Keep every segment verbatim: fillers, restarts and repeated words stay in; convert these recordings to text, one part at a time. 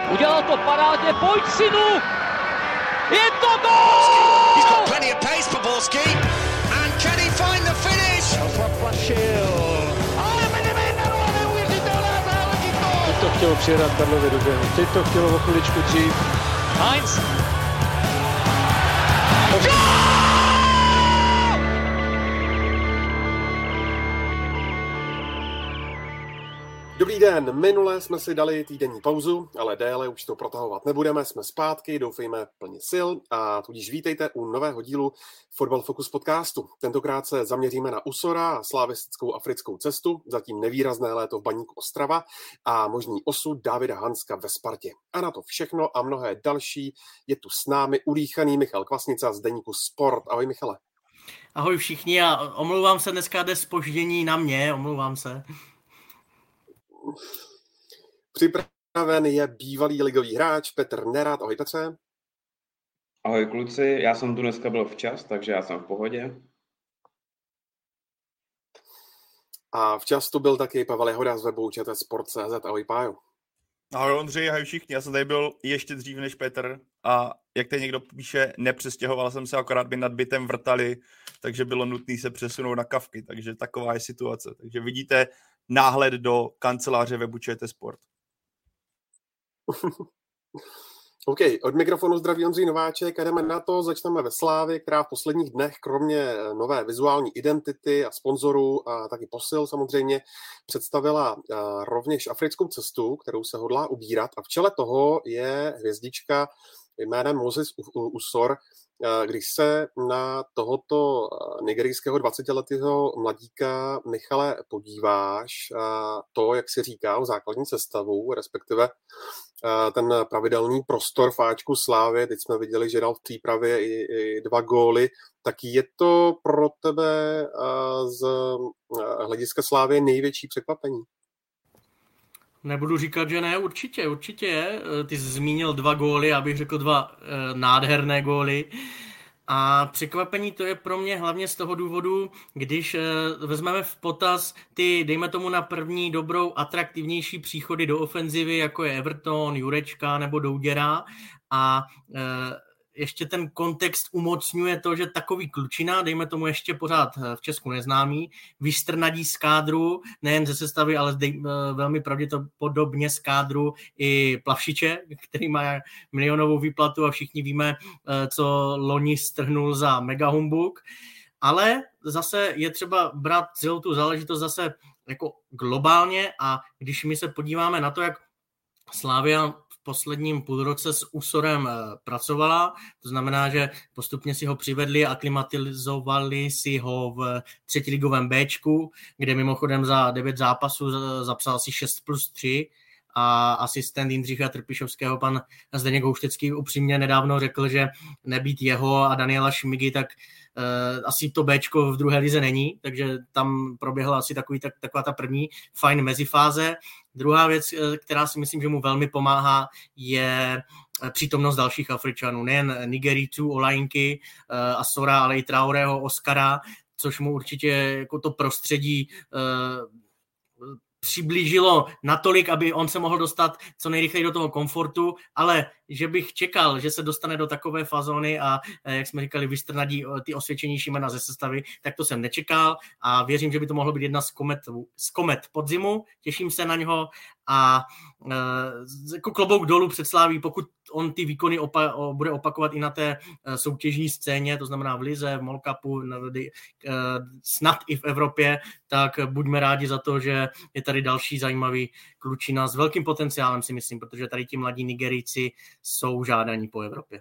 Udělal to parádně, pojď synu! Je to gól! He's got plenty of pace for Borski. And can he find the finish? Ale Benevenero, neuvěřitelná záležitost! Teď to chtělo přijedat Karlově do běhu, teď to chtělo o chviličku dřív. Heinz! Dobrý den, minule jsme si dali týdenní pauzu, ale déle už to protahovat nebudeme, jsme zpátky, doufejme plně sil a tudíž vítejte u nového dílu Fotbal Focus podcastu. Tentokrát se zaměříme na Usora a slavistickou africkou cestu, zatím nevýrazné léto v Baníku Ostrava a možný osud Davida Hanska ve Spartě. A na to všechno a mnohé další je tu s námi udýchaný Michal Kvasnica z deníku Sport. Ahoj Michale. Ahoj všichni a omlouvám se, dneska jde zpoždění na mě, omlouvám se. Připraven je bývalý ligový hráč Petr Nerad. Ahoj Petře. Ahoj kluci, já jsem tu dneska byl včas, takže já jsem v pohodě. A včas tu byl taky Pavel Jehoda z webu čtsport tečka cé zet. Ahoj Pájo. Ahoj Ondřej, ahoj všichni, já jsem tady byl ještě dřív než Petr a jak tady někdo píše, nepřestěhoval jsem se, akorát by nad bytem vrtali, takže bylo nutné se přesunout na kavky, takže taková je situace. Takže vidíte náhled do kanceláře webu ČTsport. OK, od mikrofonu zdraví Ondřej Nováček a jdeme na to, začneme ve Slávě, která v posledních dnech kromě nové vizuální identity a sponzorů a taky posil samozřejmě představila rovněž africkou cestu, kterou se hodlá ubírat a v čele toho je hvězdička jménem Moses Usor. Když se na tohoto nigerijského dvacetiletého mladíka, Michale, podíváš, to, jak si říká o základní sestavu, respektive ten pravidelný prostor v áčku Slávy, teď jsme viděli, že dal v přípravě i, i dva góly, tak je to pro tebe z hlediska Slávy největší překvapení? Nebudu říkat, že ne, určitě, určitě je. Ty jsi zmínil dva góly, abych řekl dva e, nádherné góly. A překvapení to je pro mě hlavně z toho důvodu, když e, vezmeme v potaz ty, dejme tomu na první dobrou, atraktivnější příchody do ofenzivy, jako je Everton, Jurečka nebo Douděra a e, ještě ten kontext umocňuje to, že takový klučina, dejme tomu ještě pořád v Česku neznámý, vystrnadí z kádru, nejen ze sestavy, ale dej, velmi pravděpodobně z kádru i Plavšiče, který má milionovou výplatu a všichni víme, co loni strhnul za mega humbug. Ale zase je třeba brát celou tu záležitost zase jako globálně a když my se podíváme na to, jak Slavia posledním půlroce s Usorem pracovala, to znamená, že postupně si ho přivedli a aklimatizovali si ho v třetiligovém Bčku, kde mimochodem za devět zápasů zapsal asi šest plus tři a asistent Jindřicha Trpišovského, pan Zdeněk Houštecký, upřímně nedávno řekl, že nebýt jeho a Daniela Šmigy, tak uh, asi to Bčko v druhé lize není, takže tam proběhla asi takový, tak, taková ta první fajn mezifáze. Druhá věc, která si myslím, že mu velmi pomáhá, je přítomnost dalších Afričanů, nejen Nigerijců, Olajinky, uh, Asora, ale i Traoreho, Oscara, což mu určitě jako to prostředí uh, přiblížilo natolik, aby on se mohl dostat co nejrychleji do toho komfortu, ale že bych čekal, že se dostane do takové fazóny a, jak jsme říkali, vystrnadí ty osvědčenější jména ze sestavy, tak to jsem nečekal a věřím, že by to mohlo být jedna z komet, z komet podzimu. Těším se na něho a e, jako klobouk dolů před Slaví, pokud on ty výkony opa- o, bude opakovat i na té e, soutěžní scéně, to znamená v lize, v Mall Cupu, e, snad i v Evropě, tak buďme rádi za to, že je tady další zajímavý klučina s velkým potenciálem, si myslím, protože tady ti mladí Nigerijci jsou žádaní po Evropě.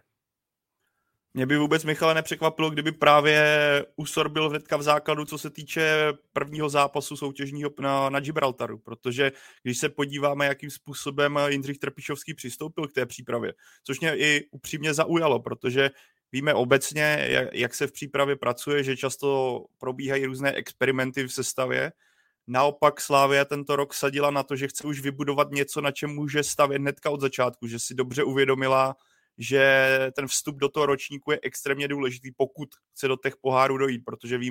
Mě by vůbec, Michale, nepřekvapilo, kdyby právě Usor byl hnedka v základu, co se týče prvního zápasu soutěžního na, na Gibraltaru, protože když se podíváme, jakým způsobem Jindřich Trpišovský přistoupil k té přípravě, což mě i upřímně zaujalo, protože víme obecně, jak, jak se v přípravě pracuje, že často probíhají různé experimenty v sestavě. Naopak Slavia tento rok sadila na to, že chce už vybudovat něco, na čem může stavět hnedka od začátku, že si dobře uvědomila, že ten vstup do toho ročníku je extrémně důležitý, pokud chce do těch pohárů dojít, protože víme,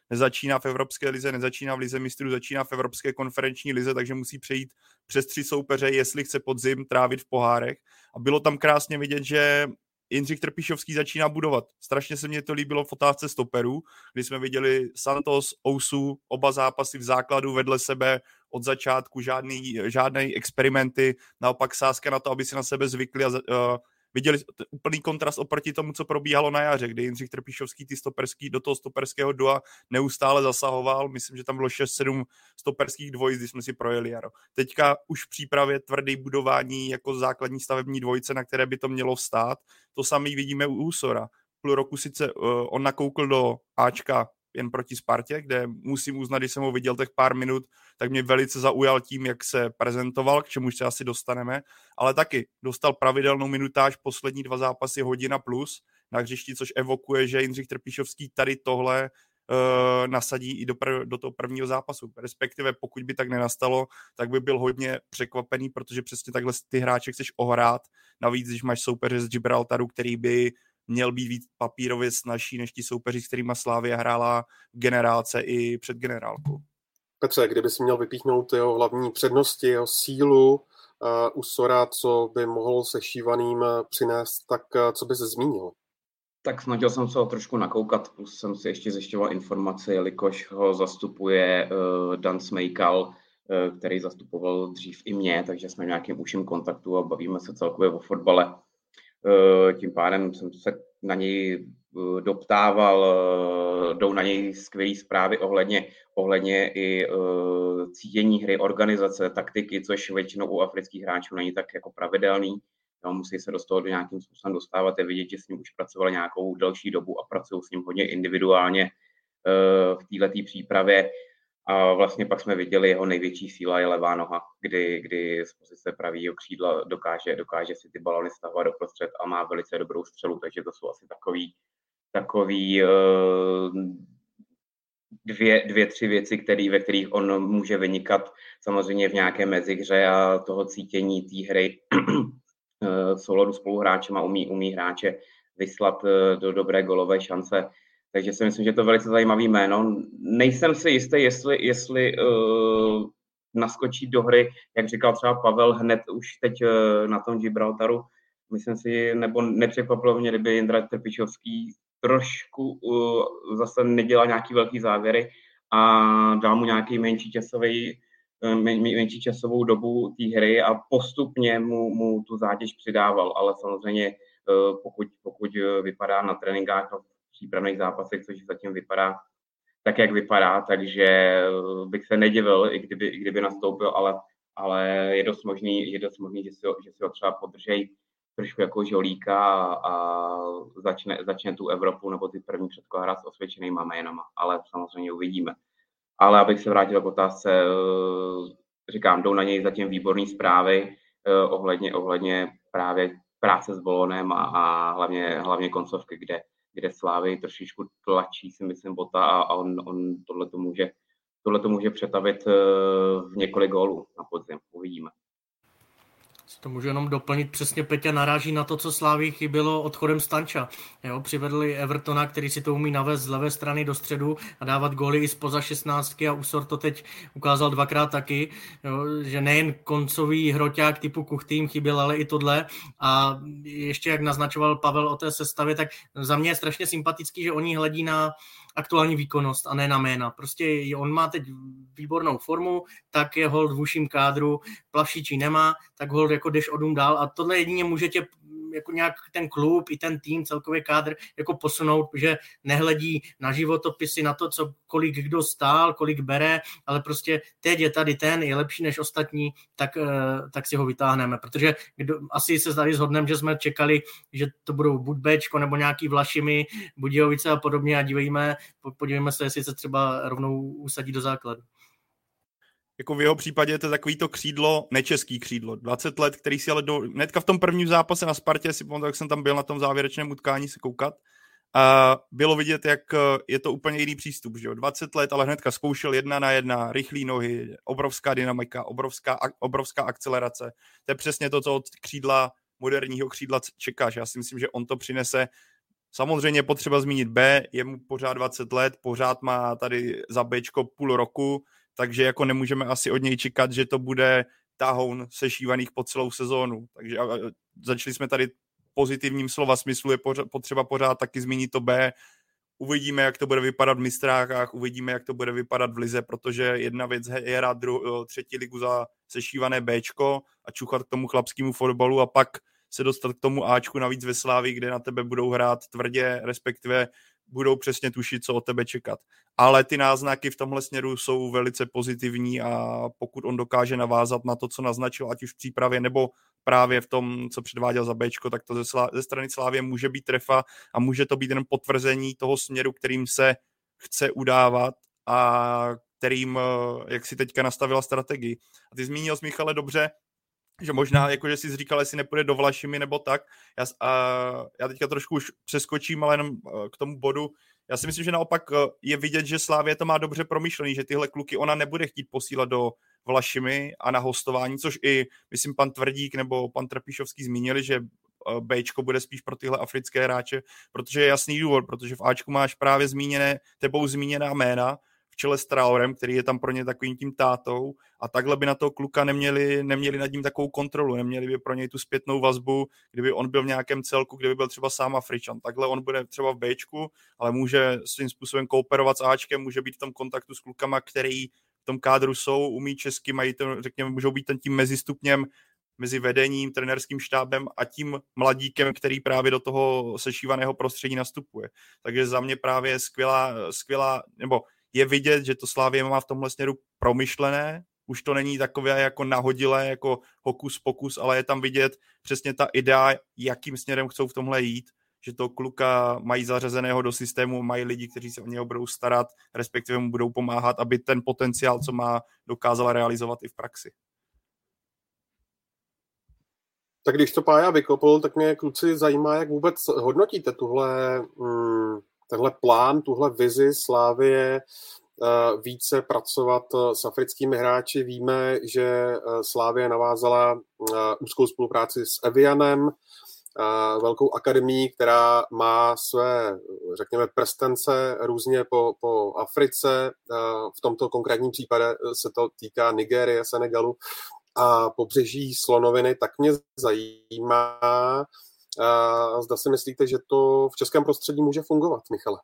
nezačíná v Evropské lize, nezačíná v lize mistrů, začíná v Evropské konferenční lize, takže musí přejít přes tři soupeře, jestli chce podzim trávit v pohárech. A bylo tam krásně vidět, že Jindřich Trpišovský začíná budovat. Strašně se mně to líbilo v otázce stoperů, kdy jsme viděli Santos, Ousu, oba zápasy v základu vedle sebe od začátku, žádný, žádný experimenty, naopak sázka na to, aby si na sebe zvykli a uh, viděli úplný kontrast oproti tomu, co probíhalo na jaře, kdy Jindřich Trpišovský ty stoperský, do toho stoperského dua neustále zasahoval. Myslím, že tam bylo šest sedm stoperských dvojic, když jsme si projeli jaro. Teďka už v přípravě tvrdý budování jako základní stavební dvojice, na které by to mělo vstát. To samý vidíme u Úsora. Půl roku sice uh, on nakoukl do Ačka jen proti Spartě, kde musím uznat, když jsem ho viděl těch pár minut, tak mě velice zaujal tím, jak se prezentoval, k čemuž se asi dostaneme, ale taky dostal pravidelnou minutáž poslední dva zápasy hodina plus na hřišti, což evokuje, že Jindřich Trpišovský tady tohle uh, nasadí i do, prv, do toho prvního zápasu. Respektive pokud by tak nenastalo, tak by byl hodně překvapený, protože přesně takhle ty hráče chceš ohrát, navíc, když máš soupeře z Gibraltaru, který by měl být víc papírově snažší než ti soupeři, s kterýma Slavia hrála generálce i před generálkou. Petře, kdyby si měl vypíchnout jeho hlavní přednosti, jeho sílu uh, u Sora, co by mohl se Šívaným přinést, tak uh, co by se zmínil? Tak snažil jsem se ho trošku nakoukat, plus jsem si ještě zjišťoval informace, jelikož ho zastupuje uh, Dan Smejkal, uh, který zastupoval dřív i mě, takže jsme v nějakém užším kontaktu a bavíme se celkově o fotbale. Tím pádem jsem se na něj doptával, jdou na něj skvělé zprávy ohledně, ohledně i cítění hry, organizace, taktiky, což většinou u afrických hráčů není tak jako pravidelný. No, musí se do toho do nějakým způsobem dostávat a vidět, že s ním už pracovali nějakou delší dobu a pracují s ním hodně individuálně v této přípravě. A vlastně pak jsme viděli, jeho největší síla je levá noha, kdy, kdy z pozice pravýho křídla dokáže, dokáže si ty balony stahovat doprostřed a má velice dobrou střelu, takže to jsou asi takový, takový dvě, dvě, tři věci, který, ve kterých on může vynikat samozřejmě v nějaké mezihře a toho cítění té hry v souladu spoluhráčem a umí, umí hráče vyslat do dobré golové šance. Takže si myslím, že to je velice zajímavý jméno. Nejsem si jistý, jestli, jestli uh, naskočí do hry, jak říkal třeba Pavel, hned už teď uh, na tom Gibraltaru. Myslím si, nebo nepřekvapilo mě, kdyby Jindra Trpišovský trošku uh, zase nedělal nějaký velký závěry a dal mu nějaký menší časový, uh, men, menší časovou dobu té hry a postupně mu, mu tu zátěž přidával. Ale samozřejmě, uh, pokud, pokud vypadá na tréninkách přípravných zápasech, což zatím vypadá tak, jak vypadá, takže bych se nedivil, i kdyby, i kdyby nastoupil, ale, ale je dost možný, je dost možný, že si ho, že si ho třeba podržej trošku jako žolíka a, a začne, začne tu Evropu nebo ty první předko hrát s osvědčenýma jménama, ale samozřejmě uvidíme. Ale abych se vrátil k otázce, říkám, jdou na něj zatím výborné zprávy ohledně, ohledně právě práce s balonem a, a hlavně, hlavně koncovky, kde kde Slávy trošičku tlačí, si myslím, Bota a on, on tohleto může, tohleto může přetavit v několik gólů na podzim. Uvidíme. To můžu jenom doplnit, přesně Peťa naráží na to, co Slávii chybělo odchodem Stanča. Jo, přivedli Evertona, který si to umí navést z levé strany do středu a dávat góly i spoza šestnáctky a Úsor to teď ukázal dvakrát taky, jo, že nejen koncový hroťák typu Kuchtým chyběl, ale i tohle. A ještě jak naznačoval Pavel o té sestavě, tak za mě je strašně sympatický, že oni hledí na aktuální výkonnost a ne na jména. Prostě on má teď výbornou formu, tak je hold v uším kádru, Plavšičí nemá, tak hold jako jdeš o dům dál a tohle jedině může tě jako nějak ten klub i ten tým, celkově kádr jako posunout, že nehledí na životopisy, na to, co kolik kdo stál, kolik bere, ale prostě teď je tady ten, je lepší než ostatní, tak, tak si ho vytáhneme, protože kdo, asi se tady shodneme, že jsme čekali, že to budou buď Bčko nebo nějaký Vlašimi, Budějovice a podobně a dívejme, podívejme se, jestli se třeba rovnou usadí do základu. Jako v jeho případě je to takový to křídlo, nečeský křídlo, dvacet let, který si ale do, hnedka v tom prvním zápase na Spartě, si pamatuju, jak jsem tam byl na tom závěrečném utkání se koukat, a bylo vidět, jak je to úplně jiný přístup, že jo, dvacet let, ale hnedka zkoušel jedna na jedna, rychlý nohy, obrovská dynamika, obrovská, obrovská akcelerace, to je přesně to, co od křídla, moderního křídla čekáš, já si myslím, že on to přinese Samozřejmě potřeba zmínit B, je mu pořád dvacet let, pořád má tady za Bčko půl roku, takže jako nemůžeme asi od něj čekat, že to bude tahoun sešívaných po celou sezónu. Takže začali jsme tady pozitivním slova smyslu, je pořád, potřeba pořád taky zmínit to B. Uvidíme, jak to bude vypadat v mistrákách, uvidíme, jak to bude vypadat v lize, protože jedna věc je hrát dru- třetí ligu za sešívané Bčko a čuchat k tomu chlapskému fotbalu a pak se dostat k tomu Ačku navíc ve Slávii, kde na tebe budou hrát tvrdě, respektive budou přesně tušit, co od tebe čekat. Ale ty náznaky v tomhle směru jsou velice pozitivní a pokud on dokáže navázat na to, co naznačil, ať už v přípravě nebo právě v tom, co předváděl za Bčko, tak to ze, Slá- ze strany Slávie může být trefa a může to být jen potvrzení toho směru, kterým se chce udávat a kterým, jak si teďka nastavila strategii. A ty zmínil jsi, Michale, dobře, že možná, jakože jsi říkal, jestli nepůjde do Vlašimi nebo tak. Já, a, já teďka trošku už přeskočím, ale jenom k tomu bodu. Já si myslím, že naopak je vidět, že Slavia to má dobře promyšlený, že tyhle kluky ona nebude chtít posílat do Vlašimi a na hostování, což i, myslím, pan Tvrdík nebo pan Trpišovský zmínili, že Bčko bude spíš pro tyhle africké hráče, protože je jasný důvod, protože v Ačku máš právě zmíněné, tebou zmíněná jména, v čele s Traorem, který je tam pro ně takovým tím tátou a takhle by na toho kluka neměli, neměli nad ním takovou kontrolu, neměli by pro něj tu zpětnou vazbu, kdyby on byl v nějakém celku, kdyby byl třeba sám Afričan. Takhle on bude třeba v Bčku, ale může svým způsobem kooperovat s Ačkem, může být v tom kontaktu s klukama, který v tom kádru jsou, umí česky, mají to, řekněme, můžou být ten tím mezistupněm mezi vedením, trenérským štábem a tím mladíkem, který právě do toho sešívaného prostředí nastupuje. Takže za mě právě skvělá, skvělá, nebo je vidět, že to Slavie má v tomhle směru promyšlené, už to není takové jako nahodilé, jako hokus pokus, ale je tam vidět přesně ta idea, jakým směrem chcou v tomhle jít, že to kluka mají zařazeného do systému, mají lidi, kteří se o něho budou starat, respektive mu budou pomáhat, aby ten potenciál, co má, dokázala realizovat i v praxi. Tak když to Pája vykopl, tak mě kluci zajímá, jak vůbec hodnotíte tuhle... Mm... tenhle plán, tuhle vizi Slávie více pracovat s africkými hráči. Víme, že Slávie navázala úzkou spolupráci s Evianem, velkou akademií, která má své, řekněme, prstence různě po, po Africe. V tomto konkrétním případě se to týká Nigérie, Senegalu a pobřeží Slonoviny. Tak mě zajímá, a zda si myslíte, že to v českém prostředí může fungovat, Michale?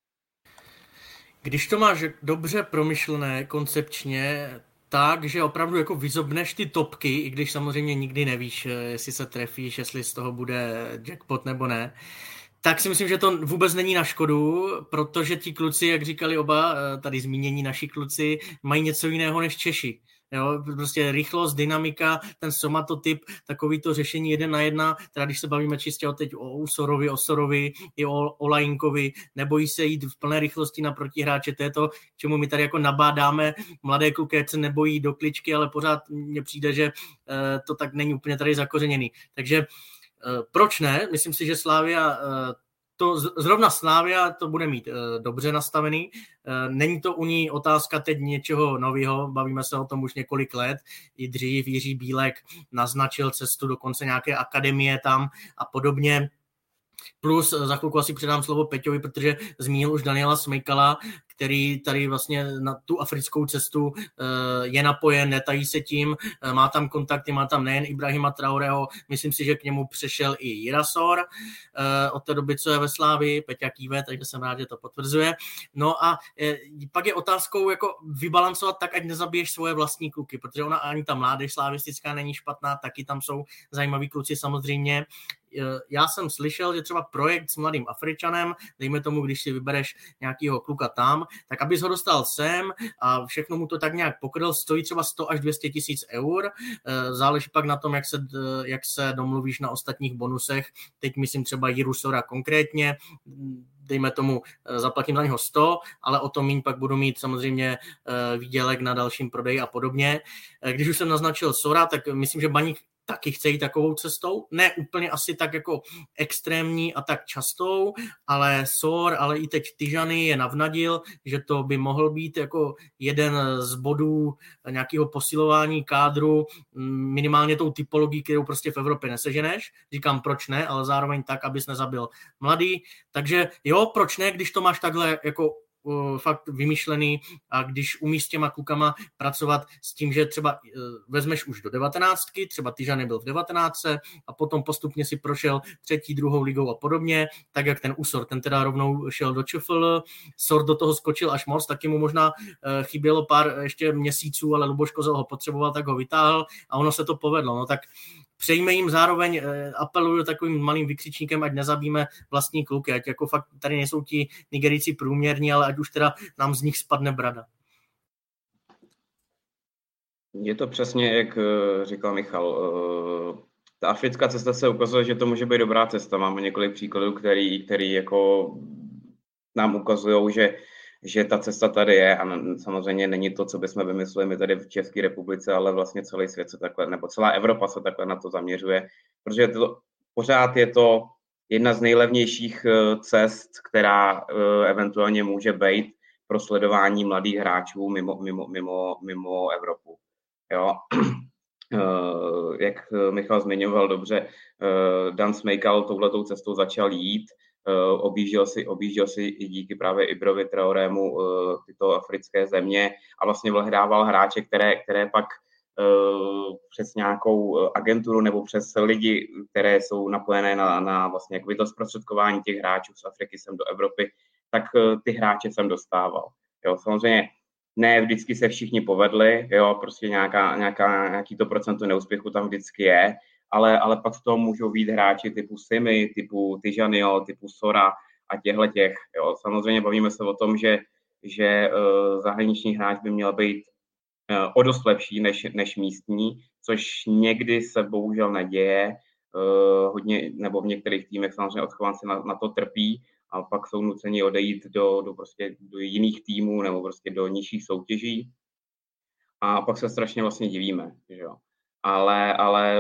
Když to máš dobře promyšlené koncepčně, tak, že opravdu jako vyzobneš ty topky, i když samozřejmě nikdy nevíš, jestli se trefíš, jestli z toho bude jackpot nebo ne, tak si myslím, že to vůbec není na škodu, protože ti kluci, jak říkali oba, tady zmínění naši kluci, mají něco jiného než Češi. Jo, prostě rychlost, dynamika, ten somatotyp, takový to řešení jeden na jedna, teda když se bavíme čistě o teď o Usorovi, o Sorovi, i o Olajinkovi, nebojí se jít v plné rychlosti na protihráče, to je to, čemu my tady jako nabádáme mladé kluky, ať se nebojí do kličky, ale pořád mně přijde, že uh, to tak není úplně tady zakořeněný. Takže uh, proč ne? Myslím si, že Slavia uh, To zrovna Slavia to bude mít e, dobře nastavený. E, není to u ní otázka teď něčeho nového, bavíme se o tom už několik let. I dřív Jiří Bílek naznačil cestu dokonce nějaké akademie tam a podobně. Plus za chvilku asi předám slovo Peťovi, protože zmínil už Daniela Smejkala, který tady vlastně na tu africkou cestu je napojen, netají se tím, má tam kontakty, má tam nejen Ibrahima Traoreho, myslím si, že k němu přešel i Jirasor od té doby, co je ve Slávii, Peťa kýve, takže jsem rád, že to potvrzuje. No a pak je otázkou jako vybalancovat tak, ať nezabiješ svoje vlastní kluky, protože ona ani ta mládež slavistická není špatná, taky tam jsou zajímaví kluci samozřejmě. Já jsem slyšel, že třeba projekt s mladým Afričanem, dejme tomu, když si vybereš nějakého kluka tam, tak abys ho dostal sem a všechno mu to tak nějak pokryl, stojí třeba sto až dvě stě tisíc eur. Záleží pak na tom, jak se, jak se domluvíš na ostatních bonusech. Teď myslím třeba Jiru Sora konkrétně, dejme tomu, zaplatím za něho sto, ale o to míň pak budu mít samozřejmě výdělek na dalším prodeji a podobně. Když už jsem naznačil Sora, tak myslím, že Baník taky chce jít takovou cestou, ne úplně asi tak jako extrémní a tak častou, ale Sor, ale i teď Tijani je navnadil, že to by mohl být jako jeden z bodů nějakého posilování kádru, minimálně tou typologií, kterou prostě v Evropě neseženeš. Říkám, proč ne, ale zároveň tak, abys nezabil mladý. Takže jo, proč ne, když to máš takhle jako fakt vymyšlený a když umíš s těma klukama pracovat s tím, že třeba vezmeš už do devatenáctky, třeba Tijani byl v devatenáctce a potom postupně si prošel třetí, druhou ligou a podobně, tak jak ten Usor, ten teda rovnou šel do ČFL, Sor do toho skočil až moc, taky mu možná chybělo pár ještě měsíců, ale Luboš Kozel ho potřeboval, tak ho vytáhl a ono se to povedlo. No tak přejme jim zároveň, apeluju takovým malým vykřičníkem, ať nezabíme vlastní kluky, ať jako fakt tady nejsou ti Nigerijci průměrní, ale ať už teda nám z nich spadne brada. Je to přesně, jak říkal Michal. Ta africká cesta se ukazuje, že to může být dobrá cesta. Máme několik příkladů, který, který jako nám ukazují, že že ta cesta tady je a samozřejmě není to, co bychom vymysleli my tady v České republice, ale vlastně celý svět se takhle, nebo celá Evropa se takhle na to zaměřuje, protože to, pořád je to jedna z nejlevnějších cest, která eventuálně může být pro sledování mladých hráčů mimo, mimo, mimo, mimo Evropu. Jo. Jak Michal zmiňoval dobře, Dan Smejkal touhletou cestou začal jít, Uh, objížděl si, objížděl si i díky právě Ibrovi Traorému uh, tyto africké země a vlastně vyhrával hráče, které, které pak uh, přes nějakou agenturu nebo přes lidi, které jsou napojené na, na vlastně jakoby to zprostředkování těch hráčů z Afriky sem do Evropy, tak uh, ty hráče jsem dostával. Jo, samozřejmě ne vždycky se všichni povedli, jo, prostě nějaká, nějaká, nějaký to procento neúspěchu tam vždycky je, Ale, ale pak z toho můžou být hráči typu Simi, typu Tijanio, typu Sora a těchto těch. Jo. Samozřejmě bavíme se o tom, že, že uh, zahraniční hráč by měl být uh, o dost lepší než, než místní, což někdy se bohužel neděje. Uh, hodně, nebo v některých týmech samozřejmě odchovanci na, na to trpí a pak jsou nuceni odejít do, do, prostě, do jiných týmů nebo prostě do nižších soutěží. A pak se strašně vlastně divíme, že jo. Ale, ale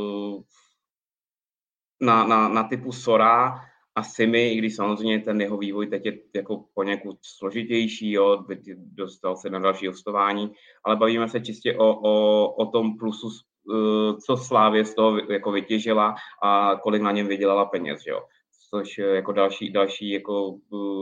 na, na, na typu Sora a Simi, i když samozřejmě ten jeho vývoj teď je jako poněkud složitější, jo, dostal se na další hostování, ale bavíme se čistě o, o, o tom plusu, co Slavie z toho jako vytěžila a kolik na něm vydělala peněz, jo. Což jako další, další jako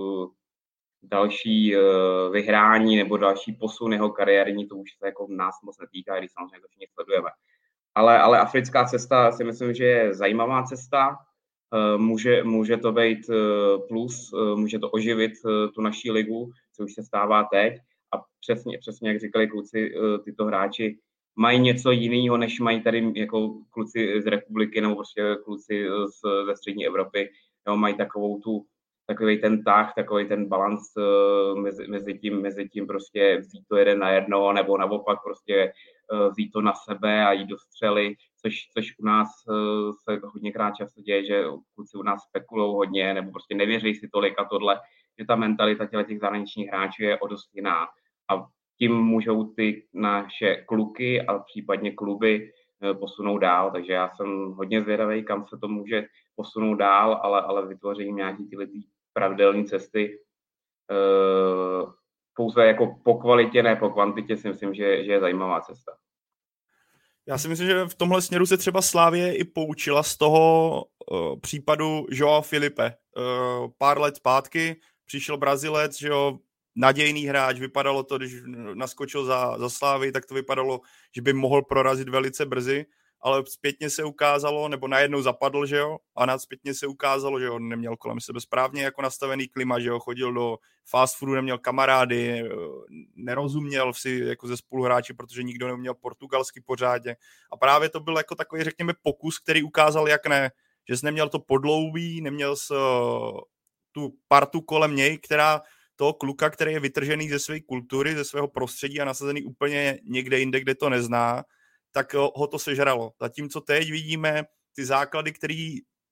další uh, vyhrání nebo další posun jeho kariérní, to už se jako nás moc netýká, když samozřejmě to všichni sledujeme. Ale, ale africká cesta si myslím, že je zajímavá cesta, uh, může, může to být uh, plus, uh, může to oživit uh, tu naší ligu, co už se stává teď a přesně, přesně jak říkali kluci, uh, tyto hráči mají něco jiného, než mají tady jako kluci z republiky nebo prostě kluci z, ze střední Evropy, jo, mají takovou tu takový ten tah, takový ten balans uh, mezi, mezi, tím, mezi tím prostě vzít to jeden na jedno, nebo naopak prostě uh, vzít to na sebe a jít do střely, což, což u nás uh, se hodněkrát často děje, že kluci u nás spekulujou hodně, nebo prostě nevěří si tolik a tohle, že ta mentalita těch zahraničních hráčů je o dost jiná. A tím můžou ty naše kluky a případně kluby uh, posunout dál, takže já jsem hodně zvědavý, kam se to může posunout dál, ale, ale vytvořením nějaký tyhle pravidelné cesty uh, pouze jako po kvalitě, ne po kvantitě, si myslím, že, že je zajímavá cesta. Já si myslím, že v tomhle směru se třeba Slavie i poučila z toho uh, případu Joao Filipe. Uh, pár let zpátky přišel Brazilec, že jo, nadějný hráč, vypadalo to, když naskočil za, za Slavii, tak to vypadalo, že by mohl prorazit velice brzy, ale zpětně se ukázalo, nebo najednou zapadl, že jo, a nad zpětně se ukázalo, že on neměl kolem sebe správně jako nastavený klima, že jo, chodil do fast foodu, neměl kamarády, nerozuměl si jako ze spoluhráči, protože nikdo neuměl portugalsky pořádně. A právě to byl jako takový, řekněme, pokus, který ukázal, jak ne, že jsi neměl to podloubí, neměl jsi tu partu kolem něj, která toho kluka, který je vytržený ze své kultury, ze svého prostředí a nasazený úplně někde jinde, kde to nezná, tak ho to sežralo. Zatímco teď vidíme ty základy, který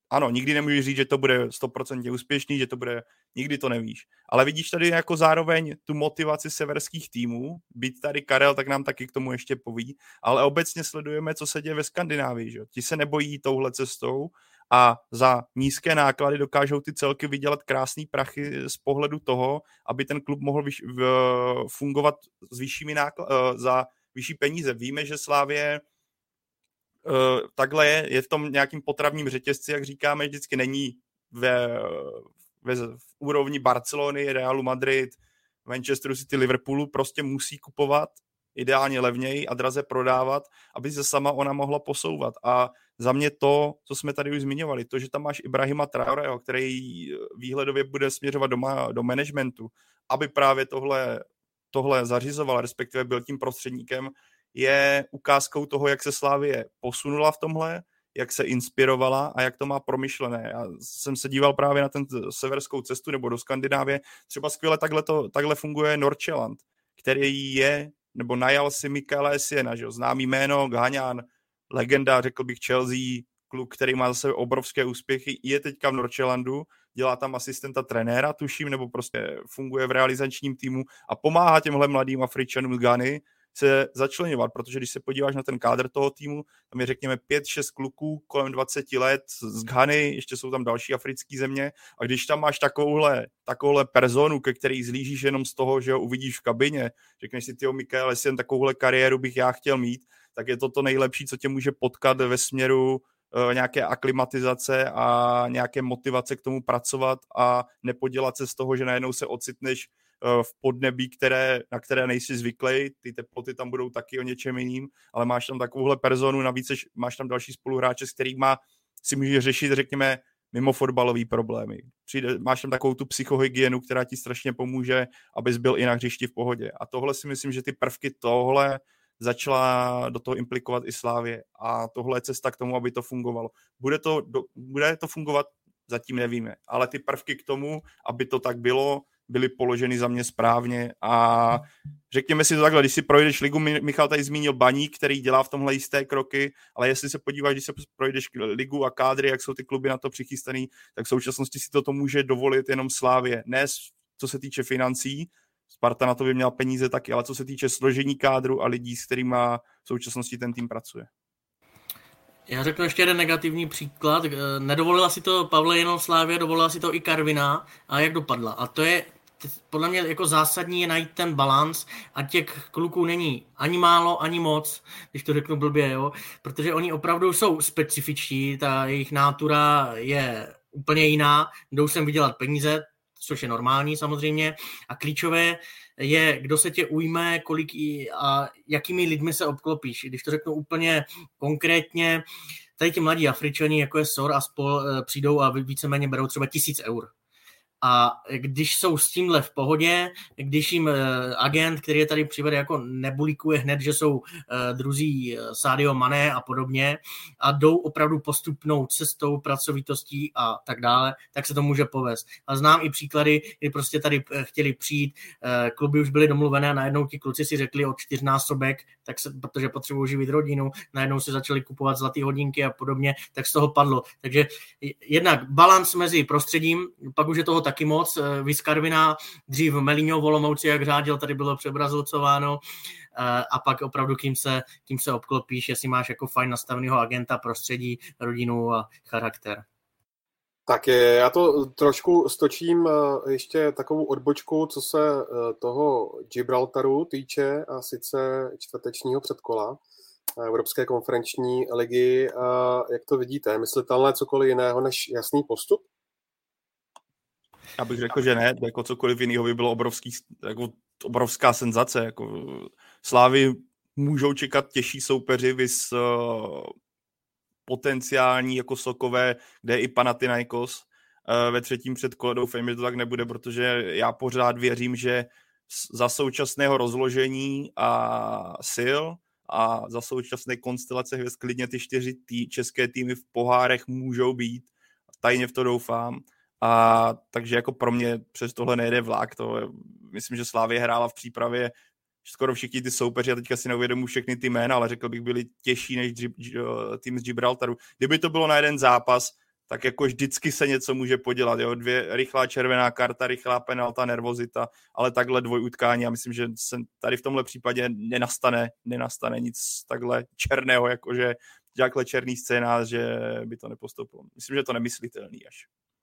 ano, nikdy nemůžeš říct, že to bude sto procent úspěšný, že to bude, nikdy to nevíš. Ale vidíš tady jako zároveň tu motivaci severských týmů, být tady Karel, tak nám taky k tomu ještě poví, ale obecně sledujeme, co se děje ve Skandinávii, že? Ti se nebojí touhle cestou a za nízké náklady dokážou ty celky vydělat krásný prachy z pohledu toho, aby ten klub mohl vyš, v, fungovat s vyššími náklady, za vyšší peníze. Víme, že Slavie Uh, takhle je, je v tom nějakým potravním řetězci, jak říkáme, vždycky není ve, ve v úrovni Barcelony, Realu Madrid, Manchesteru City, Liverpoolu, prostě musí kupovat ideálně levněji a draze prodávat, aby se sama ona mohla posouvat. A za mě to, co jsme tady už zmiňovali, to, že tam máš Ibrahima Traoreho, který výhledově bude směřovat do, do managementu, aby právě tohle, tohle zařizoval, respektive byl tím prostředníkem, je ukázkou toho, jak se Slavie posunula v tomhle, jak se inspirovala a jak to má promyšlené. Já jsem se díval právě na ten severskou cestu nebo do Skandinávie. Třeba skvěle takhle, to, takhle funguje Nordsjælland, který je, nebo najal si Mikaela Essiena, že jo, známý jméno, Ghaňan, legenda, řekl bych Chelsea, kluk, který má zase obrovské úspěchy, je teďka v Nordsjællandu, dělá tam asistenta trenéra, tuším, nebo prostě funguje v realizačním týmu a pomáhá těmhle mladým Afričanům z Ghany se začleňovat, protože když se podíváš na ten kádr toho týmu, tam je řekněme pět šest kluků kolem dvacet let z Ghany, ještě jsou tam další africké země a když tam máš takovouhle, takovouhle personu, ke který zlížíš jenom z toho, že ho uvidíš v kabině, řekneš si, tyjo Mikael, jestli jen takovouhle kariéru bych já chtěl mít, tak je to to nejlepší, co tě může potkat ve směru uh, nějaké aklimatizace a nějaké motivace k tomu pracovat a nepodělat se z toho, že najednou se ocitneš v podnebí, které, na které nejsi zvyklý, ty teploty tam budou taky o něčem jiným, ale máš tam takovouhle personu, navíc máš tam další spoluhráče, s kterýma si můžeš řešit, řekněme, mimo fotbalové problémy. Přijde, máš tam takovou tu psychohygienu, která ti strašně pomůže, abys byl i na hřišti v pohodě. A tohle si myslím, že ty prvky tohle začala do toho implikovat i Slavie a tohle je cesta k tomu, aby to fungovalo. Bude to, do, bude to fungovat? Zatím nevíme, ale ty prvky k tomu, aby to tak bylo, byly položeny za mě správně a řekněme si to takhle, když si projdeš ligu, Michal tady zmínil Baník, který dělá v tomhle jisté kroky, ale jestli se podíváš, když se projdeš ligu a kádry, jak jsou ty kluby na to přichystaný, tak v současnosti si toto může dovolit jenom Slavie. Ne co se týče financí, Sparta na to by měla peníze taky, ale co se týče složení kádru a lidí, s kterými v současnosti ten tým pracuje. Já řeknu ještě jeden negativní příklad. Nedovolila si to Pavle jenom Slavie, dovolila si to i Karviná. A jak dopadla? A to je podle mě jako zásadní je najít ten balans a těch kluků není ani málo, ani moc, když to řeknu blbě, jo? Protože oni opravdu jsou specifičtí, ta jejich nátura je úplně jiná, jdou sem vydělat peníze, což je normální samozřejmě a klíčové je, kdo se tě ujme, kolik a jakými lidmi se obklopíš. Když to řeknu úplně konkrétně, tady ti mladí Afričani, jako je Sor a spol, přijdou a víceméně berou třeba tisíc eur. A když jsou s tímhle v pohodě, když jim agent, který je tady přivede, jako nebulikuje hned, že jsou druzí Sadio Mané a podobně a jdou opravdu postupnou cestou, pracovitostí a tak dále, tak se to může povést. A znám i příklady, kdy prostě tady chtěli přijít, kluby už byly domluvené a najednou ti kluci si řekli o čtyřnásobek, tak se, protože potřebují živit rodinu, najednou si začali kupovat zlaté hodinky a podobně, tak z toho padlo. Takže jednak balans mezi prostředím, pak už je toho taky moc. Vys Karviná, dřív Meliňo, Olomouci, jak řádil, tady bylo přebrazilcováno a pak opravdu kým se, kým se obklopíš, jestli máš jako fajn nastavenýho agenta, prostředí, rodinu a charakter. Tak já to trošku stočím ještě takovou odbočku, co se toho Gibraltaru týče, a sice čtvrtečního předkola Evropské konferenční ligy. Jak to vidíte? Myslitelné cokoliv jiného než jasný postup? Já bych řekl, že ne, jako cokoliv jiného by bylo obrovský, jako obrovská senzace. Jako Slávy můžou čekat těžší soupeři, vys uh, potenciální jako Sokové, kde je i Panathinaikos uh, ve třetím předkole. Doufám, že to tak nebude, protože já pořád věřím, že za současného rozložení a sil a za současné konstelace hvězd klidně ty čtyři tý, české týmy v pohárech můžou být. Tajně v to doufám. A takže jako pro mě přes tohle nejde vlak. To, myslím, že Slavie hrála v přípravě skoro všichni ty soupeři, a teďka si neuvědomuji všechny ty jména, ale řekl bych, byli těžší než tým z Gibraltaru. Kdyby to bylo na jeden zápas, tak jako vždycky se něco může podělat. Jo? Dvě rychlá červená karta, rychlá penalta, nervozita, ale takhle dvojutkání. Já myslím, že se tady v tomhle případě nenastane, nenastane nic takhle černého, jakože takhle černý scénář, že by to nepostoupilo. Myslím, že je to nemyslitelný až.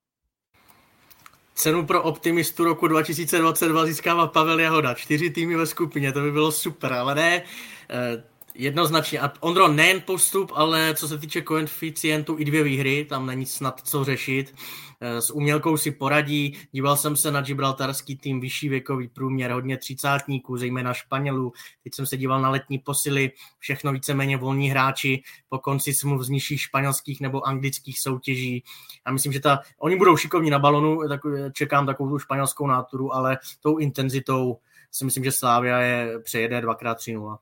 Cenu pro optimistu roku dva tisíce dvacet dva získává Pavel Jahoda. Čtyři týmy ve skupině, to by bylo super, ale ne jednoznačně. A Ondro, nejen postup, ale co se týče koeficientu i dvě výhry, tam není snad co řešit. S umělkou si poradí, díval jsem se na gibraltarský tým, vyšší věkový průměr, hodně třicátníků, zejména Španělů. Teď jsem se díval na letní posily, všechno víceméně volní hráči po konci smluv z nižších španělských nebo anglických soutěží. A myslím, že ta, oni budou šikovní na balonu, tak čekám takovou tu španělskou náturu, ale tou intenzitou si myslím, že Slavia je přejede dvakrát tři nula.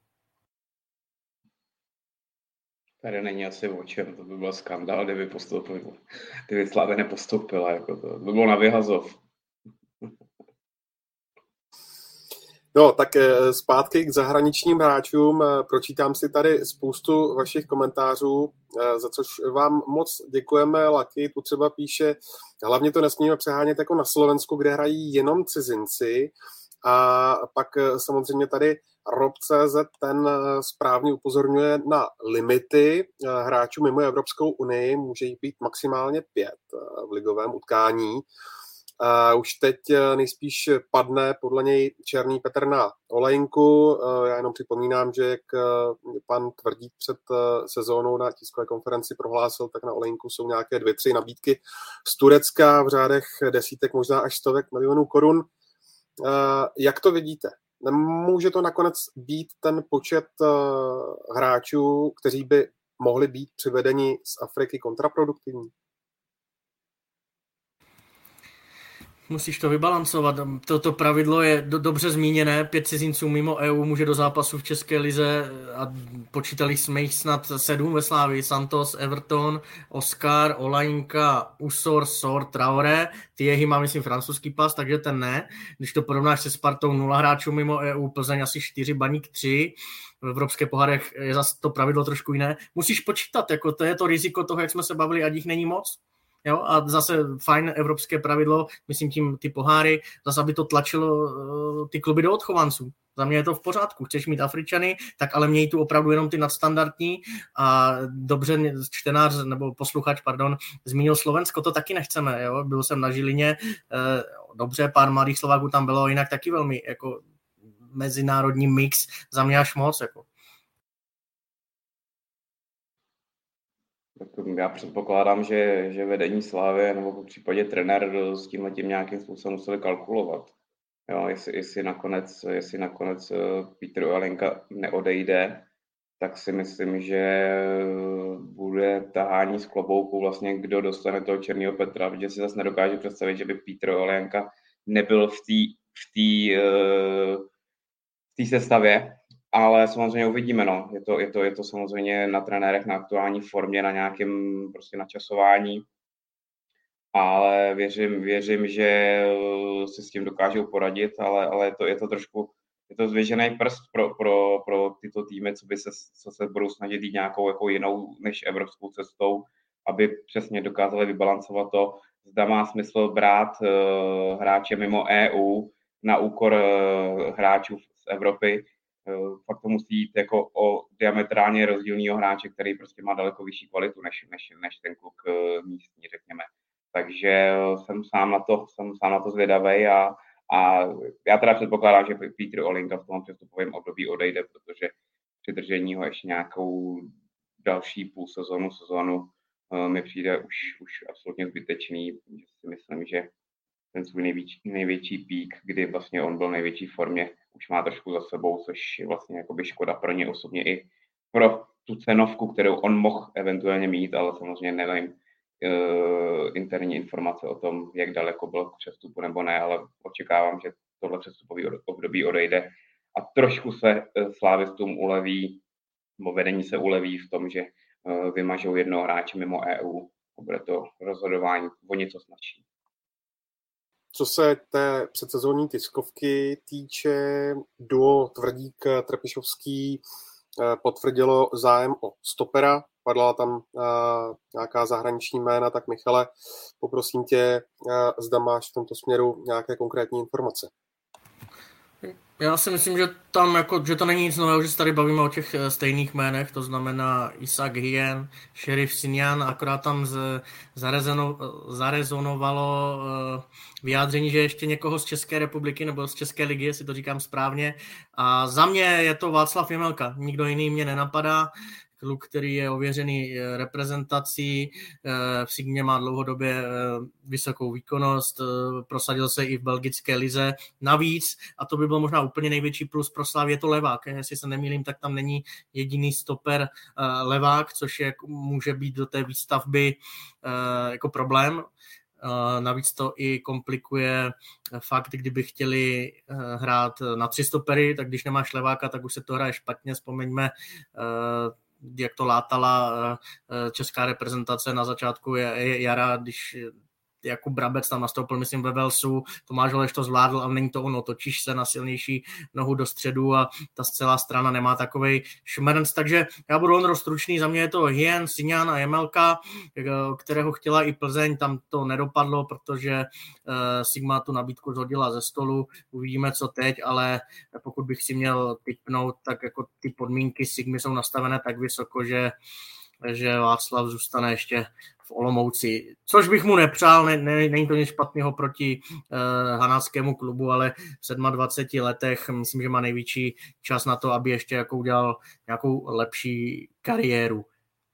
Tady není asi o čem, to by byl skandál, kdyby postoupil, kdyby Slavia nepostoupila, jako to, to by bylo na vyhazov. No, tak zpátky k zahraničním hráčům. Pročítám si tady spoustu vašich komentářů, za což vám moc děkujeme. Laky tu třeba píše, hlavně to nesmíme přehánět jako na Slovensku, kde hrají jenom cizinci. A pak samozřejmě tady Rob tečka cé zet, ten správně upozorňuje na limity hráčů mimo Evropskou unii, může jich být maximálně pět v ligovém utkání. Už teď nejspíš padne podle něj černý Petr na Olejnku. Já jenom připomínám, že jak pan Tvrdík před sezónou na tiskové konferenci prohlásil, tak na Olejnku jsou nějaké dvě, tři nabídky z Turecka v řádech desítek, možná až stovek milionů korun. Jak to vidíte? Nemůže to nakonec být ten počet hráčů, kteří by mohli být přivedeni z Afriky kontraproduktivní? Musíš to vybalancovat. Toto pravidlo je do, dobře zmíněné. Pět cizinců mimo E U může do zápasu v České lize a počítali jsme jich snad sedm ve Slávii. Santos, Everton, Oscar, Olajinka, Usor, Sor, Traoré. Thierry má, myslím, francouzský pas, takže ten ne. Když to porovnáš se Spartou, nula hráčů mimo E U, Plzeň asi čtyři, Baník tři. V evropských pohárech je zase to pravidlo trošku jiné. Musíš počítat, jako to je to riziko toho, jak jsme se bavili, ať jich není moc. Jo, a zase fajn evropské pravidlo, myslím tím ty poháry, zase aby to tlačilo uh, ty kluby do odchovanců. Za mě je to v pořádku. Chceš mít Afričany, tak ale měj tu opravdu jenom ty nadstandardní a dobře čtenář nebo posluchač, pardon, zmínil Slovensko, to taky nechceme. Jo? Byl jsem na Žilině, uh, dobře, pár mladých Slováků tam bylo, jinak taky velmi jako mezinárodní mix, za mě až moc. Jako. Já předpokládám, že, že vedení Slávie nebo v případě trenér s tímhletím nějakým způsobem museli kalkulovat. Jo, jestli, jestli, nakonec, jestli nakonec Petr Olenka neodejde, tak si myslím, že bude tahání z klobouku vlastně, kdo dostane toho černého Petra, protože si zase nedokážu představit, že by Petr Olenka nebyl v té v té v té sestavě. Ale samozřejmě uvidíme, no. Je to, je to, je to samozřejmě na trenérech, na aktuální formě, na nějakém prostě načasování. Ale věřím, věřím, že si s tím dokážou poradit, ale, ale je, to, je to trošku, je to zvěžený prst pro, pro, pro tyto týmy, co by se, co se budou snažit jít nějakou jako jinou než evropskou cestou, aby přesně dokázali vybalancovat to, zda má smysl brát uh, hráče mimo E U na úkor uh, hráčů z Evropy. Fakt to musí jít jako o diametrálně rozdílného hráče, který prostě má daleko vyšší kvalitu než, než, než ten kluk místní, řekněme. Takže jsem sám na to, jsem sám na to zvědavej a, a já teda předpokládám, že Petr Olenka v tom přestupovém období odejde, protože přidržení ho ještě nějakou další půl sezonu, sezonu mi přijde už, už absolutně zbytečný. Že si myslím, že ten svůj největší, největší pík, kdy vlastně on byl v největší formě, už má trošku za sebou, což je vlastně jakoby škoda pro ně osobně i pro tu cenovku, kterou on mohl eventuálně mít, ale samozřejmě nevím uh, interní informace o tom, jak daleko byl k přestupu nebo ne, ale očekávám, že tohle přestupový období odejde a trošku se uh, slávistům uleví, nebo vedení se uleví v tom, že uh, vymažou jednoho hráče mimo E U a bude to rozhodování o něco snazší. Co se té předsezónní tiskovky týče, duo Tvrdík Trpišovský potvrdilo zájem o stopera padla tam uh, nějaká zahraniční jména, tak Michale, poprosím tě, uh, zda máš v tomto směru nějaké konkrétní informace. Já si myslím, že tam jako, že to není nic nového, že se tady bavíme o těch stejných jménech, to znamená Isaac Hien, Šerif Sinjan, akorát tam z, zarezono, zarezonovalo uh, vyjádření, že ještě někoho z České republiky nebo z České ligy, jestli to říkám správně. A za mě je to Václav Jemelka, nikdo jiný mě nenapadá. Kluk, který je ověřený reprezentací, v Sigmě má dlouhodobě vysokou výkonnost, prosadil se i v belgické lize. Navíc, a to by byl možná úplně největší plus pro Slavii, je to levák. Jestli se nemýlím, tak tam není jediný stoper levák, což je, může být do té výstavby jako problém. Navíc to i komplikuje fakt, kdyby chtěli hrát na tři stopery, tak když nemáš leváka, tak už se to hraje špatně. Vzpomeňme, jak to látala česká reprezentace na začátku jara, když Jakub Brabec tam nastoupil, myslím, ve Velsu, Tomáš Holeš to zvládl, ale není to ono, točíš se na silnější nohu do středu a ta celá strana nemá takovej šmrnc, takže já budu jen rozstručný, za mě je to Hien, Sinjan a Jemelka, kterého chtěla i Plzeň, tam to nedopadlo, protože Sigma tu nabídku zhodila ze stolu, uvidíme, co teď, ale pokud bych si měl tipnout, tak jako ty podmínky Sigmy jsou nastavené tak vysoko, že že Václav zůstane ještě v Olomouci, což bych mu nepřál, ne, ne, není to nic špatného proti uh, hanáckému klubu, ale v dvaceti sedmi letech myslím, že má největší čas na to, aby ještě jako udělal nějakou lepší kariéru.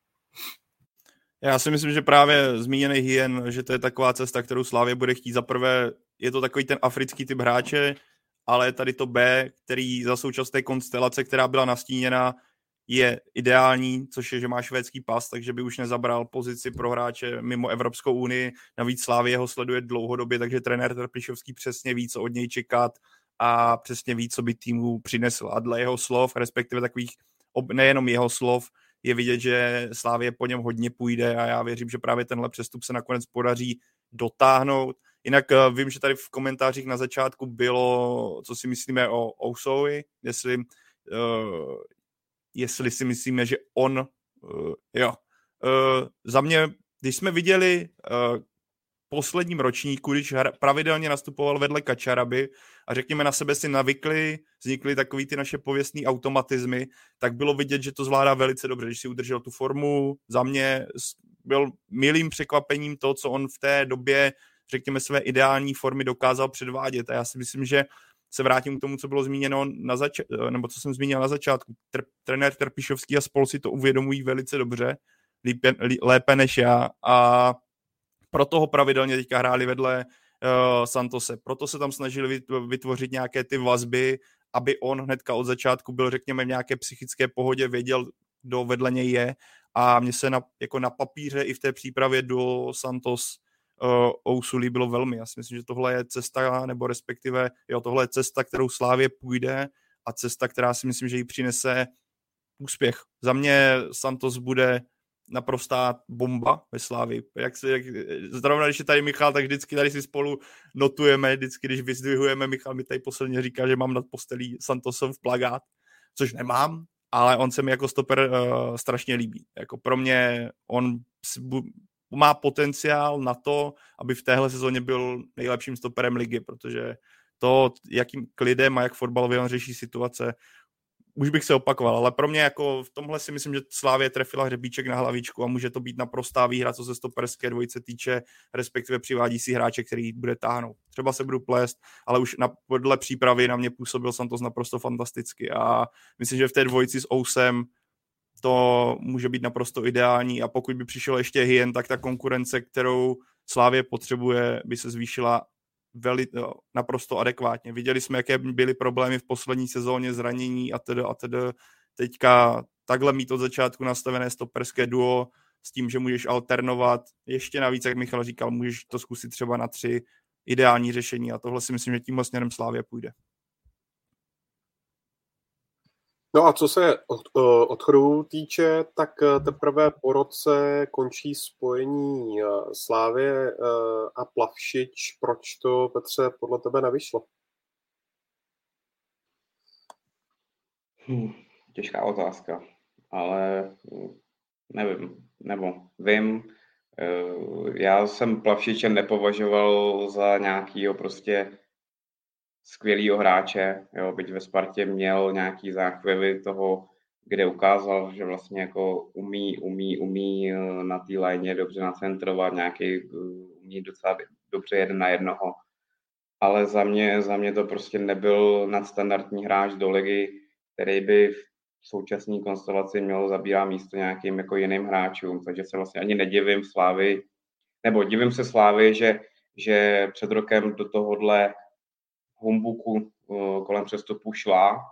Já si myslím, že právě zmíněný Hien, že to je taková cesta, kterou Slavie bude chtít. Za prvé je to takový ten africký typ hráče, ale tady to B, který za současné konstelace, která byla nastíněna, je ideální, což je, že má švédský pas, takže by už nezabral pozici pro hráče mimo Evropskou unii. Navíc Slavie ho sleduje dlouhodobě, takže trenér Trpišovský přesně ví, co od něj čekat a přesně ví, co by týmu přinesl. A dle jeho slov, respektive takových, nejenom jeho slov, je vidět, že Slavie po něm hodně půjde a já věřím, že právě tenhle přestup se nakonec podaří dotáhnout. Jinak vím, že tady v komentářích na začátku bylo, co si myslíme o Ousovi, jestli uh, jestli si myslíme, že on, uh, jo, uh, za mě, když jsme viděli uh, posledním ročníku, když pravidelně nastupoval vedle Kačaraby a řekněme na sebe si navykli, vznikly takový ty naše pověstný automatizmy, tak bylo vidět, že to zvládá velice dobře, když si udržel tu formu. Za mě byl milým překvapením to, co on v té době, řekněme, své ideální formy dokázal předvádět a já si myslím, že se vrátím k tomu, co bylo zmíněno na zač- nebo co jsem zmínil na začátku. Tr- trenér Trpišovský a spol si to uvědomují velice dobře, lípe, lí, lépe než já a proto ho pravidelně teďka hráli vedle uh, Santose. Proto se tam snažili vytvořit nějaké ty vazby, aby on hnedka od začátku byl, řekněme, v nějaké psychické pohodě, věděl, kdo vedle něj je a mně se na, jako na papíře i v té přípravě do Santos Uh, Ousu líbilo velmi. Já si myslím, že tohle je cesta, nebo respektive jo, tohle je cesta, kterou Slavie půjde a cesta, která si myslím, že jí přinese úspěch. Za mě Santos bude naprostá bomba ve Slavii. Jak se, jak, zrovna, když je tady Michal, tak vždycky tady si spolu notujeme, vždycky, když vyzdvihujeme, Michal mi tady posledně říká, že mám nad postelí Santosov plagát, což nemám, ale on se mi jako stoper uh, strašně líbí. Jako pro mě on má potenciál na to, aby v téhle sezóně byl nejlepším stoperem ligy, protože to, jakým klidem a jak fotbalově on řeší situace, už bych se opakoval, ale pro mě jako v tomhle si myslím, že Slavie trefila hřebíček na hlavičku a může to být naprostá výhra, co se stoperské dvojice týče, respektive přivádí si hráče, který bude táhnout. Třeba se budu plést, ale už na, podle přípravy na mě působil Santos naprosto fantasticky a myslím, že v té dvojici s Ousem to může být naprosto ideální a pokud by přišel ještě Hien, tak ta konkurence, kterou Slavie potřebuje, by se zvýšila veli, naprosto adekvátně. Viděli jsme, jaké byly problémy v poslední sezóně, zranění a tedy a tedy. Teďka takhle mít od začátku nastavené stoperské duo s tím, že můžeš alternovat. Ještě navíc, jak Michal říkal, můžeš to zkusit třeba na tři ideální řešení a tohle si myslím, že tímhle směrem Slavie půjde. No a co se od, odchodu týče, tak teprve po roce končí spojení Slavie a Plavšič. Proč to, Petře, podle tebe nevyšlo? Hmm, těžká otázka, ale Nevím, nebo vím. Já jsem Plavšiče nepovažoval za nějakýho prostě skvělýho hráče, jo, byť ve Spartě měl nějaký záchvěvy toho, kde ukázal, že vlastně jako umí, umí, umí na té lajně dobře nacentrovat, nějaký umí docela dobře jeden na jednoho. Ale za mě, za mě to prostě nebyl nadstandardní hráč do ligy, který by v současné konstelaci měl zabírat místo nějakým jako jiným hráčům, takže se vlastně ani nedivím Slávy, nebo divím se Slávy, že, že před rokem do tohohle humbuku kolem přestupu šla,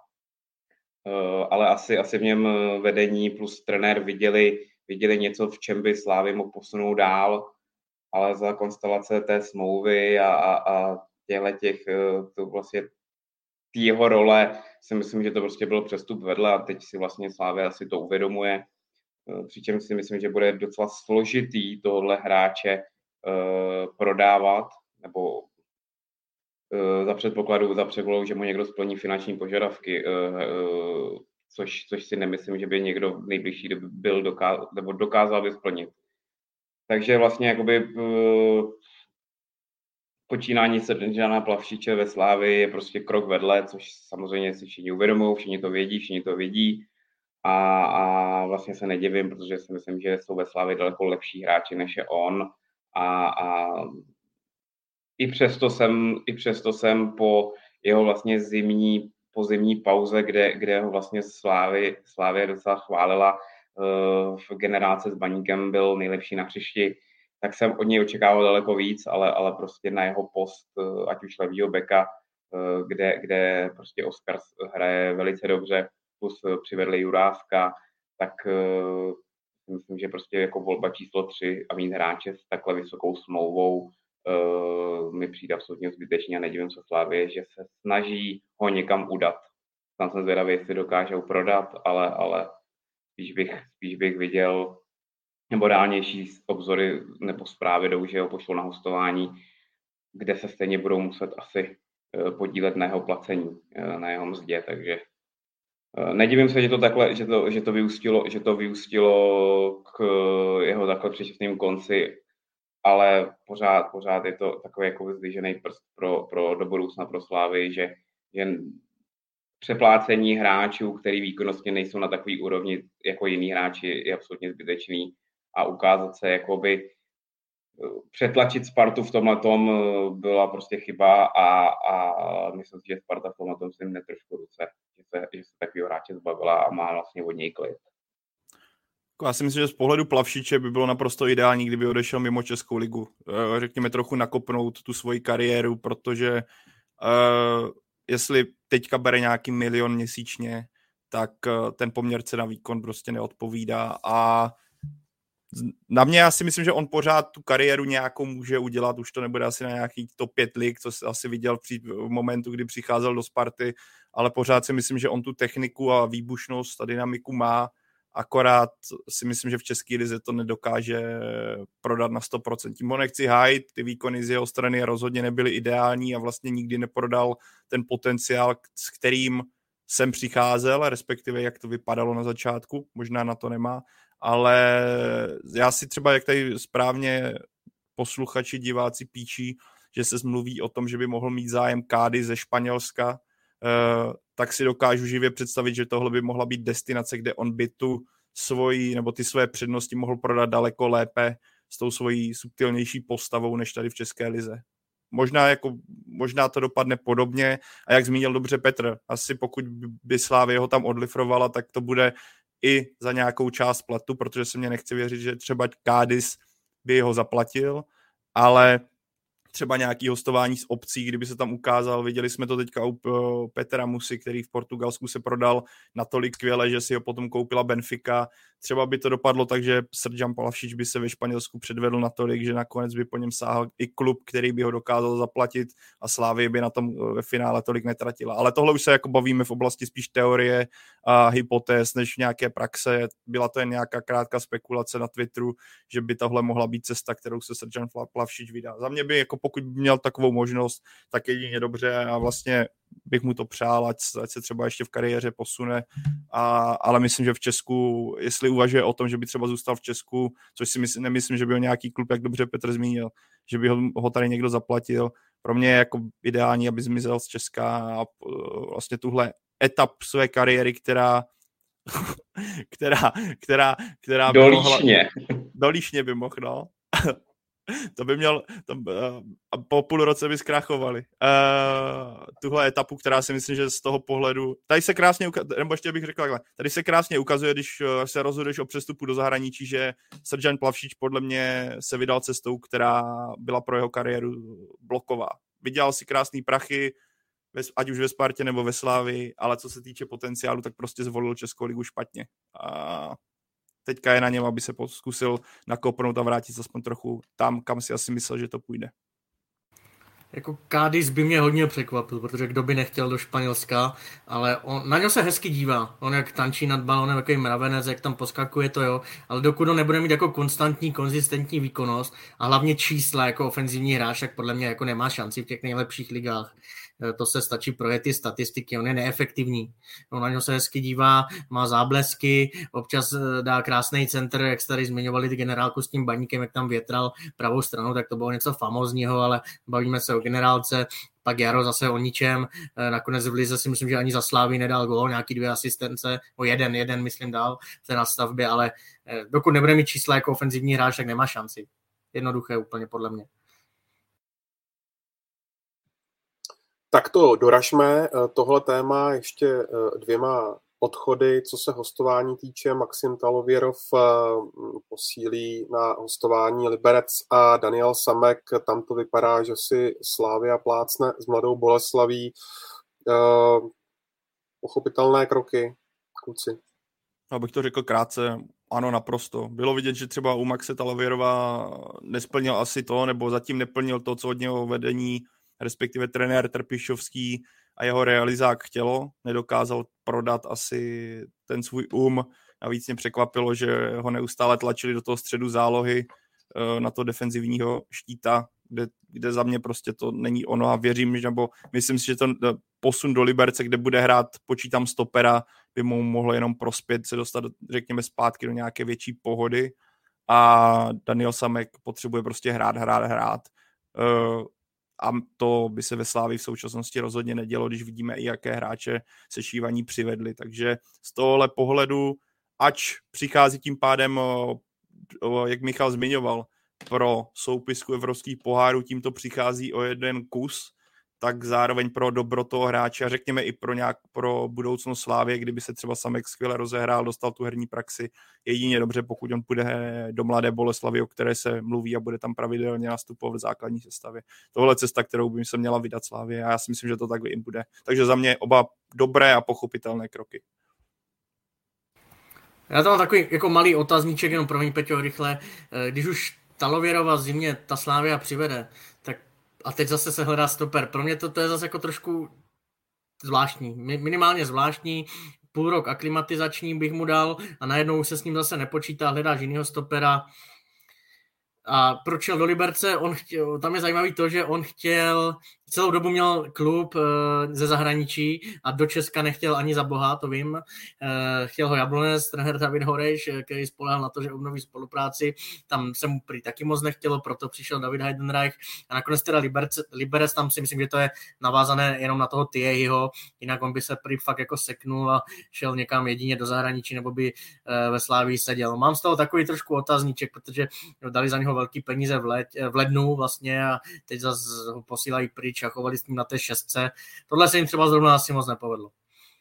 ale asi, asi v něm vedení plus trenér viděli, viděli něco, v čem by Slávy mohl posunout dál, ale za konstelace té smlouvy a, a, a těchto těch, to vlastně tý jeho role si myslím, že to prostě byl přestup vedle a teď si vlastně Slavia asi to uvědomuje. Přičemž si myslím, že bude docela složitý tohle hráče uh, prodávat, nebo uh, za předpokladu, za předpokladu, že mu někdo splní finanční požadavky, uh, uh, což, což si nemyslím, že by někdo v nejbližší době byl dokázal, nebo dokázal by splnit. Takže vlastně jakoby uh, počínání Srdňana Plavšiče ve Slávii je prostě krok vedle, což samozřejmě si všichni uvědomují, všichni to vědí, všichni to vidí a, a vlastně se nedivím, protože si myslím, že jsou ve Slávii daleko lepší hráči než je on a, a i přesto jsem, i přesto jsem po jeho vlastně zimní, po zimní pauze, kde, kde ho vlastně Slávy, Slávie docela chválila, v generaci s Baníkem byl nejlepší na hřišti, tak jsem od něj očekával daleko víc, ale, ale prostě na jeho post, ať už levýho beka, kde, kde prostě Oskar hraje velice dobře, plus přivedli Jurávka, tak uh, myslím, že prostě jako volba číslo tři a mít hráče s takhle vysokou smlouvou uh, mi přijde absolutně zbytečně a nedivím se Slávě, že se snaží ho někam udat. Tam jsem zvědavý, jestli dokážou prodat, ale, ale spíš, bych, spíš bych viděl nebo reálnější obzory nebo zprávy jdou, že ho pošlou na hostování, kde se stejně budou muset asi podílet na jeho placení, na jeho mzdě, takže nedivím se, že to takhle, že to, že to vyústilo, že to vyústilo k jeho takhle předčasnému konci, ale pořád, pořád je to takový jako vyzdvižený prst pro, pro do budoucna pro Slávy, že, že přeplácení hráčů, který výkonnostně nejsou na takový úrovni jako jiní hráči, je absolutně zbytečný a ukázat se, jakoby přetlačit Spartu v tomhletom byla prostě chyba a, a myslím si, že Sparta v tomhletom si jim netrošku ruce, že se, že se takový hráče zbavila a má vlastně od něj klid. Já si myslím, že z pohledu Plavšiče by bylo naprosto ideální, kdyby odešel mimo Českou ligu. Řekněme trochu nakopnout tu svoji kariéru, protože uh, jestli teďka bere nějaký milion měsíčně, tak uh, ten poměr cena výkon prostě neodpovídá a na mě já si myslím, že on pořád tu kariéru nějakou může udělat, už to nebude asi na nějaký top pět lig, co asi viděl v momentu, kdy přicházel do Sparty, ale pořád si myslím, že on tu techniku a výbušnost a dynamiku má, akorát si myslím, že v české lize to nedokáže prodat na sto procent. Tím ho nechci hájit, ty výkony z jeho strany rozhodně nebyly ideální a vlastně nikdy neprodal ten potenciál, s kterým jsem přicházel, respektive jak to vypadalo na začátku, možná na to nemá, ale já si třeba, jak tady správně posluchači, diváci píčí, že se mluví o tom, že by mohl mít zájem Cádiz ze Španělska, tak si dokážu živě představit, že tohle by mohla být destinace, kde on by tu svoji, nebo ty své přednosti mohl prodat daleko lépe s tou svojí subtilnější postavou, než tady v České lize. Možná, jako, možná to dopadne podobně a jak zmínil dobře Petr, asi pokud by Slavia ho tam odlifrovala, tak to bude i za nějakou část platu, protože se mě nechce věřit, že třeba Cádiz by ho zaplatil, ale třeba nějaký hostování z obcí, kdyby se tam ukázal, viděli jsme to teďka u Petra Musy, který v Portugalsku se prodal natolik skvěle, že si ho potom koupila Benfica. Třeba by to dopadlo tak, že Srdjan Plavšič by se ve Španělsku předvedl natolik, že nakonec by po něm sáhl i klub, který by ho dokázal zaplatit a Slavia by na tom ve finále tolik netratila. Ale tohle už se jako bavíme v oblasti spíš teorie a hypotéz, než nějaké praxe. Byla to jen nějaká krátká spekulace na Twitteru, že by tohle mohla být cesta, kterou se Srdjan Plavšič vydá. Za mě by, jako pokud by měl takovou možnost, tak jedině dobře a vlastně bych mu to přál, ať, ať se třeba ještě v kariéře posune, a, ale myslím, že v Česku, jestli uvažuje o tom, že by třeba zůstal v Česku, což si myslím, nemyslím, že byl nějaký klub, jak dobře Petr zmínil, že by ho, ho tady někdo zaplatil. Pro mě je jako ideální, aby zmizel z Česka a vlastně tuhle etap své kariéry, která která, která, která by Dolíšně. Mohla, dolíšně by mohl, no. To by měl, to, uh, po půl roce by zkrachovali. Uh, tuhle etapu, která si myslím, že z toho pohledu, tady se krásně ukazuje, nebo ještě bych řekl takhle, tady se krásně ukazuje, když uh, se rozhoduješ o přestupu do zahraničí, že Srdjan Plavšič podle mě se vydal cestou, která byla pro jeho kariéru bloková. Vydělal si krásný prachy, ať už ve Spartě nebo ve Slávii, ale co se týče potenciálu, tak prostě zvolil Českou ligu špatně. A teďka je na něm, aby se zkusil nakopnout a vrátit se aspoň trochu tam, kam si asi myslel, že to půjde. Jako Cádiz by mě hodně překvapil, protože kdo by nechtěl do Španělska, ale on, na něj se hezky dívá. On jak tančí nad balonem, jaký mravenec, jak tam poskakuje, to jo, ale dokud on nebude mít jako konstantní, konzistentní výkonnost a hlavně čísla jako ofenzivní hráč, tak podle mě jako nemá šanci v těch nejlepších ligách. To se stačí projet ty statistiky, on je neefektivní. On na něj se hezky dívá, má záblesky, občas dá krásný centr, jak jste tady zmiňovali ty generálku s tím baníkem, jak tam větral pravou stranu, tak to bylo něco famózního, ale bavíme se o generálce. Pak Jaro zase o ničem, nakonec v lize si myslím, že ani za Slávy nedal gól, nějaký dvě asistence, o jeden, jeden myslím dal v té nastavbě, ale dokud nebude mít čísla jako ofenzivní hráč, tak nemá šanci. Jednoduché úplně podle mě. Tak to doražme tohle téma ještě dvěma odchody, co se hostování týče. Maxim Talověrov posílí na hostování Liberec a Daniel Samek. Tam to vypadá, že si Slavia plácne s Mladou Boleslaví. Pochopitelné kroky, kluci. Abych to řekl krátce, ano, naprosto. Bylo vidět, že třeba u Maxe Talověrova nesplnil asi to, nebo zatím neplnil to, co od něho vedení, respektive trenér Trpišovský a jeho realizák chtělo. Nedokázal prodat asi ten svůj um. Navíc mě překvapilo, že ho neustále tlačili do toho středu zálohy na to defenzivního štíta, kde, kde za mě prostě to není ono a věřím, že, nebo myslím si, že to posun do Liberce, kde bude hrát, počítám stopera, by mu mohlo jenom prospět se dostat, řekněme, zpátky do nějaké větší pohody a Daniel Samek potřebuje prostě hrát, hrát, hrát. A to by se ve Slávii v současnosti rozhodně nedělo, když vidíme i jaké hráče sešívaní přivedli. Takže z tohohle pohledu, ač přichází tím pádem, jak Michal zmiňoval, pro soupisku evropských pohárů, tímto přichází o jeden kus, tak zároveň pro dobro toho hráče a řekněme i pro, nějak, pro budoucnost Slávie, kdyby se třeba Samek skvěle rozehrál, dostal tu herní praxi, jedině dobře, pokud on půjde do Mladé Boleslavy, o které se mluví a bude tam pravidelně nastupovat v základní sestavě. Tohle je cesta, kterou by se měla vydat Slávie a já si myslím, že to tak jim bude. Takže za mě oba dobré a pochopitelné kroky. Já tam mám takový jako malý otazníček, jenom promiň, Peťo, rychle. Když už Talověrova zimě ta Slavia přivede, tak a teď zase se hledá stoper. Pro mě to, to je zase jako trošku zvláštní. Minimálně zvláštní. Půl rok aklimatizační bych mu dal a najednou se s ním zase nepočítá, hledáš jinýho stopera. A proč šel do Liberce? On chtěl, tam je zajímavý to, že on chtěl, celou dobu měl klub e, ze zahraničí a do Česka nechtěl ani za boha, to vím. E, chtěl ho Jablonec, trenér David Horejš, který spolehal na to, že obnoví spolupráci. Tam se mu prý taky moc nechtělo, proto přišel David Heidenreich. A nakonec teda Liberec, Liberec, tam si myslím, že to je navázané jenom na toho Thierryho, jinak on by se prý fakt jako seknul a šel někam jedině do zahraničí, nebo by e, ve Slávii seděl. Mám z toho takový trošku otazníček, protože dali za něho velký peníze v, let, v lednu vlastně a teď zase ho posílají pryč a chovali s ním na té šestce. Tohle se jim třeba zrovna asi moc nepovedlo.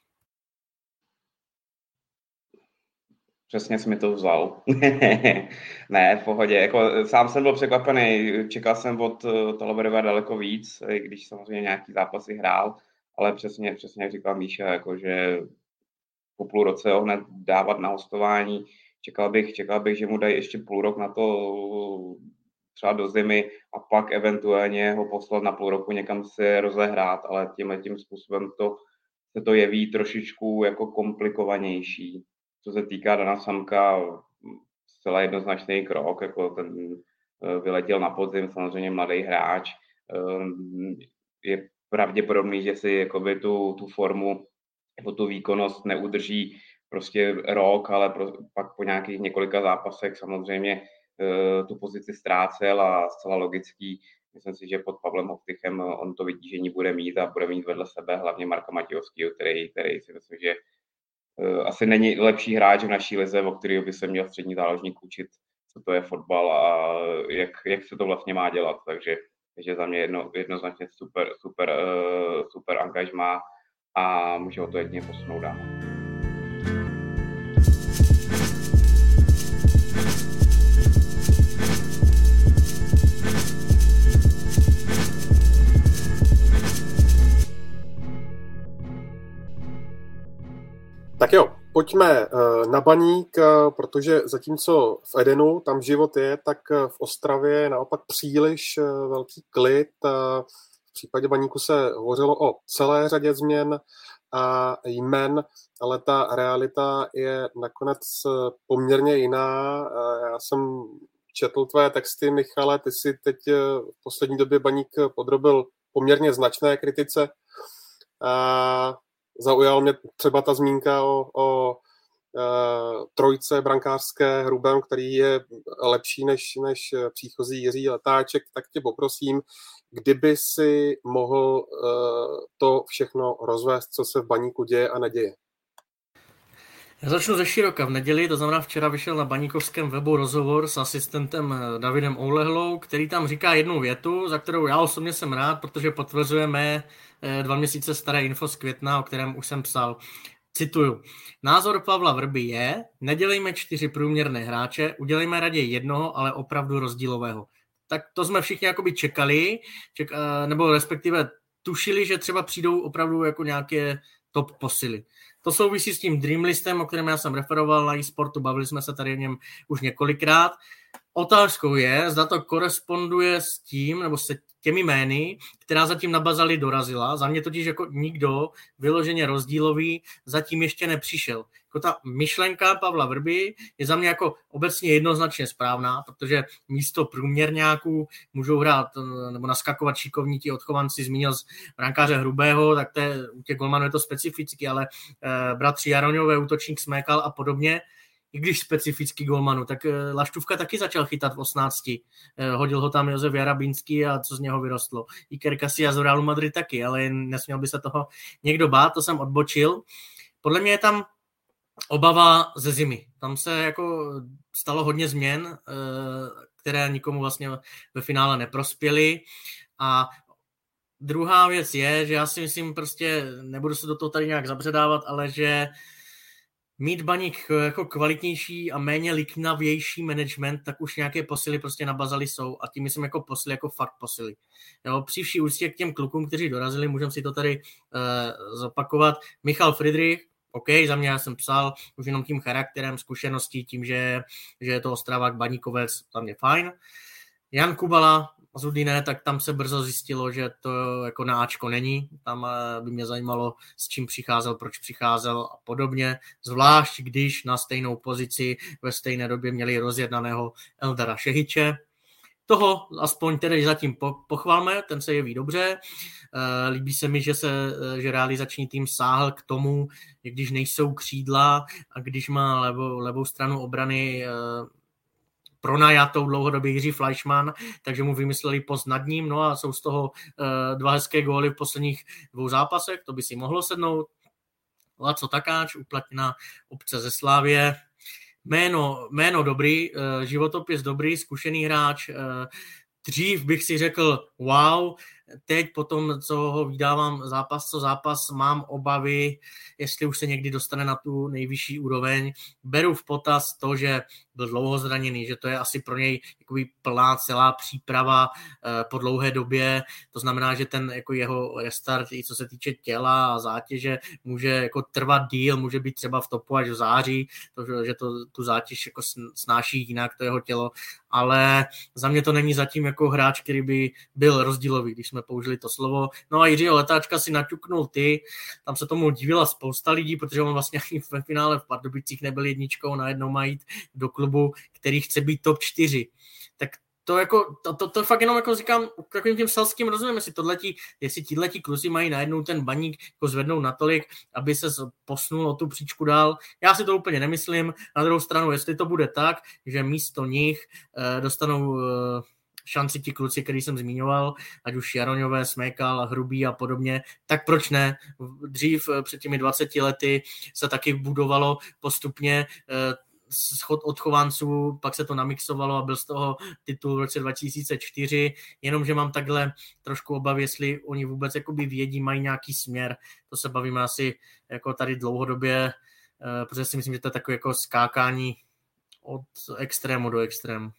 Přesně jsi mi to vzal. Ne, v pohodě. Jako, sám jsem byl překvapený. Čekal jsem od Talověrova daleko víc, když samozřejmě nějaký zápasy hrál, ale přesně, přesně jak říkal Míša, jako, že po půl roce ho hned dávat na hostování. Čekal bych, čekal bych, že mu dají ještě půl rok na to třeba do zimy a pak eventuálně ho poslat na půl roku někam se rozehrát, ale tímhle tím způsobem to, se to jeví trošičku jako komplikovanější. Co se týká Dana Samka, zcela jednoznačný krok, jako ten vyletěl na podzim, samozřejmě mladý hráč, je pravděpodobný, že si jakoby tu, tu formu nebo tu výkonnost neudrží prostě rok, ale pro, pak po nějakých několika zápasech samozřejmě uh, tu pozici ztrácel a zcela logický. Myslím si, že pod Pavlem Hovtychem on to vytížení bude mít a bude mít vedle sebe hlavně Marka Matějovského, který, který si myslím, že uh, asi není lepší hráč v naší lize, o kterého by se měl střední záložník učit, co to je fotbal a jak, jak se to vlastně má dělat. Takže, takže za mě jedno, jednoznačně super, super, uh, super angažmá a může o to jedině posunout dál. Tak jo, pojďme na Baník, protože zatímco v Edenu tam život je, tak v Ostravě je naopak příliš velký klid. V případě Baníku se hovořilo o celé řadě změn a jmen, ale ta realita je nakonec poměrně jiná. Já jsem četl tvé texty, Michale, ty si teď v poslední době Baník podrobil poměrně značné kritice. A zaujal mě třeba ta zmínka o, o e, trojce brankářské Hrubém, který je lepší než, než příchozí Jiří Letáček, tak tě poprosím, kdyby si mohl e, to všechno rozvést, co se v Baníku děje a neděje. Já začnu ze široka. V neděli, to znamená včera, vyšel na baníkovském webu rozhovor s asistentem Davidem Oulehlou, který tam říká jednu větu, za kterou já osobně jsem rád, protože potvrzuje mé dva měsíce staré info z května, o kterém už jsem psal. Cituju. Názor Pavla Vrby je, nedělejme čtyři průměrné hráče, udělejme raději jednoho, ale opravdu rozdílového. Tak to jsme všichni jakoby čekali, ček, nebo respektive tušili, že třeba přijdou opravdu jako nějaké top posily. To souvisí s tím Dreamlistem, o kterém já jsem referoval na eSportu, bavili jsme se tady o něm už několikrát. Otázkou je, zda to koresponduje s tím, nebo se těmi jmény, která zatím na Bazali dorazila. Za mě totiž jako nikdo vyloženě rozdílový zatím ještě nepřišel. Jako ta myšlenka Pavla Vrby je za mě jako obecně jednoznačně správná, protože místo průměrňáků můžou hrát nebo naskakovat šikovní ti odchovanci, zmínil z brankáře Hrubého, tak to je, u těch golmanů je to specificky, ale eh, bratři Jaroňové, útočník Smékal a podobně, i když specifický golmanu, tak Laštůvka taky začal chytat v osmnácti. Hodil ho tam Josef Jarabínský a co z něho vyrostlo. Iker Casillas z Realu Madrid taky, ale nesměl by se toho někdo bát, to jsem odbočil. Podle mě je tam obava ze zimy. Tam se jako stalo hodně změn, které nikomu vlastně ve finále neprospěly. A druhá věc je, že já si myslím prostě, nebudu se do toho tady nějak zabředávat, ale že mít Baník jako kvalitnější a méně liknavější management, tak už nějaké posily prostě na Bazali jsou a tím myslím jako posily, jako fakt posily. Jo, při vší úctě k těm klukům, kteří dorazili, můžeme si to tady uh, zopakovat. Michal Friedrich, OK, za mě já jsem psal už jenom tím charakterem, zkušeností, tím, že, že je to Ostravák, Baníkovec, za mě fajn. Jan Kubala, z Udine, tak tam se brzo zjistilo, že to jako na Ačko není. Tam by mě zajímalo, s čím přicházel, proč přicházel a podobně. Zvlášť, když na stejnou pozici ve stejné době měli rozjednaného Eldara Šehiče. Toho aspoň tedy zatím pochvalme, ten se jeví dobře. Líbí se mi, že, se, že realizační tým sáhl k tomu, když nejsou křídla a když má levou, levou stranu obrany pronajatou dlouhodobě Jiří Fleischmann, takže mu vymysleli post nad ním, no a jsou z toho uh, dva hezké góly v posledních dvou zápasech, to by si mohlo sednout. Laco Takáč, uplatněná obce ze Slávie. Jméno, jméno dobrý, uh, životopis dobrý, zkušený hráč. Uh, dřív bych si řekl wow, teď potom, co ho vydávám zápas co zápas, mám obavy, jestli už se někdy dostane na tu nejvyšší úroveň. Beru v potaz to, že byl dlouho zraněný, že to je asi pro něj jakoby plná celá příprava eh, po dlouhé době. To znamená, že ten jako jeho restart, i co se týče těla a zátěže, může jako trvat díl, může být třeba v topu až v září, to, že to, tu zátěž jako snáší jinak to jeho tělo, ale za mě to není zatím jako hráč, který by byl rozdílový, když jsme použili to slovo. No a Jiřího Letáčka si naťuknul ty, tam se tomu divila spousta lidí, protože on vlastně ve finále v Pardubicích nebyl jedničkou, najednou má jít do klubu, který chce být top čtyři. Tak to jako, to, to, to fakt jenom jako říkám takovým tím selským rozumem, jestli tohletí, jestli tíhletí kluci mají najednou ten Baník jako zvednout natolik, aby se posunul o tu příčku dál. Já si to úplně nemyslím. Na druhou stranu, jestli to bude tak, že místo nich eh, dostanou eh, šanci ti kluci, který jsem zmiňoval, ať už Jaroňové, Smekal, Hrubý a podobně, tak proč ne? Dřív před těmi dvaceti lety se taky budovalo postupně schod od chovanců, pak se to namixovalo a byl z toho titul v roce dva tisíce čtyři, jenomže mám takhle trošku obavy, jestli oni vůbec jakoby vědí, mají nějaký směr. To se bavíme asi jako tady dlouhodobě, protože si myslím, že to je takové jako skákání od extrému do extrému.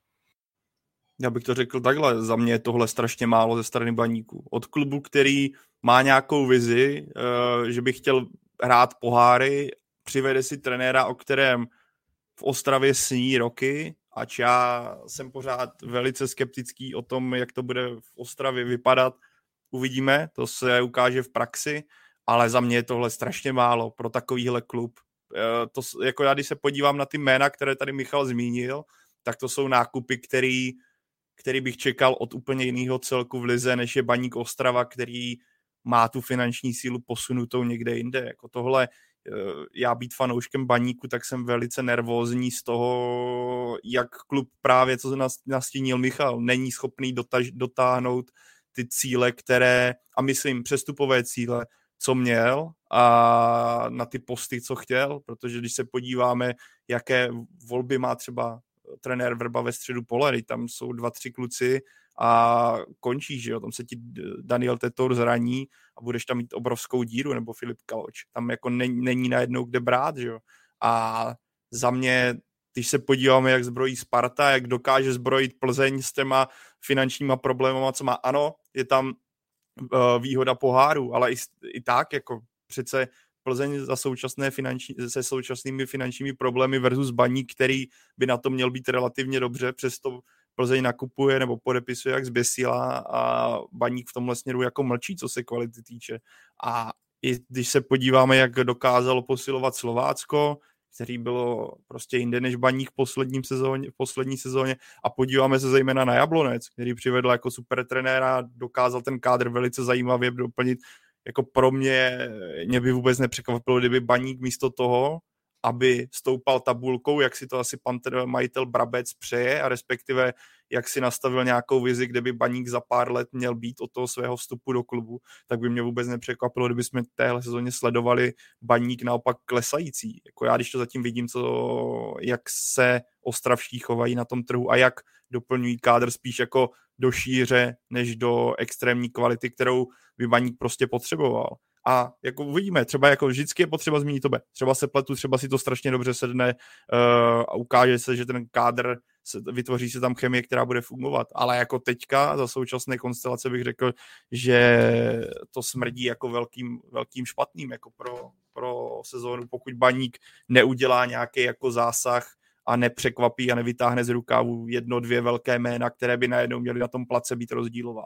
Já bych to řekl takhle, za mě je tohle strašně málo ze strany Baníku. Od klubu, který má nějakou vizi, že by chtěl hrát poháry, přivede si trenéra, o kterém v Ostravě sní roky, ač já jsem pořád velice skeptický o tom, jak to bude v Ostravě vypadat. Uvidíme, to se ukáže v praxi, ale za mě je tohle strašně málo pro takovýhle klub. To, jako já, když se podívám na ty jména, které tady Michal zmínil, tak to jsou nákupy, který který bych čekal od úplně jiného celku v lize, než je Baník Ostrava, který má tu finanční sílu posunutou někde jinde. Jako tohle, já být fanouškem Baníku, tak jsem velice nervózní z toho, jak klub právě, co nastínil Michal, není schopný dotaž, dotáhnout ty cíle, které, a myslím přestupové cíle, co měl a na ty posty, co chtěl, protože když se podíváme, jaké volby má třeba trenér Vrba ve středu pole, tam jsou dva, tři kluci a končí, že jo, tam se ti Daniel Tetor zraní a budeš tam mít obrovskou díru, nebo Filip Kaloč. Tam jako není, není najednou kde brát, že jo. A za mě, když se podíváme, jak zbrojí Sparta, jak dokáže zbrojit Plzeň s těma finančníma problémama, co má, ano, je tam uh, výhoda poháru, ale i, i tak, jako přece Plzeň za současné finanční, se současnými finančními problémy versus Baník, který by na to měl být relativně dobře, přesto Plzeň nakupuje nebo podepisuje jak zběsila a Baník v tomhle směru jako mlčí, co se kvality týče. A i když se podíváme, jak dokázalo posilovat Slovácko, který bylo prostě jinde než Baník v posledním sezóně, v poslední sezóně, a podíváme se zejména na Jablonec, který přivedl jako super trenéra, dokázal ten kádr velice zajímavě doplnit. Jako pro mě, mě by vůbec nepřekvapilo, kdyby Baník místo toho, aby stoupal tabulkou, jak si to asi pan majitel Brabec přeje, a respektive jak si nastavil nějakou vizi, kde by Baník za pár let měl být od toho svého vstupu do klubu, tak by mě vůbec nepřekvapilo, kdyby jsme téhle sezóně sledovali Baník naopak klesající. Jako já, když to zatím vidím, co, jak se ostravští chovají na tom trhu a jak doplňují kádr spíš jako do šíře, než do extrémní kvality, kterou by Baník prostě potřeboval. A jako uvidíme, třeba jako vždycky je potřeba zmínit tobe. Třeba se pletu, třeba si to strašně dobře sedne uh, a ukáže se, že ten kádr, se, vytvoří se tam chemie, která bude fungovat. Ale jako teďka za současné konstelace bych řekl, že to smrdí jako velkým, velkým špatným jako pro, pro sezónu, pokud Baník neudělá nějaký jako zásah a nepřekvapí a nevytáhne z rukávu jedno, dvě velké jména, které by najednou měly na tom place být rozdílová.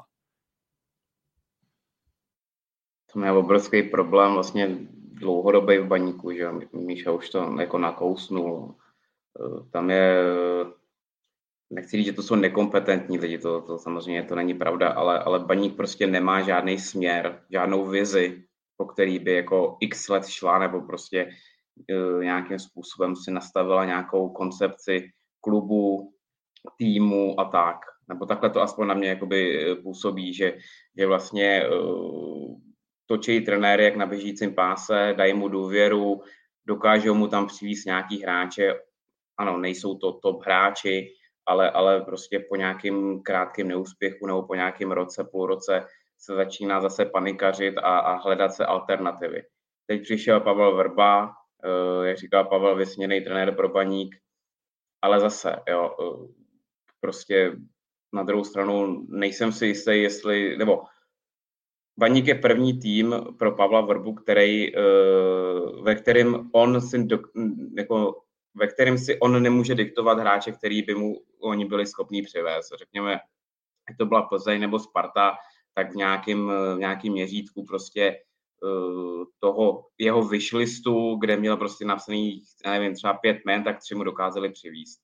To je obrovský problém vlastně dlouhodobý v Baníku, že Míša už to jako nakousnul. Tam je, nechci říct, že to jsou nekompetentní lidi, to, to samozřejmě to není pravda, ale, ale Baník prostě nemá žádný směr, žádnou vizi, po který by jako x let šla, nebo prostě uh, nějakým způsobem si nastavila nějakou koncepci klubu, týmu a tak. Nebo takhle to aspoň na mě jakoby působí, že, že vlastně uh, točí trenéry jak na běžícím páse, dají mu důvěru, dokážou mu tam přivést nějaký hráče. Ano, nejsou to top hráči, ale, ale prostě po nějakým krátkém neúspěchu nebo po nějakém roce, půl roce se začíná zase panikařit a, a hledat se alternativy. Teď přišel Pavel Vrba, jak říkal Pavel, vysněný trenér pro Baník, ale zase, jo, prostě na druhou stranu nejsem si jistý, jestli, nebo Baník je první tým pro Pavla Vrbu, který, ve kterém on si, jako, ve kterém si on nemůže diktovat hráče, který by mu oni byli schopní přivést. Řekněme, jak to byla Plzeň nebo Sparta, tak v nějakém, v nějakém měřítku prostě toho jeho wishlistu, kde měl prostě napsaný, nevím, třeba pět jmen, tak tři mu dokázali přivízt.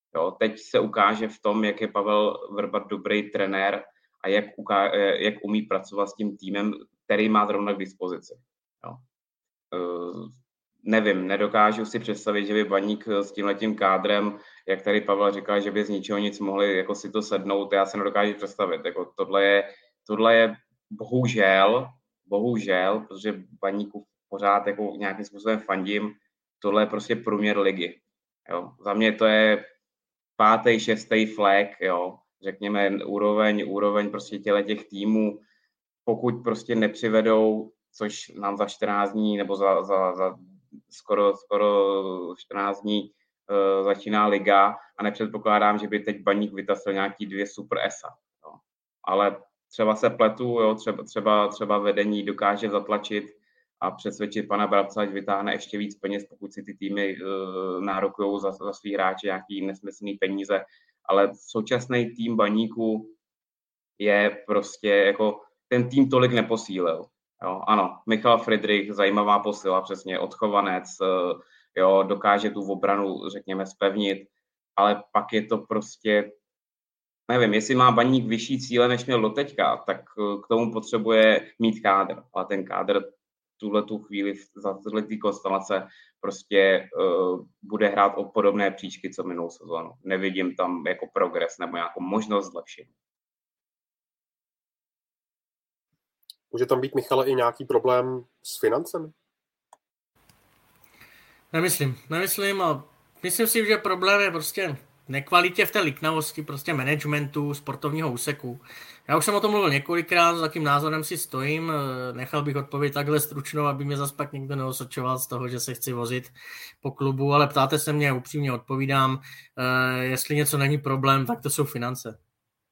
Jo, teď se ukáže v tom, jak je Pavel Vrba dobrý trenér a jak, uká- jak umí pracovat s tím týmem, který má zrovna k dispozici. Jo. Uh, nevím, nedokážu si představit, že by Baník s tímhletím kádrem, jak tady Pavel říkal, že by z ničeho nic mohli jako si to sednout, já se nedokážu představit. Jako tohle, je, tohle je bohužel, bohužel, protože Baníku pořád jako nějakým způsobem fandím, tohle je prostě průměr ligy. Jo. Za mě to je pátý, šestý flag, jo. Řekněme úroveň, úroveň prostě těle těch týmů, pokud prostě nepřivedou, což nám za čtrnáct dní nebo za, za, za skoro, skoro čtrnáct dní uh, začíná liga a nepředpokládám, že by teď Baník vytasil nějaký dvě super esa. Jo. Ale třeba se pletu, jo, třeba, třeba, třeba vedení dokáže zatlačit a přesvědčit pana Brabce, ať vytáhne ještě víc peněz, pokud si ty týmy uh, nárokují za, za svý hráče nějaký nesmyslný peníze. Ale současný tým Baníku je prostě jako, ten tým tolik neposílil. Jo, ano, Michal Friedrich, zajímavá posila, přesně odchovanec, uh, jo, dokáže tu obranu, řekněme, spevnit, ale pak je to prostě, nevím, jestli má Baník vyšší cíle, než měl doteďka, tak uh, k tomu potřebuje mít kádr, ale ten kádr tuhle tu chvíli za tyhle ty konstelace prostě uh, bude hrát o podobné příčky, co minulou sezónu. Nevidím tam jako progres nebo nějakou možnost zlepšení. Může tam být, Michale, i nějaký problém s financemi? Nemyslím, nemyslím a myslím si, že problém je prostě nekvalitě v té liknavosti, prostě managementu, sportovního úseku. Já už jsem o tom mluvil několikrát, s takým názorem si stojím, nechal bych odpověď takhle stručnou, aby mě zas pak někdo neosočoval z toho, že se chci vozit po klubu, ale ptáte se mě, upřímně odpovídám, jestli něco není problém, tak to jsou finance.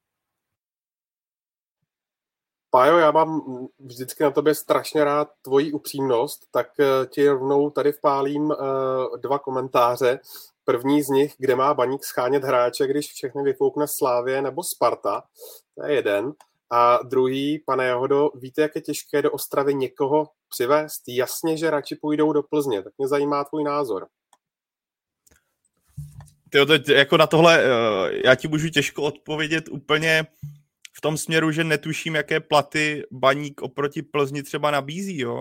Pájo, já mám vždycky na tobě strašně rád tvoji upřímnost, tak ti rovnou tady vpálím dva komentáře. První z nich, kde má Baník schánět hráče, když všechny vyfoukne Slavie nebo Sparta, to je jeden. A druhý, pane Jahodo, víte, jak je těžké do Ostravy někoho přivést? Jasně, že radši půjdou do Plzně, tak mě zajímá tvůj názor. Tyjo, to, jako na tohle, já ti můžu těžko odpovědět úplně v tom směru, že netuším, jaké platy Baník oproti Plzni třeba nabízí, jo?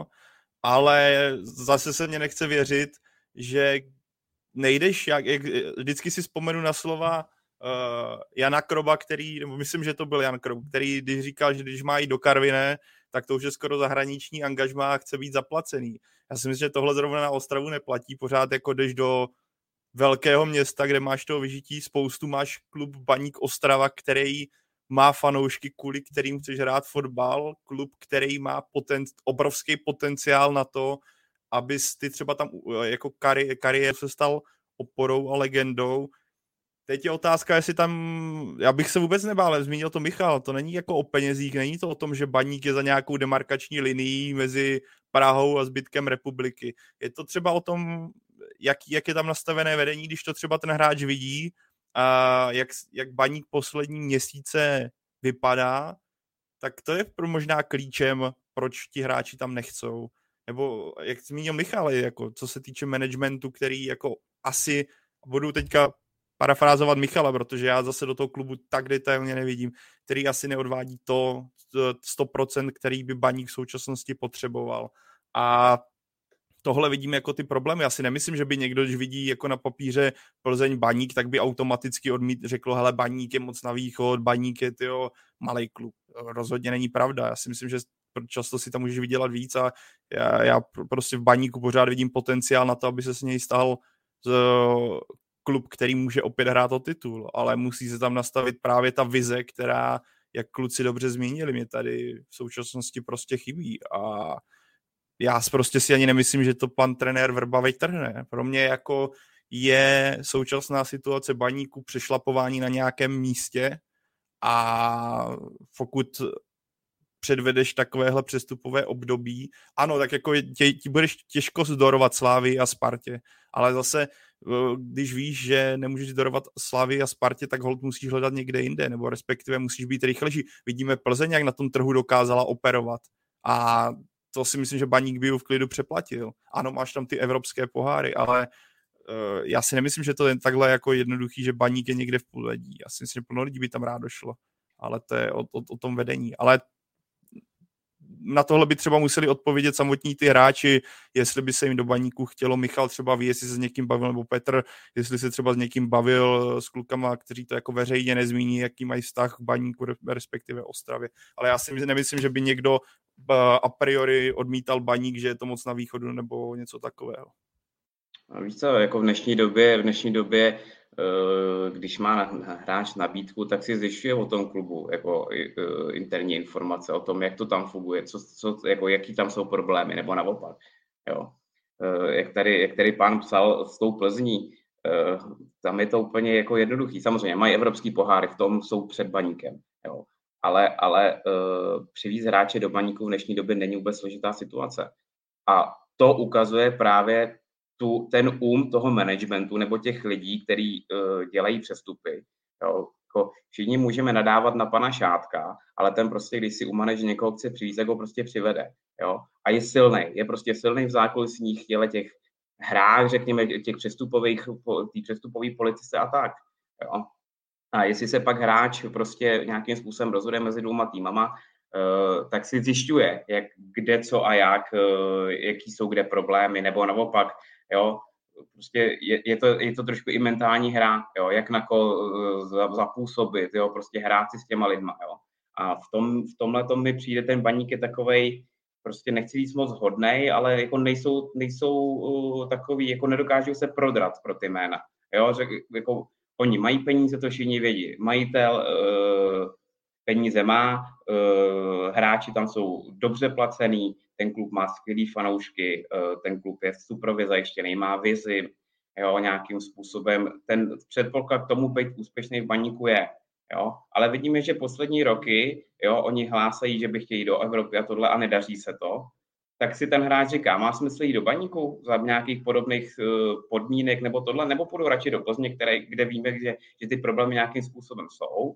Ale zase se mě nechce věřit, že nejdeš, jak, jak vždycky si vzpomenu na slova uh, Jana Kroba, který, nebo myslím, že to byl Jan Krob, který když říkal, že když má jít do Karviné, tak to už je skoro zahraniční angažmá a chce být zaplacený. Já si myslím, že tohle zrovna na Ostravu neplatí, pořád jako jdeš do velkého města, kde máš toho vyžití spoustu, máš klub Baník Ostrava, který má fanoušky, kvůli kterým chceš hrát fotbal, klub, který má poten, obrovský potenciál na to, abys ty třeba tam jako kari, kariéru se stal oporou a legendou. Teď je otázka, jestli tam, já bych se vůbec nebál, zmínil to Michal, to není jako o penězích, není to o tom, že Baník je za nějakou demarkační linií mezi Prahou a zbytkem republiky. Je to třeba o tom, jak, jak je tam nastavené vedení, když to třeba ten hráč vidí, a jak, jak Baník poslední měsíce vypadá, tak to je možná klíčem, proč ti hráči tam nechcou. Nebo jak zmínil Michal, jako, co se týče managementu, který jako asi, budu teďka parafrázovat Michala, protože já zase do toho klubu tak detailně nevidím, který asi neodvádí to sto procent, který by Baník v současnosti potřeboval. A tohle vidíme jako ty problémy. Já si nemyslím, že by někdo, když vidí jako na papíře Plzeň Baník, tak by automaticky odmít řekl, hele, Baník je moc na východ, Baník je tyjo, malej klub. Rozhodně není pravda. Já si myslím, že často si tam můžeš vydělat víc a já, já prostě v Baníku pořád vidím potenciál na to, aby se s něj stal z, klub, který může opět hrát o titul, ale musí se tam nastavit právě ta vize, která, jak kluci dobře zmínili, mě tady v současnosti prostě chybí a já prostě si ani nemyslím, že to pan trenér Vrba vytrhne. Pro mě jako je současná situace Baníku přešlapování na nějakém místě a pokud předvedeš takovéhle přestupové období, ano, tak jako tě, ti budeš těžko zdorovat Slávii a Spartě, ale zase, když víš, že nemůžeš zdorovat Slávii a Spartě, tak holt musíš hledat někde jinde, nebo respektive musíš být rychlejší. Vidíme Plzeň, jak na tom trhu dokázala operovat a to si myslím, že Baník by ju v klidu přeplatil. Ano, máš tam ty evropské poháry, ale já si nemyslím, že to je takhle jako jednoduchý, že Baník je někde v půledí. Já si myslím, že plno lidí by tam rád došlo, ale to je o, o, o tom vedení. Ale na tohle by třeba museli odpovědět samotní ty hráči, jestli by se jim do Baníku chtělo. Michal třeba ví, jestli se s někým bavil, nebo Petr, jestli se třeba s někým bavil s klukama, kteří to jako veřejně nezmíní, jaký mají vztah k Baníku, respektive Ostravě. Ale já si nemyslím, že by někdo a priori odmítal Baník, že je to moc na východu nebo něco takového. A víš co, jako v dnešní době, v dnešní době, když má hráč nabídku, tak si zjišťuje o tom klubu jako interní informace o tom, jak to tam funguje, co, co, jako, jaký tam jsou problémy, nebo naopak. Jo. Jak, tady, jak tady pán psal s tou Plzní, tam je to úplně jako jednoduchý. Samozřejmě mají evropský poháry, v tom jsou před Baníkem. Jo. Ale, ale přivízt hráče do Baníku v dnešní době není vůbec složitá situace. A to ukazuje právě tu, ten um toho managementu nebo těch lidí, kteří uh, dělají přestupy. Jo. Jako všichni můžeme nadávat na pana Šátka, ale ten prostě, když si umane, že někoho chce přivést, tak ho prostě přivede. Jo. A je silný, je prostě silný v zákulisních těch hrách, řekněme, těch přestupových, tý přestupový politice a tak. Jo. A jestli se pak hráč prostě nějakým způsobem rozhoduje mezi dvouma týmama, uh, tak si zjišťuje, jak, kde, co a jak, uh, jaký jsou kde problémy, nebo naopak, jo, prostě je, je, to, je to trošku i mentální hra, jo, jak na ko uh, zapůsobit, jo, prostě hrát si s těma lidma, jo. A v, tom, v tomhle tom mi přijde ten Baník je takovej, prostě nechci říct moc hodnej, ale jako nejsou, nejsou uh, takový, jako nedokážou se prodrat pro ty jména, jo, že jako oni mají peníze, to všichni vědí. Majitel uh, peníze má, uh, hráči tam jsou dobře placený, ten klub má skvělý fanoušky, uh, ten klub je suprově zajištěný, má vizi, jo, nějakým způsobem. Ten předpoklad k tomu být úspěšný v Baníku je. Jo. Ale vidíme, že poslední roky, jo, oni hlásají, že by chtějí do Evropy a tohle a nedaří se to. Tak si ten hráč říká, má smysl jít do Baníku za nějakých podobných uh, podmínek nebo tohle, nebo půjdu radši do Plzně, které, kde víme, že, že ty problémy nějakým způsobem jsou,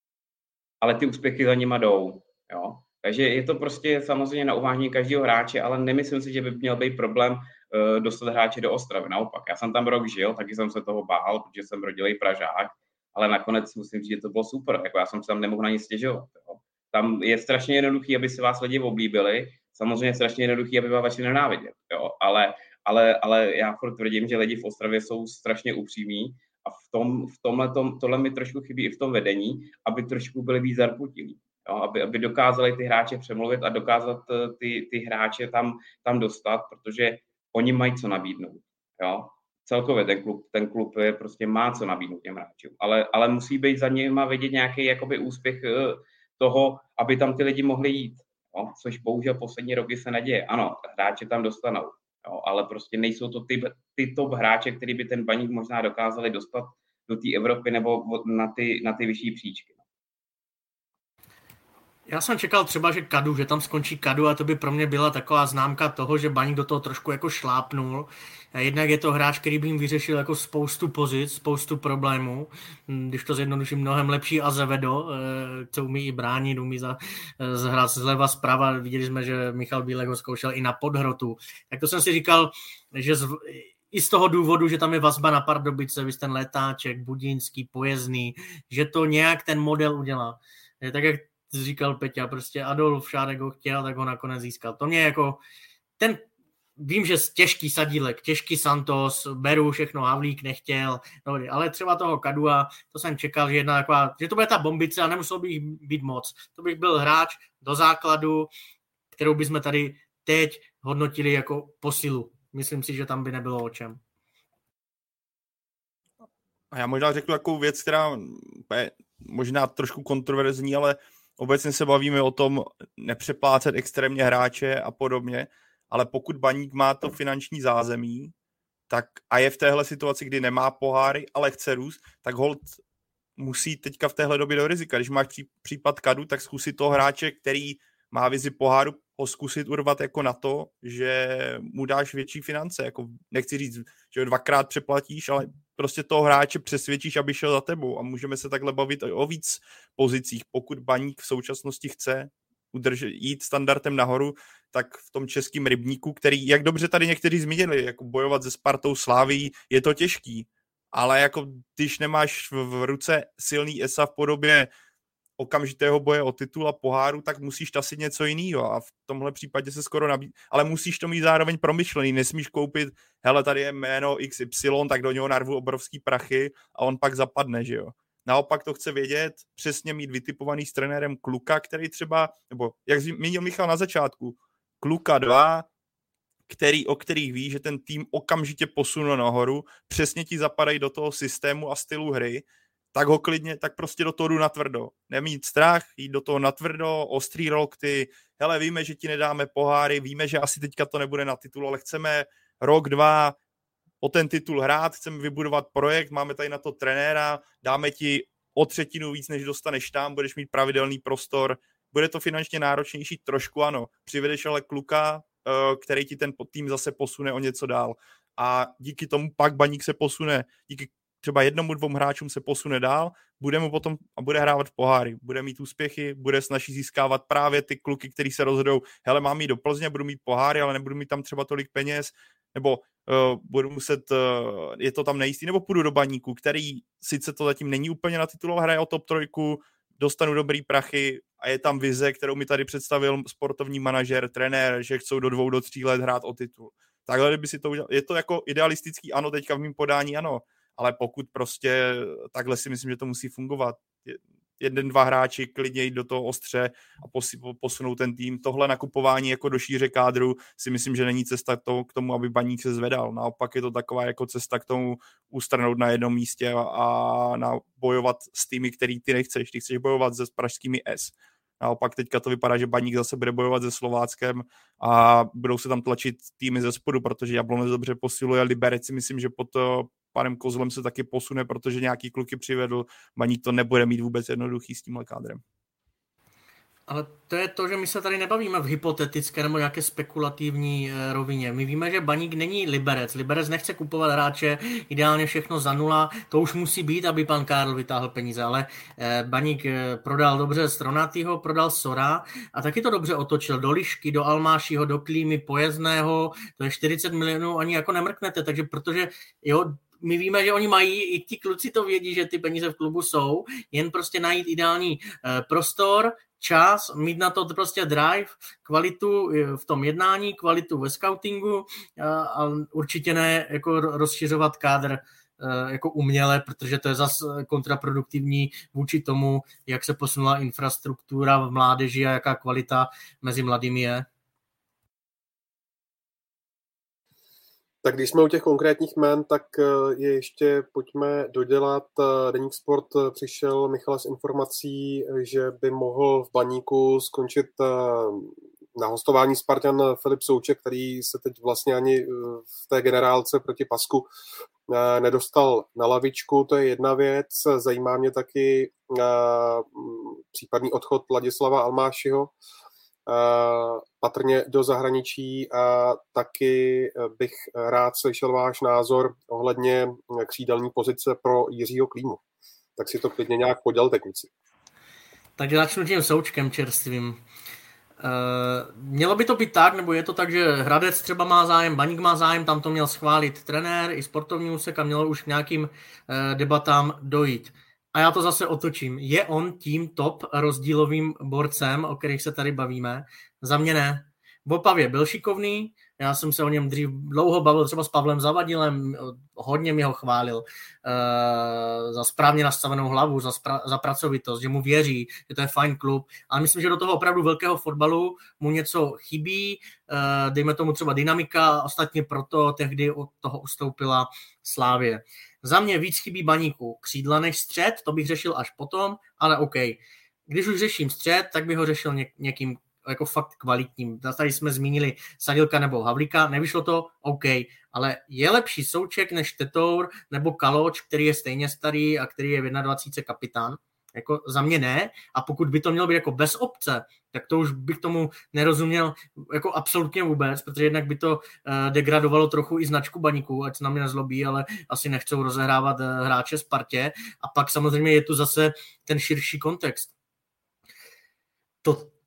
ale ty úspěchy za nima jdou. Jo? Takže je to prostě samozřejmě na uvážení každého hráče, ale nemyslím si, že by měl být problém uh, dostat hráče do Ostravy. Naopak, já jsem tam rok žil, taky jsem se toho bál, protože jsem rodilý Pražák, ale nakonec musím říct, že to bylo super. Jako já jsem se tam nemohl na nic stěžovat. Jo? Tam je strašně jednoduchý, aby si vás lidi oblíbili. Samozřejmě je strašně jednoduchý, aby vás vaši nenáviděli, jo, ale, ale, ale já furt tvrdím, že lidi v Ostravě jsou strašně upřímní a v tom, v tomhle tom, tohle mi trošku chybí i v tom vedení, aby trošku byli víc zarputiví, jo, aby, aby dokázali ty hráče přemluvit a dokázat ty, ty hráče tam, tam dostat, protože oni mají co nabídnout, jo. Celkově ten klub, ten klub je prostě má co nabídnout těm hráčům, ale, ale musí být za nimi vidět nějaký jakoby úspěch toho, aby tam ty lidi mohli jít. Jo, což bohužel poslední roky se neděje. Ano, hráče tam dostanou, jo, ale prostě nejsou to ty, ty top hráče, který by ten Baník možná dokázali dostat do té Evropy nebo na ty, na ty vyšší příčky. Já jsem čekal třeba, že Kadu, že tam skončí Kadu a to by pro mě byla taková známka toho, že Baník do toho trošku jako šlápnul. Jednak je to hráč, který by jim vyřešil jako spoustu pozic, spoustu problémů. Když to zjednoduším, mnohem lepší Azevedo, co umí i bránit, umí za, zahrát zleva zprava. Viděli jsme, že Michal Bílek ho zkoušel i na Podhrotu. Tak to jsem si říkal, že z, i z toho důvodu, že tam je vazba na Pardubice, vy ten Letáček, Budínský, Pojezdný, že to nějak ten model udělá. Tak jak říkal Peťa, prostě Adolf Šádek ho chtěl, tak ho nakonec získal. To mě jako, ten, vím, že těžký Sadílek, těžký Santos, beru všechno, Havlík nechtěl, no, ale třeba toho Kadua, to jsem čekal, že jedna taková, že to bude ta bombice a nemusel bych být moc. To bych byl hráč do základu, kterou bychom tady teď hodnotili jako posilu. Myslím si, že tam by nebylo o čem. A já možná řeknu takovou věc, která je možná trošku kontroverzní, ale obecně se bavíme o tom nepřeplácet extrémně hráče a podobně, ale pokud Baník má to finanční zázemí, tak a je v téhle situaci, kdy nemá poháry, ale chce růst, tak holt musí teďka v téhle době do rizika. Když máš případ Kadu, tak zkusit toho hráče, který má vizi poháru, ho zkusit urvat jako na to, že mu dáš větší finance. Jako nechci říct, že ho dvakrát přeplatíš, ale prostě toho hráče přesvědčíš, aby šel za tebou a můžeme se takhle bavit o víc pozicích, pokud Baník v současnosti chce udrž, jít standardem nahoru, tak v tom českém rybníku, který, jak dobře tady někteří zmínili, jako bojovat se Spartou, Slavií, je to těžký, ale jako když nemáš v, v ruce silný esa v podobě okamžitého boje o titul a poháru, tak musíš tasit něco jiného a v tomhle případě se skoro nabízí, ale musíš to mít zároveň promyšlený, nesmíš koupit, hele, tady je jméno iks ypsilon, tak do něho narvu obrovský prachy a on pak zapadne, že jo. Naopak to chce vědět, přesně mít vytipovaný s trenérem kluka, který třeba, nebo jak zmínil Michal na začátku, kluka dva, který, o kterých ví, že ten tým okamžitě posunul nahoru, přesně ti zapadají do toho systému a stylu hry, tak ho klidně, tak prostě do toho jdu natvrdo. Nemít strach, jít do toho natvrdo, ostrý lokty, hele, víme, že ti nedáme poháry, víme, že asi teďka to nebude na titul, ale chceme rok, dva o ten titul hrát, chceme vybudovat projekt, máme tady na to trenéra, dáme ti o třetinu víc, než dostaneš tam, budeš mít pravidelný prostor, bude to finančně náročnější trošku, ano, přivedeš ale kluka, který ti ten tým zase posune o něco dál a díky tomu pak Baník se posune, díky třeba jednomu, dvou hráčům se posune dál, bude mu potom a bude hrávat v poháry, bude mít úspěchy, bude snažit získávat právě ty kluky, kteří se rozhodou, hele, mám jít do Plzně, budu mít poháry, ale nebudu mít tam třeba tolik peněz, nebo uh, budu muset, uh, je to tam nejistý, nebo půjdu do Baníku, který sice to zatím není úplně na titulové, hraje o top trojku, dostanu dobrý prachy a je tam vize, kterou mi tady představil sportovní manažer, trenér, že chcou do dvou, do tří let hrát o titul. Takhle by si to udělal. Je to jako idealistický, ano, teďka v mým podání, ano, ale pokud prostě takhle si myslím, že to musí fungovat. Jeden, dva hráči klidně jít do toho ostře a posunou ten tým. Tohle nakupování jako do šíře kádru si myslím, že není cesta k tomu, aby Baník se zvedal. Naopak je to taková jako cesta k tomu ustrnout na jednom místě a na bojovat s týmy, který ty nechceš. Ty chceš bojovat se pražskými S. Naopak teďka to vypadá, že Baník zase bude bojovat se Slováckem a budou se tam tlačit týmy ze spodu, protože Jablonec dobře posiluje, Liberec si myslím, že pod panem Kozlem se taky posune, protože nějaký kluky přivedl. Baník to nebude mít vůbec jednoduchý s tímhle kádrem. Ale to je to, že my se tady nebavíme v hypotetické nebo nějaké spekulativní rovině. My víme, že Baník není Liberec. Liberec nechce kupovat hráče, ideálně všechno za nula. To už musí být, aby pan Karl vytáhl peníze. Ale Baník prodal dobře Stronatýho, prodal Sora a taky to dobře otočil. Do Lišky, do Almášího, do Klímy, Pojezdného. To je čtyřicet milionů, ani jako nemrknete. Takže protože jo, my víme, že oni mají, i ti kluci to vědí, že ty peníze v klubu jsou, jen prostě najít ideální prostor, čas, mít na to prostě drive, kvalitu v tom jednání, kvalitu ve scoutingu a, a určitě ne jako rozšiřovat kádr jako uměle, protože to je zase kontraproduktivní vůči tomu, jak se posunula infrastruktura v mládeži a jaká kvalita mezi mladými je. Tak když jsme u těch konkrétních jmen, tak je ještě pojďme dodělat. Deník Sport přišel, Michal, s informací, že by mohl v Baníku skončit na hostování Spartan Filip Souček, který se teď vlastně ani v té generálce proti Pasku nedostal na lavičku. To je jedna věc. Zajímá mě taky případný odchod Ladislava Almášiho, patrně do zahraničí, a taky bych rád slyšel váš názor ohledně křídelní pozice pro Jiřího Klímu. Tak si to klidně nějak podělte, kluci. Takže začnu tím Součkem čerstvým. Uh, mělo by to být tak, nebo je to tak, že Hradec třeba má zájem, Baník má zájem, tam to měl schválit trenér i sportovní úsek a mělo už k nějakým uh, debatám dojít. A já to zase otočím. Je on tím top rozdílovým borcem, o kterých se tady bavíme? Za mě ne. V Opavě byl šikovný, já jsem se o něm dřív dlouho bavil třeba s Pavlem Zavadilem, hodně mi ho chválil uh, za správně nastavenou hlavu, za, spra- za pracovitost, že mu věří, že to je fajn klub, ale myslím, že do toho opravdu velkého fotbalu mu něco chybí, uh, dejme tomu třeba dynamika, ostatně proto tehdy od toho ustoupila Slávie. Za mě víc chybí Baníku křídla než střed, to bych řešil až potom, ale OK. Když už řeším střed, tak bych ho řešil něk- někým jako fakt kvalitním. Tady jsme zmínili Sadilka nebo Havlíka, nevyšlo to, OK, ale je lepší Souček než Tetour nebo Kaloč, který je stejně starý a který je v dvacet jedna kapitán? Jako za mě ne, a pokud by to mělo být jako bez opce, tak to už bych tomu nerozuměl jako absolutně vůbec, protože jednak by to uh, degradovalo trochu i značku Baníku, ať se na mě nezlobí, ale asi nechcou rozehrávat uh, hráče Spartě. A pak samozřejmě je tu zase ten širší kontext. To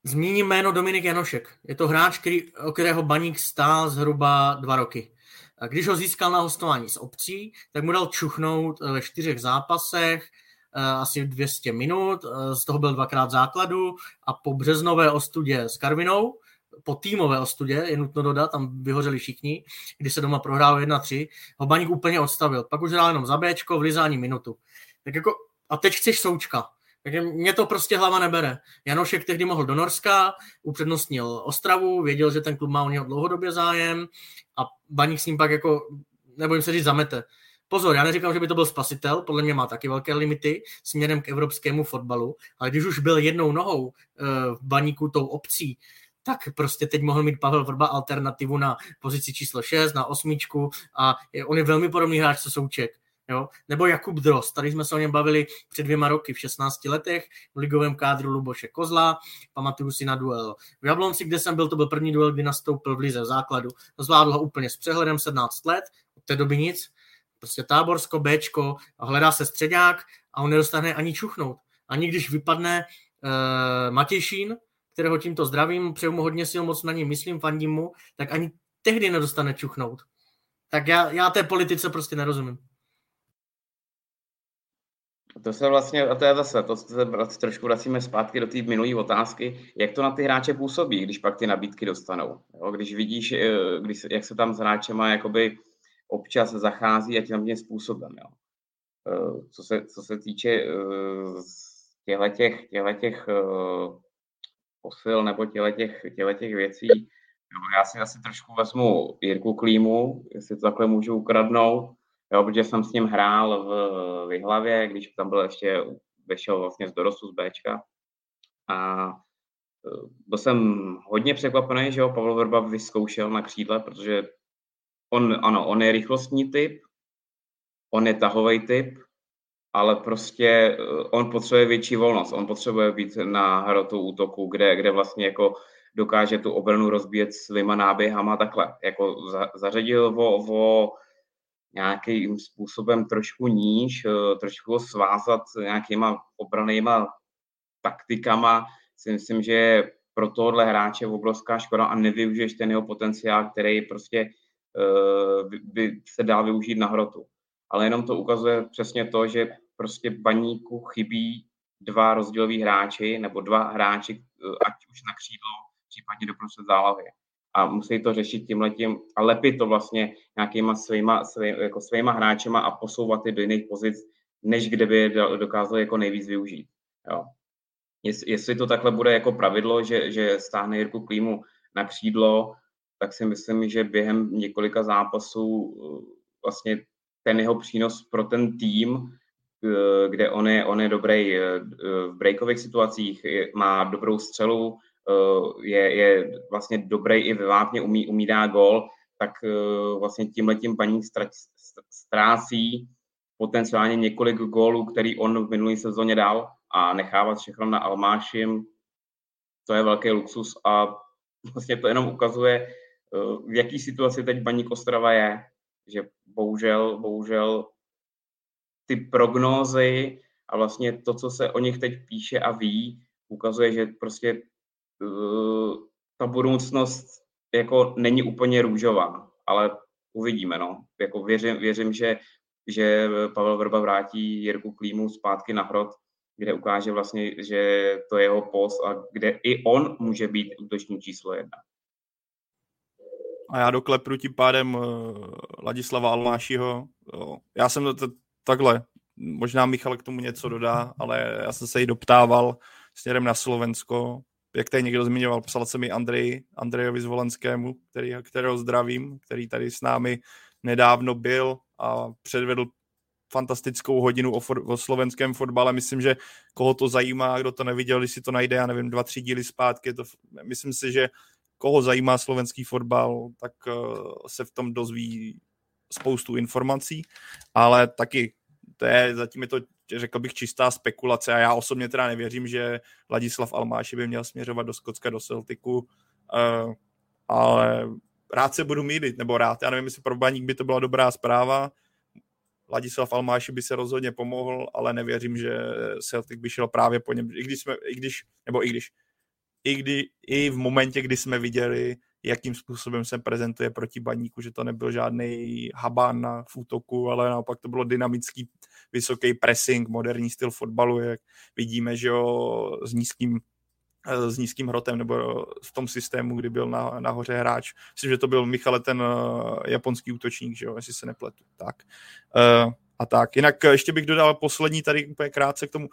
Zmíním jméno Dominik Janošek. Je to hráč, který, o kterého Baník stál zhruba dva roky. A když ho získal na hostování s Obcí, tak mu dal čuchnout ve čtyřech zápasech asi dvě stě minut, z toho byl dvakrát základu a po březnové ostudě s Karvinou, po týmové ostudě, je nutno dodat, tam vyhořeli všichni, kdy se doma prohrál jedna tři, ho Baník úplně odstavil. Pak už hrál jenom za béčko v lizání minutu. Tak jako, a teď chceš Součka. Takže mě to prostě hlava nebere. Janošek tehdy mohl do Norska, upřednostnil Ostravu, věděl, že ten klub má o něho dlouhodobě zájem a Baník s ním pak jako, nebojím se říct, zamete. Pozor, já neříkám, že by to byl spasitel, podle mě má taky velké limity směrem k evropskému fotbalu, ale když už byl jednou nohou v Baníku tou Obcí, tak prostě teď mohl mít Pavel Vrba alternativu na pozici číslo šest, na osmičku a je, on je velmi podobný hráč, co Souček. Jo? Nebo Jakub Drost, tady jsme se o něm bavili před dvěma roky v šestnácti letech v ligovém kádru Luboše Kozla, pamatuju si na duel v Jablonci, kde jsem byl, to byl první duel, kdy nastoupil v lize v základu, zvládl ho úplně s přehledem sedmnáct let, od té doby nic, prostě Táborsko, Bčko a hledá se středák a on nedostane ani čuchnout. Ani když vypadne uh, Matějšín, kterého tímto zdravím, přeju mu hodně sil, moc na něj myslím, fandím mu, tak ani tehdy nedostane čuchnout. Tak já, já té politice prostě nerozumím. To se vlastně, a to je zase, to se trošku vracíme zpátky do té minulé otázky, jak to na ty hráče působí, když pak ty nabídky dostanou. Jo? Když vidíš, když, jak se tam s hráčema jakoby občas zachází a tím způsobem. Jo? Co, se, co se týče těchto těch posil nebo těchto věcí, já si asi trošku vezmu Jirku Klímu, jestli to takhle můžu ukradnout, jo, protože jsem s ním hrál v Jihlavě, když tam byl ještě, vešel vlastně z dorostu z Bčka. A byl jsem hodně překvapený, že ho Pavel Vrba vyzkoušel na křídle, protože on, ano, on je rychlostní typ, on je tahový typ, ale prostě on potřebuje větší volnost, on potřebuje být na hrotu útoku, kde, kde vlastně jako dokáže tu obranu rozbíjet svýma náběhama takhle. Jako za, zařadil ho, ho nějakým způsobem trošku níž, trošku ho svázat nějakýma obranýma taktikama. Si myslím, že pro tohohle hráče je obrovská škoda a nevyužiješ ten jeho potenciál, který prostě uh, by se dal využít na hrotu. Ale jenom to ukazuje přesně to, že prostě Baníku chybí dva rozdíloví hráči nebo dva hráči, ať už na křídlo, případně doprostřed zálohy. A musí to řešit tímhletím a lepit to vlastně nějakýma svýma, svý, jako svýma hráčema a posouvat je do jiných pozic, než kde by je dokázali jako nejvíc využít. Jo. Jestli to takhle bude jako pravidlo, že, že stáhne Jirku Klímu na křídlo, tak si myslím, že během několika zápasů vlastně ten jeho přínos pro ten tým, kde on je, on je dobrý v breakových situacích, má dobrou střelu, je, je vlastně dobrý i ve vápně, umí, umí dát gól, tak vlastně tímhletím Baník ztrácí potenciálně několik gólů, který on v minulé sezóně dal a nechávat všechno na Almášim, to je velký luxus a vlastně to jenom ukazuje, v jaký situaci teď Baník Ostrava je, že bohužel, bohužel ty prognózy a vlastně to, co se o nich teď píše a ví, ukazuje, že prostě uh, ta budoucnost jako není úplně růžová, ale uvidíme, no. Jako věřím, věřím, že, že Pavel Vrba vrátí Jirku Klímu zpátky na hrot, kde ukáže vlastně, že to je jeho post a kde i on může být útočník číslo jedna. A já doklepnu tím pádem uh, Ladislava Almášiho. Jo. Já jsem to t- takhle, možná Michal k tomu něco dodá, ale já jsem se jí doptával směrem na Slovensko. Jak tady někdo zmiňoval, psal se mi Andrej, Andrejovi Zvolenskému, který, kterého zdravím, který tady s námi nedávno byl a předvedl fantastickou hodinu o, for, o slovenském fotbale. Myslím, že koho to zajímá, kdo to neviděl, když si to najde, já nevím, dva, tři díly zpátky. To, myslím si, že koho zajímá slovenský fotbal, tak uh, se v tom dozví spoustu informací, ale taky to je, zatím je to, řekl bych, čistá spekulace a já osobně teda nevěřím, že Ladislav Almáši by měl směřovat do Skotska, do Celticu, uh, ale rád se budu mýlit, nebo rád, já nevím, jestli pro Baník by to byla dobrá zpráva, Ladislav Almáši by se rozhodně pomohl, ale nevěřím, že Celtic by šel právě po něm, i když jsme, i když, nebo i když, i, kdy, i v momentě, kdy jsme viděli, jakým způsobem se prezentuje proti Baníku, že to nebyl žádný habán na v útoku, ale naopak to bylo dynamický, vysoký pressing, moderní styl fotbalu, jak vidíme, že jo, s nízkým s nízkým hrotem, nebo v tom systému, kdy byl na, nahoře hráč. Myslím, že to byl Michale, ten uh, japonský útočník, že jo, jestli se nepletu. Tak. Uh, a tak. Jinak ještě bych dodal poslední tady úplně krátce k tomu,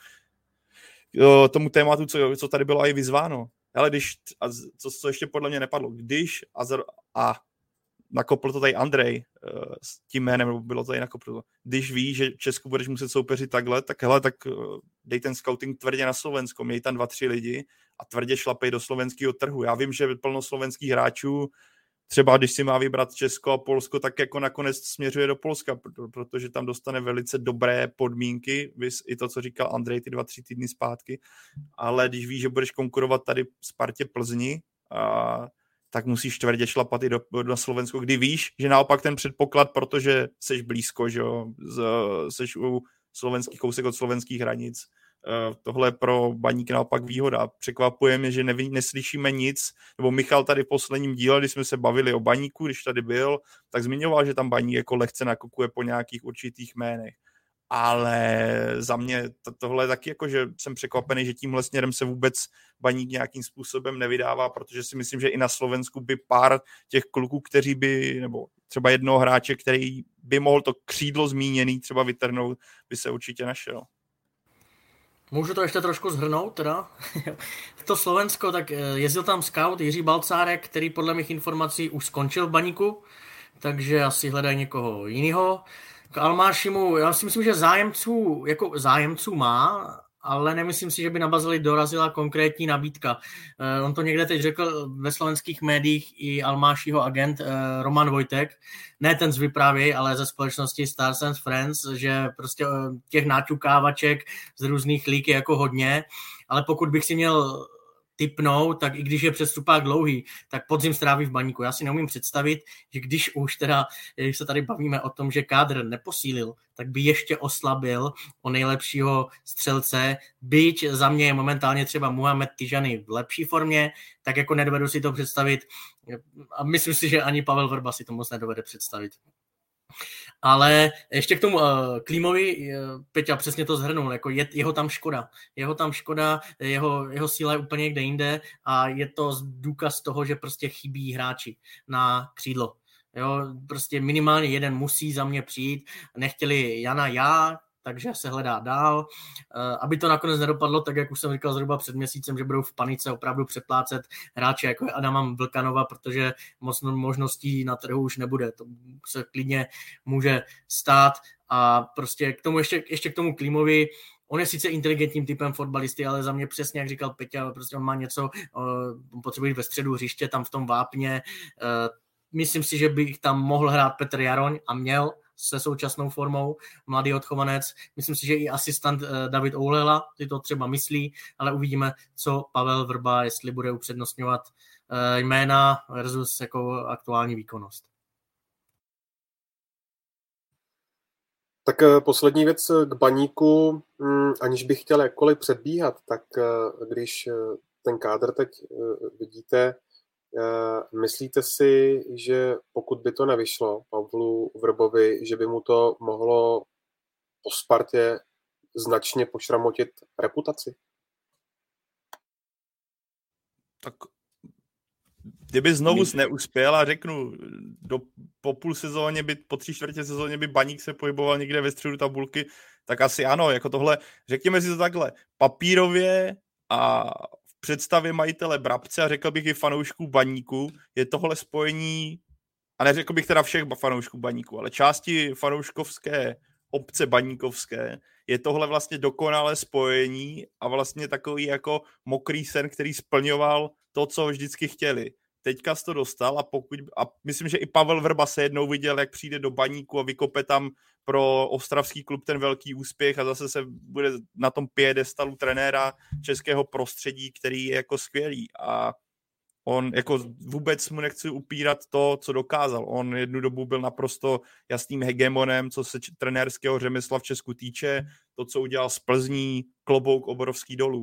uh, tomu tématu, co, co tady bylo i vyzváno. Ale když, a co, co ještě podle mě nepadlo, když Azar, a nakopl to tady Andrej uh, s tím jménem, nebo bylo to tady nakopl, když ví, že Česku budeš muset soupeřit takhle, tak hele, tak uh, dej ten scouting tvrdě na Slovensko, měj tam dva, tři lidi a tvrdě šlapej do slovenského trhu. Já vím, že plno slovenských hráčů, třeba když si má vybrat Česko a Polsko, tak jako nakonec směřuje do Polska, protože tam dostane velice dobré podmínky, vys i to, co říkal Andrej ty dva, tři týdny zpátky, ale když víš, že budeš konkurovat tady Spartě Plzni, a tak musíš tvrdě šlapat i do, do Slovensko, kdy víš, že naopak ten předpoklad, protože seš blízko, že jo, z, seš u slovenských kousek od slovenských hranic, tohle pro Baník naopak výhoda. Překvapuje mě, že neví, neslyšíme nic, nebo Michal tady v posledním díle, když jsme se bavili o Baníku, když tady byl, tak zmiňoval, že tam Baník jako lehce nakukuje po nějakých určitých jménech. Ale za mě to, tohle je taky jako, že jsem překvapený, že tímhle směrem se vůbec Baník nějakým způsobem nevydává, protože si myslím, že i na Slovensku by pár těch kluků, kteří by, nebo třeba jednoho hráče, který by mohl to křídlo zmíněný třeba vytrhnout, by se určitě našel. Můžu to ještě trošku shrnout teda? To Slovensko, tak jezdil tam scout Jiří Balcárek, který podle mých informací už skončil v Baníku, takže asi hledají někoho jiného. K Almášimu, já si myslím, že zájemců, jako zájemců má, ale nemyslím si, že by na Bazeli dorazila konkrétní nabídka. On to někde teď řekl ve slovenských médiích i Almášiho agent Roman Vojtek, ne ten z Vyprávěj, ale ze společnosti Stars and Friends, že prostě těch náťukávaček z různých lík je jako hodně, ale pokud bych si měl tipnout, tak i když je přestupák dlouhý, tak podzim stráví v Baníku. Já si neumím představit, že když už teda, když se tady bavíme o tom, že kádr neposílil, tak by ještě oslabil o nejlepšího střelce, byť za mě je momentálně třeba Muhammad Tijani v lepší formě, tak jako nedovedu si to představit a myslím si, že ani Pavel Vrba si to moc nedovede představit. Ale ještě k tomu uh, Klímovi, uh, Peťa přesně to zhrnul, jako je, jeho tam škoda. Jeho tam škoda, jeho, jeho síla je úplně někde jinde a je to důkaz toho, že prostě chybí hráči na křídlo. Jo, prostě minimálně jeden musí za mě přijít. Nechtěli Jana já, takže se hledá dál. Aby to nakonec nedopadlo, tak jak už jsem říkal zhruba před měsícem, že budou v panice opravdu přeplácet hráče jako je Adama Vlkanova, protože moc možností na trhu už nebude. To se klidně může stát a prostě k tomu ještě, ještě k tomu Klímovi. On je sice inteligentním typem fotbalisty, ale za mě přesně, jak říkal Peťa, prostě on má něco, on potřebuje jít ve středu hřiště, tam v tom vápně. Myslím si, že bych tam mohl hrát Petr Jaroň a měl se současnou formou, mladý odchovanec. Myslím si, že i asistent David Oulela si to třeba myslí, ale uvidíme, co Pavel Vrba, jestli bude upřednostňovat jména versus jako aktuální výkonnost. Tak poslední věc k Baníku, aniž bych chtěl jakkoliv předbíhat, tak když ten kádr teď vidíte, myslíte si, že pokud by to nevyšlo Pavlu Vrbovi, že by mu to mohlo po Spartě značně pošramotit reputaci? Tak kdyby znovu neuspěl a řeknu, do, po půl sezóně by, po tři čtvrtě sezóně by Baník se pohyboval někde ve středu tabulky, tak asi ano, jako tohle, řekněme si to takhle, papírově a v představě majitele Brabce a řekl bych i fanoušků Baníku, je tohle spojení, a neřekl bych teda všech fanoušků Baníku, ale části fanouškovské obce baníkovské, je tohle vlastně dokonalé spojení a vlastně takový jako mokrý sen, který splňoval to, co vždycky chtěli. Teďka jsi to dostal a pokud, a myslím, že i Pavel Vrba se jednou viděl, jak přijde do Baníku a vykope tam pro ostravský klub ten velký úspěch a zase se bude na tom piedestalu trenéra českého prostředí, který je jako skvělý a on jako vůbec mu nechci upírat to, co dokázal. On jednu dobu byl naprosto jasným hegemonem, co se trenérského řemesla v Česku týče, to, co udělal z Plzní, klobouk obrovský dolů.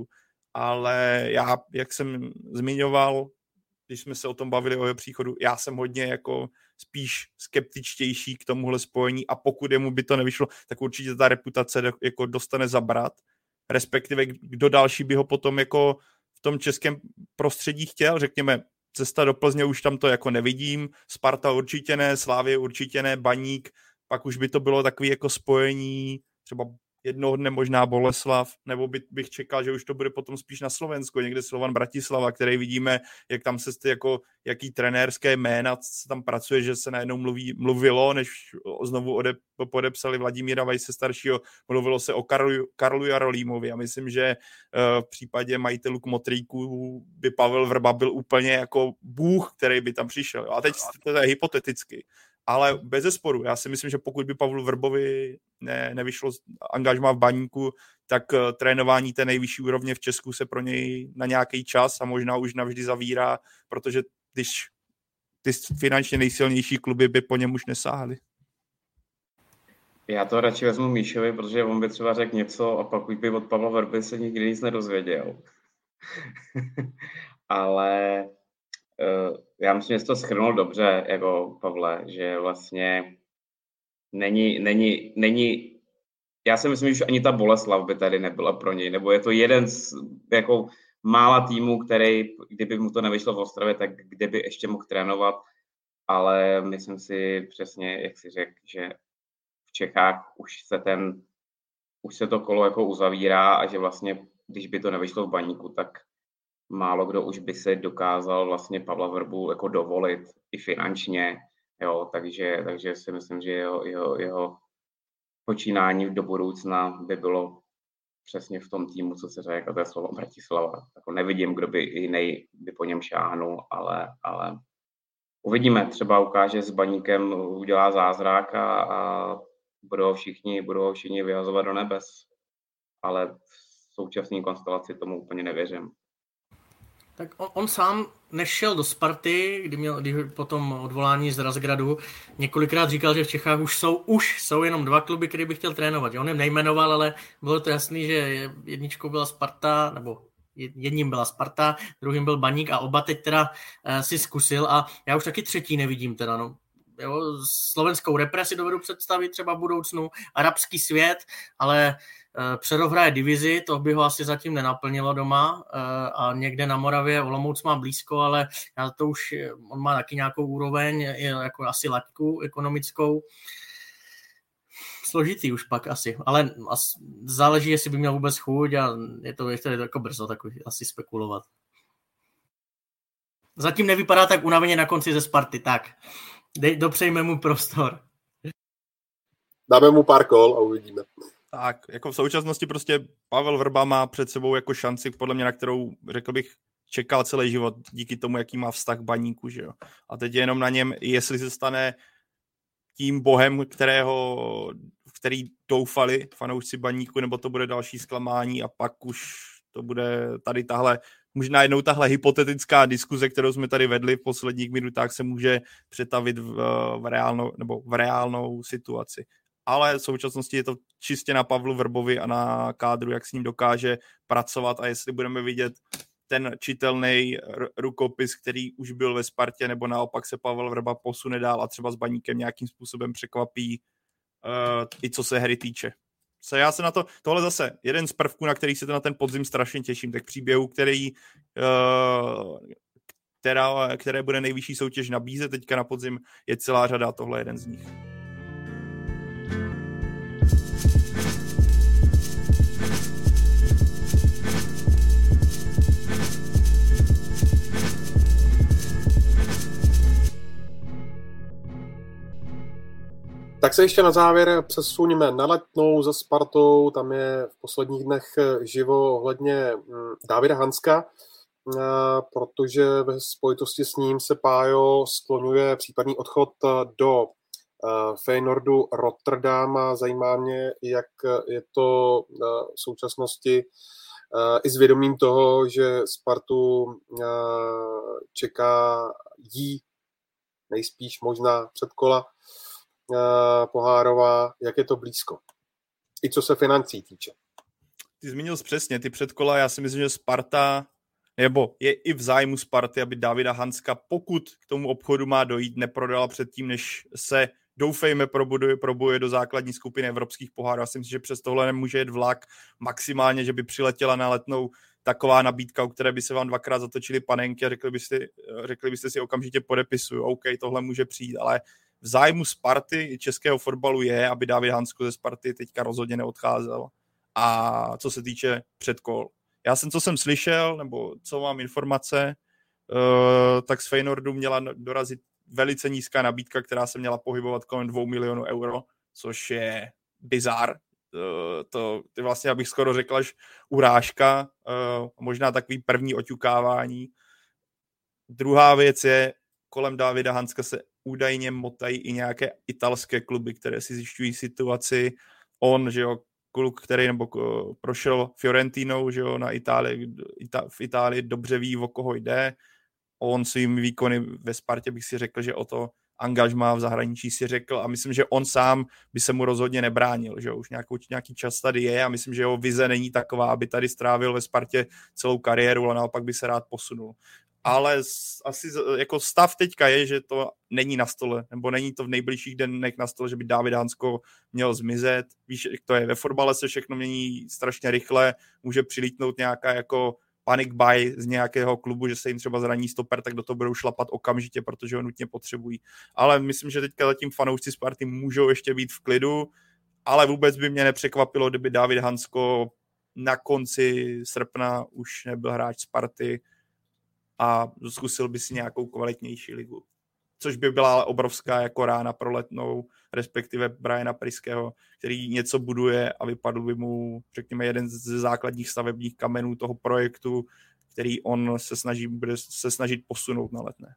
ale já, jak jsem zmiňoval, když jsme se o tom bavili o jeho příchodu, já jsem hodně jako spíš skeptičtější k tomuhle spojení a pokud jemu by to nevyšlo, tak určitě ta reputace jako dostane zabrat, respektive kdo další by ho potom jako v tom českém prostředí chtěl, řekněme, cesta do Plzně už tam to jako nevidím, Sparta určitě ne, Slavie určitě ne, Baník, pak už by to bylo takový jako spojení třeba jednoho dne možná Boleslav, nebo by, bych čekal, že už to bude potom spíš na Slovensko, někde Slovan Bratislava, který vidíme, jak tam se jako, jaký trenérské jména se tam pracuje, že se najednou mluví, mluvilo, než znovu ode, podepsali Vladimíra Vajse staršího, mluvilo se o Karlu, Karlu Jarolímovi a myslím, že uh, v případě majitelů Kmotríků by Pavel Vrba byl úplně jako bůh, který by tam přišel. A teď to je hypoteticky. Ale bez zesporu, já si myslím, že pokud by Pavlu Vrbovi ne, nevyšlo angažmá v Baníku, tak uh, trénování té nejvyšší úrovně v Česku se pro něj na nějaký čas a možná už navždy zavírá, protože když ty finančně nejsilnější kluby by po něm už nesáhly. Já to radši vezmu Míšovi, protože on by třeba řekl něco a pak už by od Pavla Vrby se nikdy nic nedozvěděl. Ale uh, já myslím, že jsi to shrnul dobře, jako Pavle, že vlastně není, není, není, já si myslím, že ani ta Boleslav by tady nebyla pro něj, nebo je to jeden z jako mála týmů, který, kdyby mu to nevyšlo v Ostravě, tak kde by ještě mohl trénovat, ale myslím si přesně, jak si řekl, že v Čechách už se ten, už se to kolo jako uzavírá a že vlastně, když by to nevyšlo v Baníku, tak málo kdo už by se dokázal vlastně Pavla Vrbu jako dovolit i finančně, jo, takže, takže si myslím, že jeho, jeho, jeho počínání do budoucna by bylo přesně v tom týmu, co se řekl, to je Slovan Bratislava. Jako nevidím, kdo by jiný by po něm šáhnul, ale, ale uvidíme, třeba ukáže s Baníkem, udělá zázrak a, a budou všichni, budou všichni vyhazovat do nebes, ale v současné konstelaci tomu úplně nevěřím. Tak on, on sám nešel do Sparty, kdy měl kdy potom odvolání z Razgradu, několikrát říkal, že v Čechách už jsou, už jsou jenom dva kluby, které by chtěl trénovat. On je nejmenoval, ale bylo to jasný, že jedničkou byla Sparta, nebo jedním byla Sparta, druhým byl Baník a oba teď teda uh, si zkusil a já už taky třetí nevidím teda, no. Jo, slovenskou represi dovedu představit třeba v budoucnu, arabský svět, ale uh, předohraje divizi, to by ho asi zatím nenaplnilo doma uh, a někde na Moravě, Olomouc má blízko, ale já to už, on má taky nějakou úroveň, jako asi laťku ekonomickou. Složitý už pak asi, ale as, záleží, jestli by měl vůbec chuť a je to, je to jako brzo takový asi spekulovat. Zatím nevypadá tak unaveně na konci ze Sparty, tak dej, dopřejme mu prostor. Dáme mu pár kol a uvidíme. Tak, jako v současnosti prostě Pavel Vrba má před sebou jako šanci, podle mě, na kterou, řekl bych, čekal celý život díky tomu, jaký má vztah k Baníku, že jo. A teď je jenom na něm, jestli se stane tím bohem, kterého, který doufali fanoušci Baníku, nebo to bude další zklamání a pak už to bude tady tahle, možná jednou tahle hypotetická diskuze, kterou jsme tady vedli v posledních minutách, se může přetavit v, v, reálnou, nebo v reálnou situaci. Ale v současnosti je to čistě na Pavlu Vrbovi a na kádru, jak s ním dokáže pracovat a jestli budeme vidět ten čitelný rukopis, který už byl ve Spartě, nebo naopak se Pavel Vrba posune dál a třeba s Baníkem nějakým způsobem překvapí, uh, i co se hry týče. Se já se na to, tohle zase jeden z prvků, na který se to na ten podzim strašně těším, tak příběhu, který, uh, která, které bude nejvyšší soutěž nabízet teďka na podzim, je celá řada a tohle je jeden z nich. Tak se ještě na závěr přesuňme na Letnou za Spartou, tam je v posledních dnech živo ohledně Davida Hanska, protože ve spojitosti s ním se Pájo skloňuje případný odchod do Feyenoordu Rotterdam a zajímá mě, jak je to v současnosti i s vědomím toho, že Spartu čeká jí nejspíš možná předkola pohárová, jak je to blízko. I co se financí týče. ty zmínil jsi přesně, ty předkola, já si myslím, že Sparta, nebo je i v zájmu Sparty, aby Davida Hanska, pokud k tomu obchodu má dojít, neprodala předtím, než se doufejme probuduje, probuje do základní skupiny evropských pohárů. Já si myslím, že přes tohle nemůže jet vlak maximálně, že by přiletěla na Letnou taková nabídka, u které by se vám dvakrát zatočili panenky a řekli byste, řekli byste si okamžitě podepisuju, OK, tohle může přijít, ale v zájmu Sparty i českého fotbalu je, aby David Hansko ze Sparty teďka rozhodně neodcházel. A co se týče předkol. Já jsem, co jsem slyšel, nebo co mám informace, uh, tak z Feyenoordu měla dorazit velice nízká nabídka, která se měla pohybovat kolem dvou milionů euro, což je bizár. Uh, to ty vlastně, abych skoro řekl, až urážka, uh, možná takový první oťukávání. Druhá věc je, kolem Davida Hanska se údajně motají i nějaké italské kluby, které si zjišťují situaci. On, že jo, kluk, který nebo prošel Fiorentinou, že jo, na Itálii, Ita, v Itálii dobře ví, o koho jde. On svými výkony ve Spartě bych si řekl, že o to angažmá v zahraničí si řekl a myslím, že on sám by se mu rozhodně nebránil, že jo, už nějakou, nějaký čas tady je a myslím, že jeho vize není taková, aby tady strávil ve Spartě celou kariéru, ale naopak by se rád posunul. Ale asi jako stav teďka je, že to není na stole, nebo není to v nejbližších dnech na stole, že by David Hansko měl zmizet. Víš, to je ve fotbale, se všechno mění strašně rychle, může přilítnout nějaká jako panic buy z nějakého klubu, že se jim třeba zraní stoper, tak do toho budou šlapat okamžitě, protože ho nutně potřebují. Ale myslím, že teďka zatím fanoušci Sparty můžou ještě být v klidu, ale vůbec by mě nepřekvapilo, kdyby David Hansko na konci srpna už nebyl hráč Sparty a zkusil by si nějakou kvalitnější ligu. Což by byla ale obrovská jako rána pro Letnou, respektive Briana Priského, který něco buduje a vypadl by mu, řekněme, jeden ze základních stavebních kamenů toho projektu, který on se snaží, bude se snažit posunout na Letné.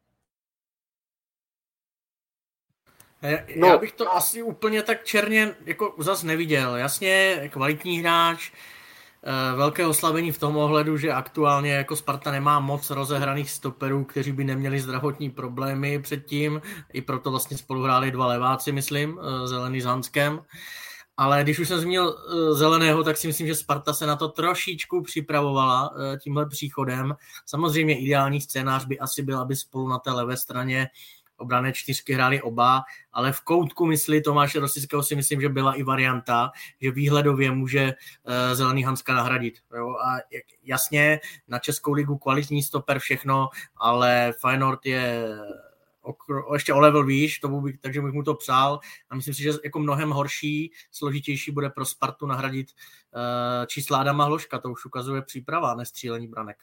Já bych to asi úplně tak černě jako zas neviděl. Jasně, kvalitní hráč, velké oslabení v tom ohledu, že aktuálně jako Sparta nemá moc rozehraných stoperů, kteří by neměli zdravotní problémy předtím, i proto vlastně spolu hráli dva leváci, myslím, Zelený s Hanskem. Ale když už jsem zmínil Zeleného, tak si myslím, že Sparta se na to trošičku připravovala tímhle příchodem. Samozřejmě ideální scénář by asi byl, aby spolu na té levé straně obranné čtyřky hráli oba, ale v koutku mysli Tomáše Rosického si myslím, že byla i varianta, že výhledově může uh, Zelený Hanska nahradit. Jo? A jasně, na Českou ligu kvalitní stoper všechno, ale Feyenoord je o, ještě o level výš, to bych, takže bych mu to přál a myslím si, že jako mnohem horší, složitější bude pro Spartu nahradit uh, čísla Adama Hloška, to už ukazuje příprava, nestřílení branek.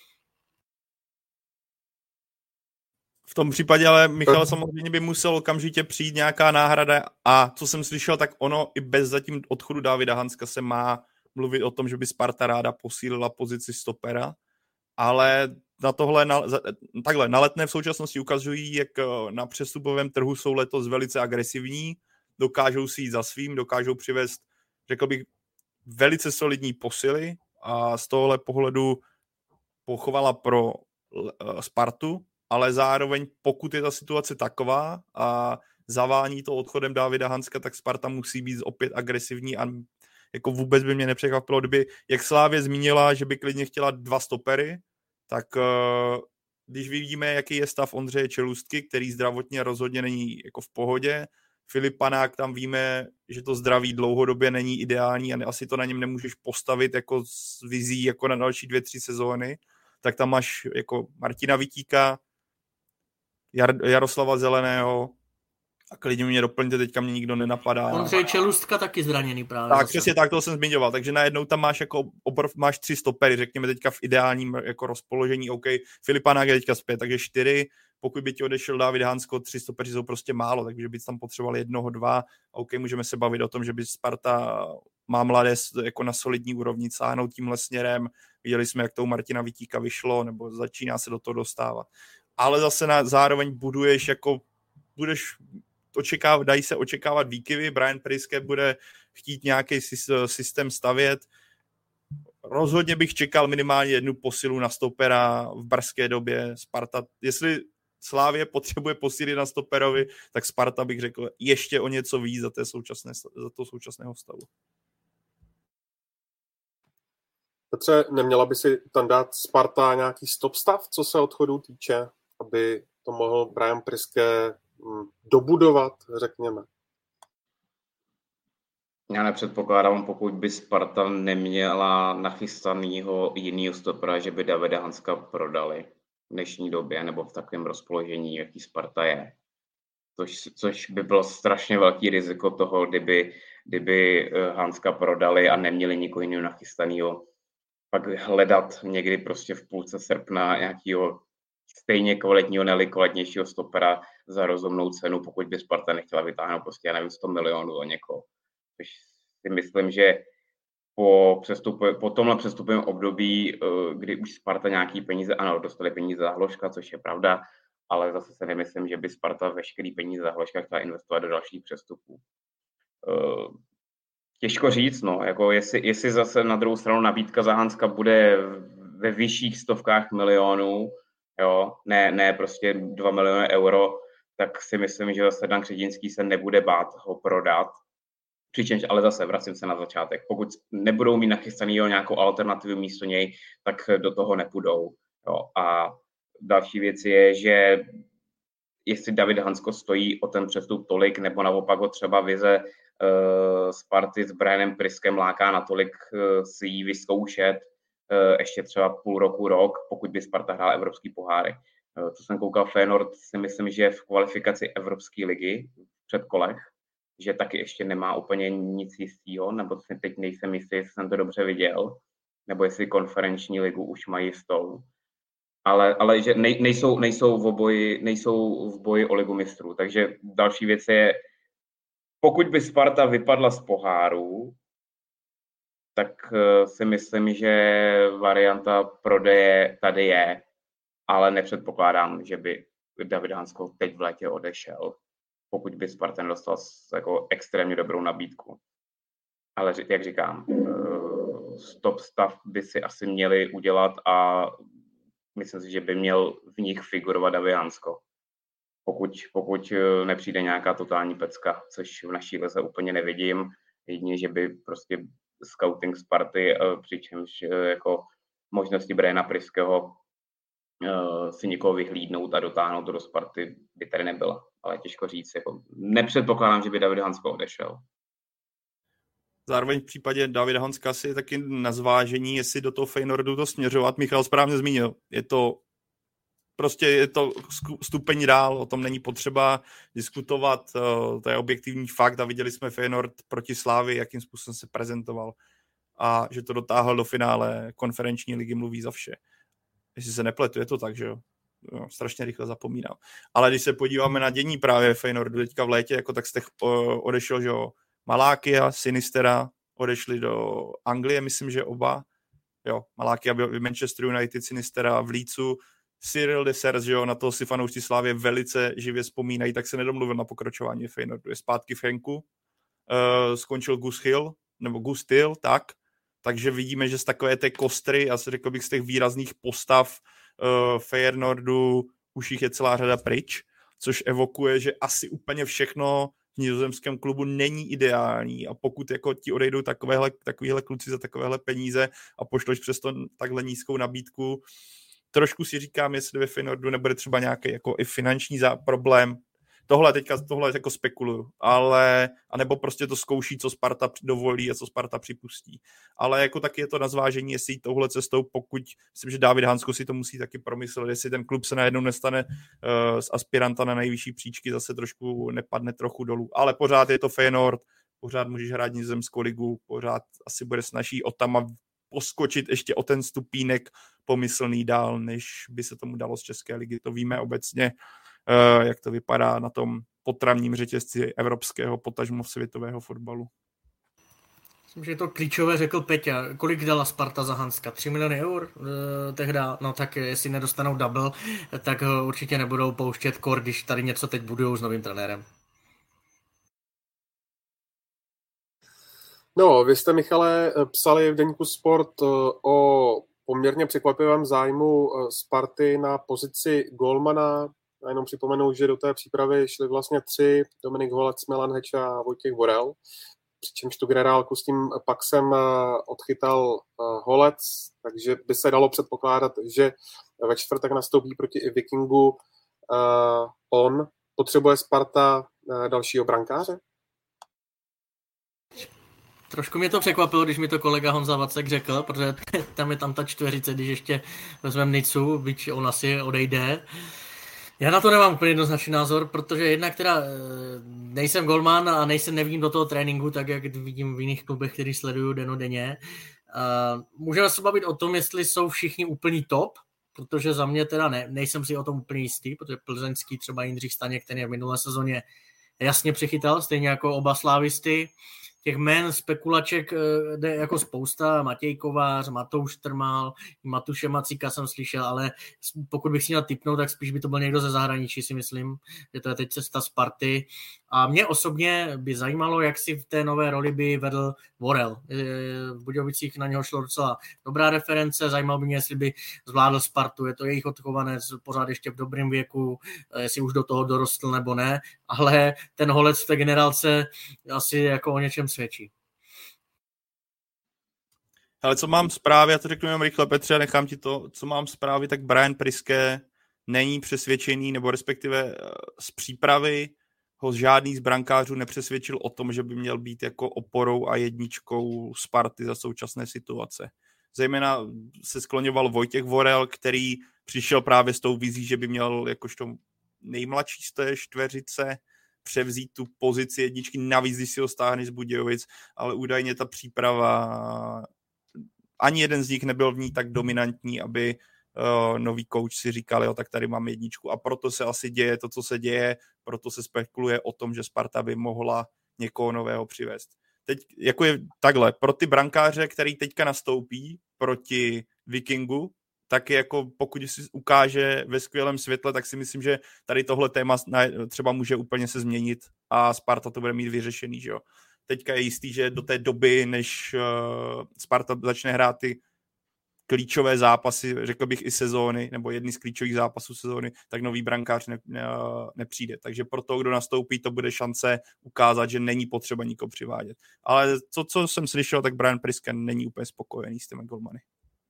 V tom případě ale Michal samozřejmě by musel okamžitě přijít nějaká náhrada a co jsem slyšel, tak ono i bez zatím odchodu Davida Hanska se má mluvit o tom, že by Sparta ráda posílila pozici stopera, ale na tohle, na, takhle, na Letné v současnosti ukazují, jak na přestupovém trhu jsou letos velice agresivní, dokážou si jít za svým, dokážou přivést, řekl bych, velice solidní posily a z tohohle pohledu pochovala pro Spartu, ale zároveň pokud je ta situace taková a zavání to odchodem Davida Hanska, tak Sparta musí být opět agresivní a jako vůbec by mě nepřekvapilo, kdyby, jak Slávě zmínila, že by klidně chtěla dva stopery, tak když vidíme, jaký je stav Ondřeje Čelůstky, který zdravotně rozhodně není jako v pohodě, Filip Panák, tam víme, že to zdraví dlouhodobě není ideální a asi to na něm nemůžeš postavit jako s vizí jako na další dvě, tři sezóny, tak tam máš jako Martina Vitíka, Jar- Jaroslava Zeleného a klidně mě doplňte, teďka mě nikdo nenapadá. Ondřej Čelůstka taky zraněný právě. Tak přesně tak, to jsem zmiňoval, takže najednou tam máš jako obrv, máš tři stopery, řekněme teďka v ideálním jako rozpoložení, OK, Filipa Nák je teďka zpět, takže čtyři, pokud by ti odešel David Hansko, tři stopeři jsou prostě málo, takže by tam potřeboval jednoho, dva, OK, můžeme se bavit o tom, že by Sparta má mladé jako na solidní úrovni sáhnout tímhle směrem, viděli jsme, jak to u Martina Vitíka vyšlo, nebo začíná se do toho dostávat. Ale zase na, zároveň buduješ jako, budeš očekávat, dají se očekávat výkyvy, Brian Priske bude chtít nějaký systém stavět. Rozhodně bych čekal minimálně jednu posilu na stopera v brzké době. Sparta, jestli Slávě potřebuje posílit na stoperovi, tak Sparta bych řekl ještě o něco víc za, té současné, za toho současného stavu. Petře, neměla by si tam dát Sparta nějaký stop stav, co se odchodu týče, aby to mohl Brian Priske dobudovat, řekněme? Já nepředpokládám, pokud by Sparta neměla nachystanýho jinýho stopera, že by Davida Hanska prodali v dnešní době nebo v takovém rozpoložení, jaký Sparta je. Což, což by bylo strašně velký riziko toho, kdyby, kdyby Hanska prodali a neměli nikoho jiného nachystanýho. Pak hledat někdy prostě v půlce srpna nějakého stejně kvalitního, neli kvalitnějšího stopera za rozumnou cenu, pokud by Sparta nechtěla vytáhnout prostě, já nevím, sto milionů za někoho. Což si myslím, že po, přestupu, po tomhle přestupovém období, kdy už Sparta nějaký peníze, ano, dostali peníze za Hložka, což je pravda, ale zase se nemyslím, že by Sparta veškerý peníze za Hložka chtěla investovat do dalších přestupů. Těžko říct, no, jako jestli, jestli zase na druhou stranu nabídka za Hanska bude ve vyšších stovkách milionů, jo, ne, ne prostě dva miliony euro, tak si myslím, že zase Dan Křetínský se nebude bát ho prodat. Přičemž, ale zase vracím se na začátek. Pokud nebudou mít nachystanýho nějakou alternativu místo něj, tak do toho nepůjdou. Jo. A další věc je, že jestli David Hansko stojí o ten přestup tolik, nebo naopak ho třeba vize uh, Sparty s Brianem Priskem láká natolik uh, si ji vyzkoušet uh, ještě třeba půl roku, rok, pokud by Sparta hrála evropský poháry. Uh, co jsem koukal, Feyenoord si myslím, že v kvalifikaci Evropské ligy v předkolech, že taky ještě nemá úplně nic jistého, nebo si teď nejsem jistý, jestli jsem to dobře viděl, nebo jestli konferenční ligu už mají jistou. Ale, ale že nej, nejsou, nejsou, v oboji, nejsou v boji o ligu mistrů. Takže další věc je, pokud by Sparta vypadla z poháru, tak si myslím, že varianta prodeje tady je, ale nepředpokládám, že by David Hansko teď v létě odešel, pokud by Sparta dostal jako extrémně dobrou nabídku. Ale jak říkám, stop stav by si asi měli udělat a myslím si, že by měl v nich figurovat David Hansko. Pokud, pokud nepřijde nějaká totální pecka, což v naší lize úplně nevidím, jedině, že by prostě scouting Sparty, přičemž jako možnosti Briana Priskeho si někoho vyhlídnout a dotáhnout do Sparty by tady nebyla. Ale těžko říct, jako nepředpokládám, že by David Hansko odešel. Zároveň v případě Davida Hanska si je taky na zvážení, jestli do toho Feyenoordu to směřovat. Michal správně zmínil. Je to prostě je to stupeň dál, o tom není potřeba diskutovat, to je objektivní fakt a viděli jsme Feyenoord proti Slávii, jakým způsobem se prezentoval a že to dotáhl do finále konferenční ligy, mluví za vše. Jestli se nepletu, je to tak, že jo? Jo, strašně rychle zapomínám. Ale když se podíváme na dění právě Feyenoordu teďka v létě, jako tak jste odešel, že jo, Malakia, Sinistera odešli do Anglie, myslím, že oba. Jo, Malakia byl v Manchester United, Sinistera v Leedsu. Cyril Dessers, že jo, na toho si fanoušci Slávě velice živě vzpomínají, tak se nedomluvil na pokračování Feyenoordu. Je zpátky v Henku. Uh, skončil Gus Hill, nebo Gus Hill, tak. Takže vidíme, že z takové té kostry, asi řekl bych z těch výrazných postav uh, Feyenoordu už jich je celá řada pryč, což evokuje, že asi úplně všechno v nizozemském klubu není ideální a pokud jako ti odejdou takovéhle, takovéhle kluci za takovéhle peníze a pošleš přesto takhle nízkou nabídku, trošku si říkám, jestli ve Feyenoordu nebude třeba nějaký jako i finanční problém. Tohle teďka tohle jako spekuluju, ale anebo prostě to zkouší, co Sparta dovolí a co Sparta připustí. Ale jako taky je to na zvážení, jestli jít touhle cestou, pokud myslím, že David Hansko si to musí taky promyslet, jestli ten klub se najednou nestane uh, z aspiranta na nejvyšší příčky, zase trošku nepadne trochu dolů. Ale pořád je to Feyenoord, pořád můžeš hrát nizozemskou ligu, pořád asi bude snaží o tam a poskočit ještě o ten stupínek pomyslný dál, než by se tomu dalo z České ligy. To víme obecně, jak to vypadá na tom potravním řetězci evropského, potažmo světového fotbalu. Myslím, že je to klíčové, řekl Peťa. Kolik dala Sparta za Hanska? tři miliony eur eh, tehda? No tak jestli nedostanou double, tak určitě nebudou pouštět kor, když tady něco teď budujou s novým trenérem. No, vy jste, Michale, psali v deníku Sport o poměrně překvapivém zájmu Sparty na pozici golmana. Já jenom připomenu, že do té přípravy šli vlastně tři, Dominik Holec, Milan Heč a Vojtěch Vorel. přičemž tu generálku s tím Paxem odchytal Holec, takže by se dalo předpokládat, že ve čtvrtek nastoupí proti Vikingu on. Potřebuje Sparta dalšího brankáře? Trošku mě to překvapilo, když mi to kolega Honza Vacek řekl, protože tam je tam ta čtveřice, když ještě vezmeme Nicu, byť on asi odejde. Já na to nemám úplně jednoznačný názor, protože jednak teda nejsem golman a nejsem nevím do toho tréninku, tak jak vidím v jiných klubech, který sleduju denodenně. Můžeme se bavit o tom, jestli jsou všichni úplný top, protože za mě teda ne, nejsem si o tom úplně jistý, protože plzeňský třeba Jindřich Staněk, ten je v minulé sezóně jasně přichytal, stejně jako oba slávisty. Těch jmén spekulaček jde jako spousta, Matěj Kovář, Matouš Trmal, Matuše Macíka jsem slyšel, ale pokud bych si měl tipnout, tak spíš by to byl někdo ze zahraničí, si myslím, že to je teď cesta Sparty. A mě osobně by zajímalo, jak si v té nové roli by vedl Vorel. V Budějovicích na něho šlo docela dobrá reference, zajímalo by mě, jestli by zvládl Spartu, je to jejich odchovanec pořád ještě v dobrém věku, jestli už do toho dorostl nebo ne, ale ten Holec v té generálce asi jako o něčem svědčí. Ale co mám zprávy, já to řeknu jenom rychle, Petře, a nechám ti to, co mám zprávy, tak Brian Priske není přesvědčený, nebo respektive z přípravy ho žádný z brankářů nepřesvědčil o tom, že by měl být jako oporou a jedničkou Sparty za současné situace. Zejména se skloňoval Vojtěch Vorel, který přišel právě s tou vizí, že by měl jakožto nejmladší z té čtveřice převzít tu pozici jedničky, navíc, když si ho stáhne z Budějovic, ale údajně ta příprava, ani jeden z nich nebyl v ní tak dominantní, aby uh, nový coach si říkal, jo, tak tady mám jedničku a proto se asi děje to, co se děje, proto se spekuluje o tom, že Sparta by mohla někoho nového přivést. Teď jako je takhle, pro ty brankáře, který teďka nastoupí proti Vikingu, tak jako pokud si ukáže ve skvělém světle, tak si myslím, že tady tohle téma třeba může úplně se změnit a Sparta to bude mít vyřešený, že jo. Teďka je jistý, že do té doby, než uh, Sparta začne hrát ty klíčové zápasy, řekl bych i sezóny, nebo jedny z klíčových zápasů sezóny, tak nový brankář ne, ne, nepřijde. Takže pro toho, kdo nastoupí, to bude šance ukázat, že není potřeba nikoho přivádět. Ale to, co jsem slyšel, tak Brian Priske není úplně spokojený s těmi golmany.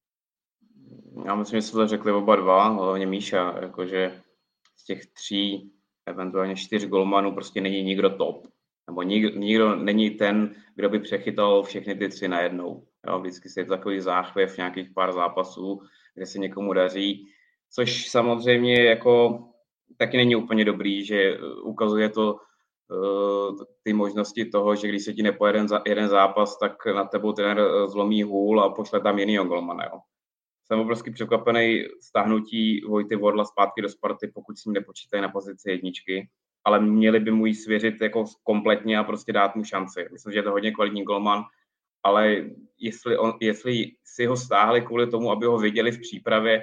Já myslím, že se to řekli oba dva, hlavně Míša, jakože z těch tří, eventuálně čtyř golmanů prostě není nikdo top. Nebo nikdo, nikdo není ten, kdo by přechytal všechny ty tři najednou. Jo, vždycky je to takový záchvěv nějakých pár zápasů, kde se někomu daří, což samozřejmě jako taky není úplně dobrý, že ukazuje to uh, ty možnosti toho, že když se ti nepojede jeden, jeden zápas, tak na tebou trenér zlomí hůl a pošle tam jinýho golmana. Jo. Jsem obrovský překvapený stáhnutí Vojty Vorla zpátky do Sparty, pokud si nepočítají na pozici jedničky, ale měli by mu ji svěřit jako kompletně a prostě dát mu šanci. Myslím, že je to hodně kvalitní golman, ale jestli, on, jestli si ho stáhli kvůli tomu, aby ho viděli v přípravě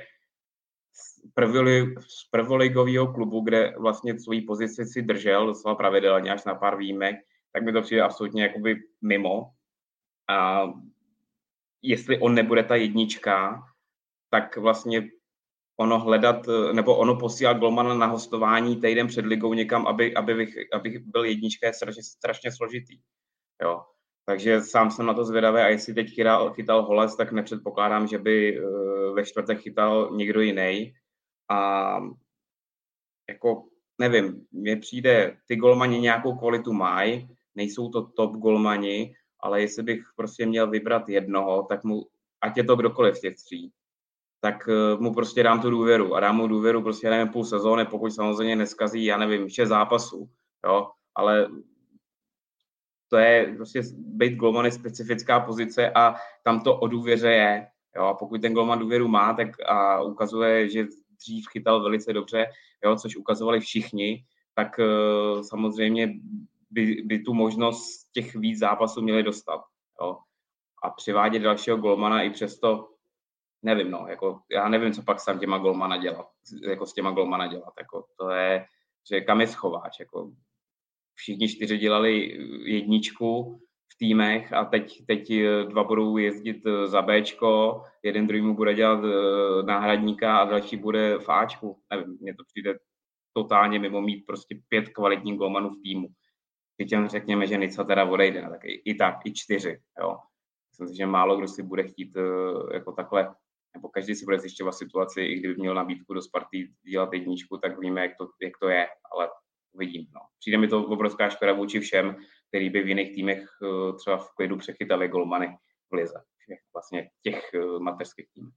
z prvoligového klubu, kde vlastně svou pozici si držel docela pravidelně až na pár výjimek, tak mi to přijde absolutně jakoby mimo. A jestli on nebude ta jednička, tak vlastně ono hledat, nebo ono posílat golmana na hostování týden před ligou někam, aby, aby, bych, aby byl jednička, je strašně, strašně složitý. Jo. Takže sám jsem na to zvědavý a jestli teď chytal, chytal Holec, tak nepředpokládám, že by ve čtvrtek chytal někdo jiný. A jako nevím, mně přijde, ty golmani nějakou kvalitu mají, nejsou to top golmani, ale jestli bych prostě měl vybrat jednoho, tak mu, ať je to kdokoliv z těch tří, tak mu prostě dám tu důvěru a dám mu důvěru prostě nevím půl sezóny, pokud samozřejmě neskazí, já nevím, šest zápasů, jo, ale to je prostě být golman je specifická pozice a tam to o důvěře je, jo, a pokud ten golman důvěru má, tak a ukazuje, že dřív chytal velice dobře, jo, což ukazovali všichni, tak uh, samozřejmě by, by tu možnost těch víc zápasů měli dostat, jo, a přivádět dalšího golmana i přesto nevím, no, jako, já nevím, co pak sám těma golmana dělat, jako s těma golmana dělat, jako, to je, že kam je schováč, jako, všichni čtyři dělali jedničku v týmech a teď, teď dva budou jezdit za Bčko, jeden druhý mu bude dělat náhradníka a další bude v Ačku, nevím, mně to přijde totálně mimo mít prostě pět kvalitních golmanů v týmu, Přičem řekněme, že Nica teda odejde, tak i, i tak, i čtyři, jo. Myslím si, že málo kdo si bude chtít jako takhle, nebo každý si bude zjišťovat situaci, i kdyby měl nabídku do Sparty dělat jedničku, tak víme, jak to, jak to je, ale uvidím. No. Přijde mi to obrovská škoda vůči všem, který by v jiných týmech třeba v klidu přechytali golmany v lize. Vlastně těch mateřských týmů.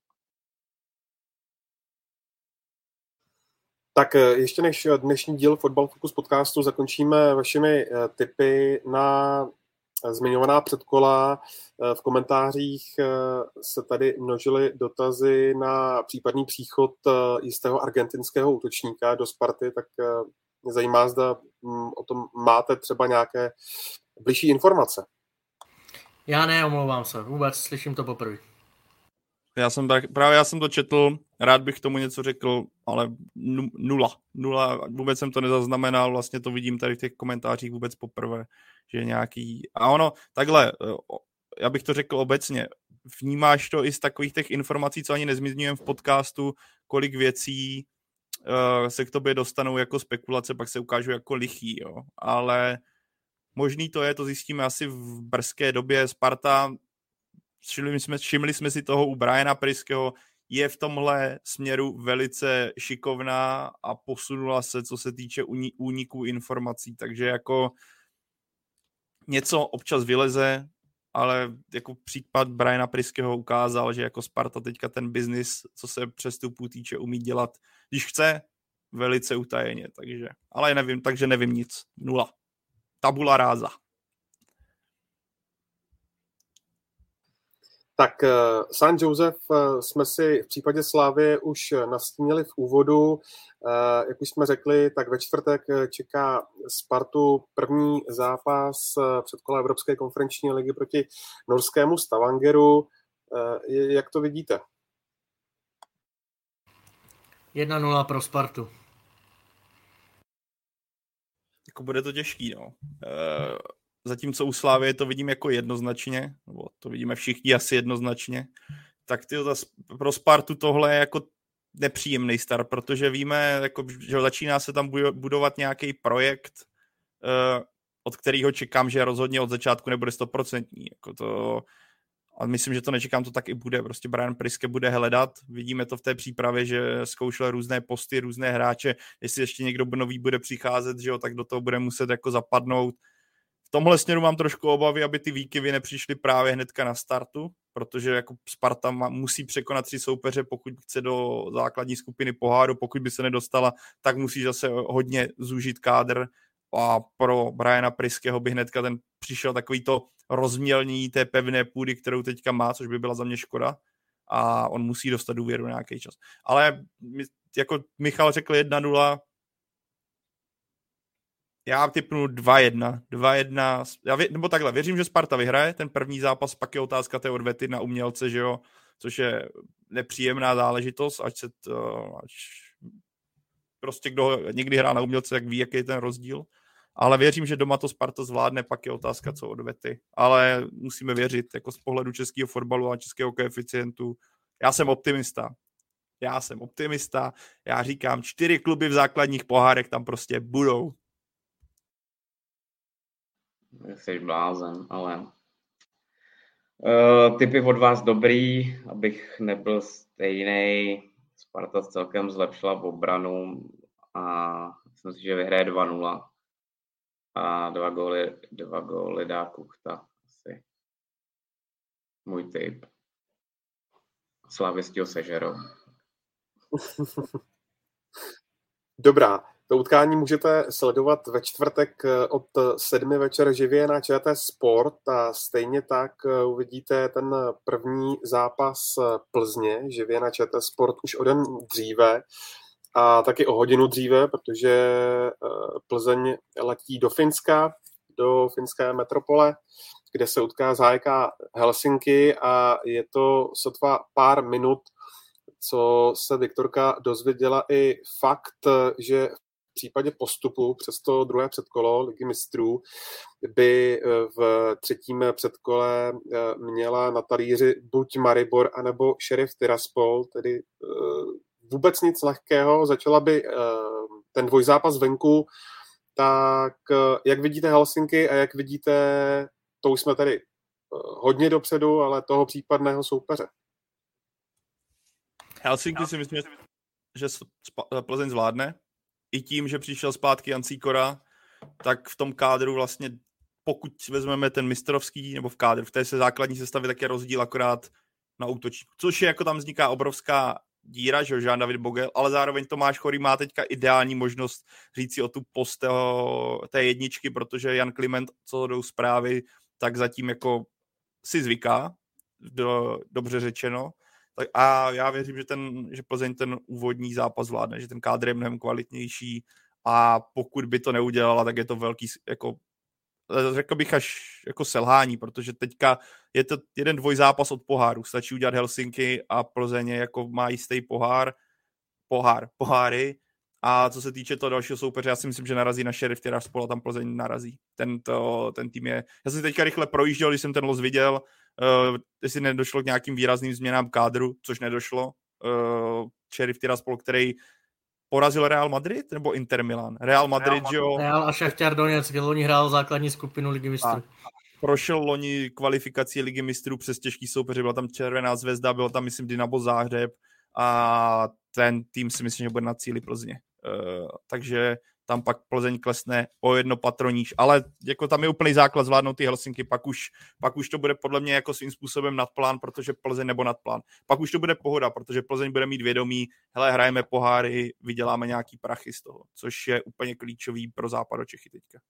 Tak ještě než dnešní díl Fotbal Focus podcastu zakončíme vašimi tipy na zmiňovaná předkola. V komentářích se tady množily dotazy na případný příchod jistého argentinského útočníka do Sparty, tak mě zajímá, zda o tom máte třeba nějaké bližší informace. Já ne, omlouvám se, vůbec slyším to poprvé. Já jsem tak, právě já jsem to četl, rád bych tomu něco řekl, ale nula. Nula, vůbec jsem to nezaznamenal, vlastně to vidím tady v těch komentářích vůbec poprvé, že nějaký... A ono, takhle, já bych to řekl obecně, vnímáš to i z takových těch informací, co ani nezmizňujeme v podcastu, kolik věcí uh, se k tobě dostanou jako spekulace, pak se ukážou jako lichý, jo. Ale možný to je, to zjistíme asi v brzké době. Sparta, všimli jsme, všimli jsme si toho u Briana Priského, je v tomhle směru velice šikovná a posunula se, co se týče úniků informací, takže jako něco občas vyleze, ale jako případ Briana Priského ukázal, že jako Sparta teďka ten biznis, co se přestupů týče, umí dělat, když chce, velice utajeně, takže, ale nevím, takže nevím nic, nula. Tabula ráza. Tak San Josef jsme si v případě Slavie už nastínili v úvodu. Jak už jsme řekli, tak ve čtvrtek čeká Spartu první zápas předkola Evropské konferenční ligy proti norskému Stavangeru. Jak to vidíte? jedna nula pro Spartu. Jako bude to těžký, no. E, zatímco u Slávie to vidím jako jednoznačně, nebo to vidíme všichni asi jednoznačně, tak tyjo, ta, pro Spartu tohle je jako nepříjemný start, protože víme, jako, že začíná se tam budovat nějaký projekt, e, od kterého čekám, že rozhodně od začátku nebude stoprocentní. Jako to, a myslím, že to nečekám, to tak i bude. Prostě Brian Priske bude hledat. Vidíme to v té přípravě, že zkoušel různé posty, různé hráče. Jestli ještě někdo nový bude přicházet, že jo, tak do toho bude muset jako zapadnout. V tomhle směru mám trošku obavy, aby ty výkyvy nepřišly právě hnedka na startu, protože jako Sparta má, musí překonat tři soupeře, pokud chce do základní skupiny poháru, pokud by se nedostala, tak musí zase hodně zúžit kádr. A pro Briana Priskeho by hnedka ten přišel takový to rozmělnění té pevné půdy, kterou teďka má, což by byla za mě škoda. A on musí dostat důvěru nějaký čas. Ale jako Michal řekl jedna nula, já tipnu dva jedna. dva jedna, já vě, nebo takhle, věřím, že Sparta vyhraje ten první zápas, pak je otázka té odvety na umělce, že jo, což je nepříjemná záležitost, ať se to, ať prostě kdo někdy hrá na umělce, tak ví, jaký je ten rozdíl. Ale věřím, že doma to Sparta zvládne, pak je otázka, co odvety. Ale musíme věřit, jako z pohledu českého fotbalu a českého koeficientu. Já jsem optimista. Já jsem optimista. Já říkám, čtyři kluby v základních pohárech tam prostě budou. Jsi blázen, ale uh, tipy od vás dobrý, abych nebyl stejnej. Sparta celkem zlepšila v obranu a myslím si, že vyhraje dva nula. A dva góly, dva góly dá Kuchta. Asi můj tip. Slavisti ho sežerou. Dobrá, to utkání můžete sledovat ve čtvrtek od sedmi večer živě na Č T Sport a stejně tak uvidíte ten první zápas Plzně živě na Č T Sport už o den dříve a taky o hodinu dříve, protože Plzeň letí do Finska, do finské metropole, kde se utká s H J K Helsinki a je to sotva pár minut, co se Viktorka dozvěděla i fakt, že v případě postupu přes to druhé předkolo Ligy mistrů by v třetím předkole měla na talíři buď Maribor, anebo Sheriff Tiraspol, tedy vůbec nic lehkého. Začala by ten dvojzápas venku tak jak vidíte Helsinki a jak vidíte, to už jsme tady hodně dopředu, ale toho případného soupeře? Helsinki si myslím, že Plzeň zvládne. I tím, že přišel zpátky Jan Sýkora, tak v tom kádru vlastně, pokud vezmeme ten mistrovský, nebo v kádru, v té se základní sestavě, tak je rozdíl akorát na útočníku. Což je, jako tam vzniká obrovská díra, že Jean David Bogel, ale zároveň Tomáš Chorý má teďka ideální možnost říct si o tu post toho, té jedničky, protože Jan Kliment, co jdou zprávy, tak zatím jako si zvyká, do, dobře řečeno. Tak a já věřím, že, ten, že Plzeň ten úvodní zápas zvládne, že ten kádr je mnohem kvalitnější a pokud by to neudělala, tak je to velký, jako, řekl bych až jako selhání, protože teďka je to jeden dvojzápas od poháru. Stačí udělat Helsinki a Plzeň jako má jistý pohár, pohár, poháry. A co se týče toho dalšího soupeře, já si myslím, že narazí na Sheriff Tiraspol a tam Plzeň narazí. Tento, ten tým je... Já jsem teďka rychle projížděl, když jsem ten los viděl, uh, jestli nedošlo k nějakým výrazným změnám kádru, což nedošlo. Uh, Sheriff Tiraspol, který porazil Real Madrid nebo Inter Milan? Real Madrid, že jo? Real a Šachtar Doněck, kde loni hrál základní skupinu Ligy mistrů. A prošel loni kvalifikaci Ligy mistrů přes těžký soupeři, byla tam Červená Zvezda, bylo tam, myslím, Dynamo Záhřeb a ten tým si myslím, že bude na cíli Plzně. Uh, takže tam pak Plzeň klesne o jedno patro níž, ale jako tam je úplný základ zvládnout ty Helsinky, pak už, pak už to bude podle mě jako svým způsobem nadplán, protože Plzeň nebo nadplán. Pak už to bude pohoda, protože Plzeň bude mít vědomí, hele, hrajeme poháry, vyděláme nějaký prachy z toho, což je úplně klíčový pro Západočechy teďka.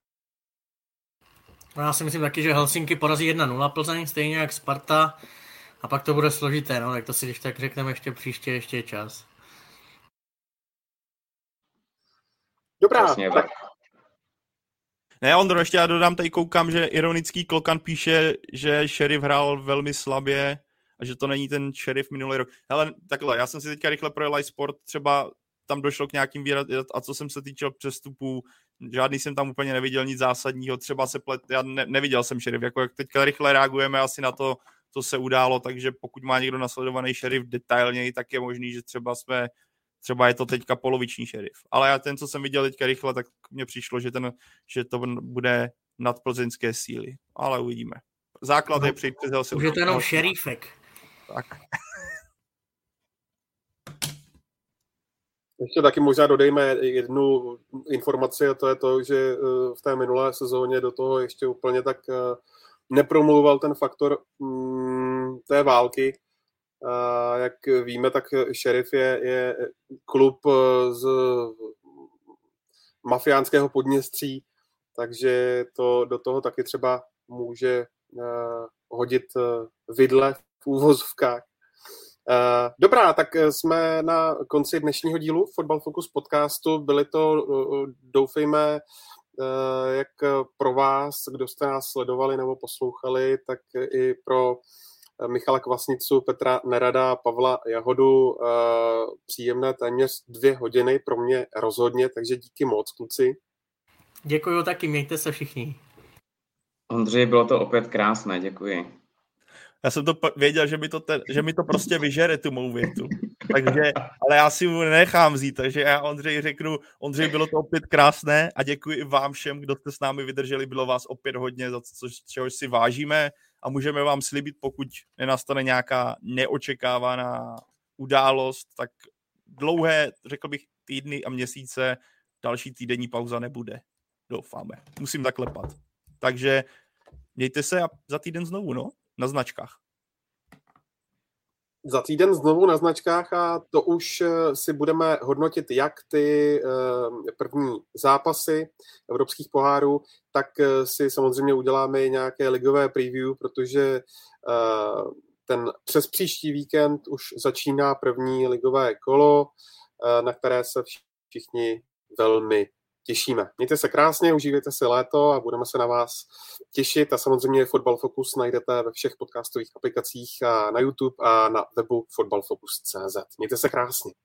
No já si myslím taky, že Helsinki porazí jedna nula Plzeň, stejně jak Sparta, a pak to bude složité, no, tak to si když tak řekneme ještě příště, ještě je čas. Dobrá. Tak. Ne, Ondro, ještě já dodám, tady koukám, že ironický Klokan píše, že Sheriff hrál velmi slabě a že to není ten Sheriff minulý rok. Hele, takhle, já jsem si teďka rychle projel iSport, třeba tam došlo k nějakým výraz, a co jsem se týčil přestupů, žádný jsem tam úplně neviděl nic zásadního, třeba se plet, já ne, neviděl jsem Sheriff, jako jak teďka rychle reagujeme asi na to, co se událo, takže pokud má někdo nasledovaný Sheriff detailněji, tak je možný, že třeba jsme Třeba je to teďka poloviční Sheriff. Ale já ten, co jsem viděl teďka rychle, tak mně přišlo, že, ten, že to bude nad plzeňské síly. Ale uvidíme. Základ no, je přijít přes Helsinki. Už je to jenom šerifek. Tak. Ještě taky možná dodejme jednu informaci, a to je to, že v té minulé sezóně do toho ještě úplně tak nepromluval ten faktor té války. Uh, jak víme, tak Sheriff je, je klub z mafiánského Podněstří, takže to do toho taky třeba může uh, hodit uh, vidle v úvozovkách. Uh, dobrá, tak jsme na konci dnešního dílu Fotbal Focus podcastu. Byly to, uh, doufejme, uh, jak pro vás, kdo jste nás sledovali nebo poslouchali, tak i pro Michala Kvasnicu, Petra Nerada, Pavla Jahodu. Příjemné téměř dvě hodiny, pro mě rozhodně, takže díky moc, kluci. Děkuju taky, mějte se všichni. Ondřej, bylo to opět krásné, děkuji. Já jsem to věděl, že mi to, ten, že mi to prostě vyžere tu mou větu. Takže, ale já si mu nechám vzít, takže já Ondřej řeknu, Ondřej, bylo to opět krásné a děkuji i vám všem, kdo jste s námi vydrželi, bylo vás opět hodně, za co, čehož si vážíme a můžeme vám slíbit, pokud nenastane nějaká neočekávaná událost, tak dlouhé, řekl bych, týdny a měsíce, další týdenní pauza nebude. Doufáme. Musím tak klepat. Takže mějte se a za týden znovu, no? Na značkách. Za týden znovu na značkách a to už si budeme hodnotit jak ty první zápasy evropských pohárů, tak si samozřejmě uděláme i nějaké ligové preview, protože ten přes příští víkend už začíná první ligové kolo, na které se všichni velmi těšíme. Mějte se krásně, užívejte si léto a budeme se na vás těšit a samozřejmě Fotbal Focus najdete ve všech podcastových aplikacích a na YouTube a na webu fotbal focus tečka cé zet. Mějte se krásně.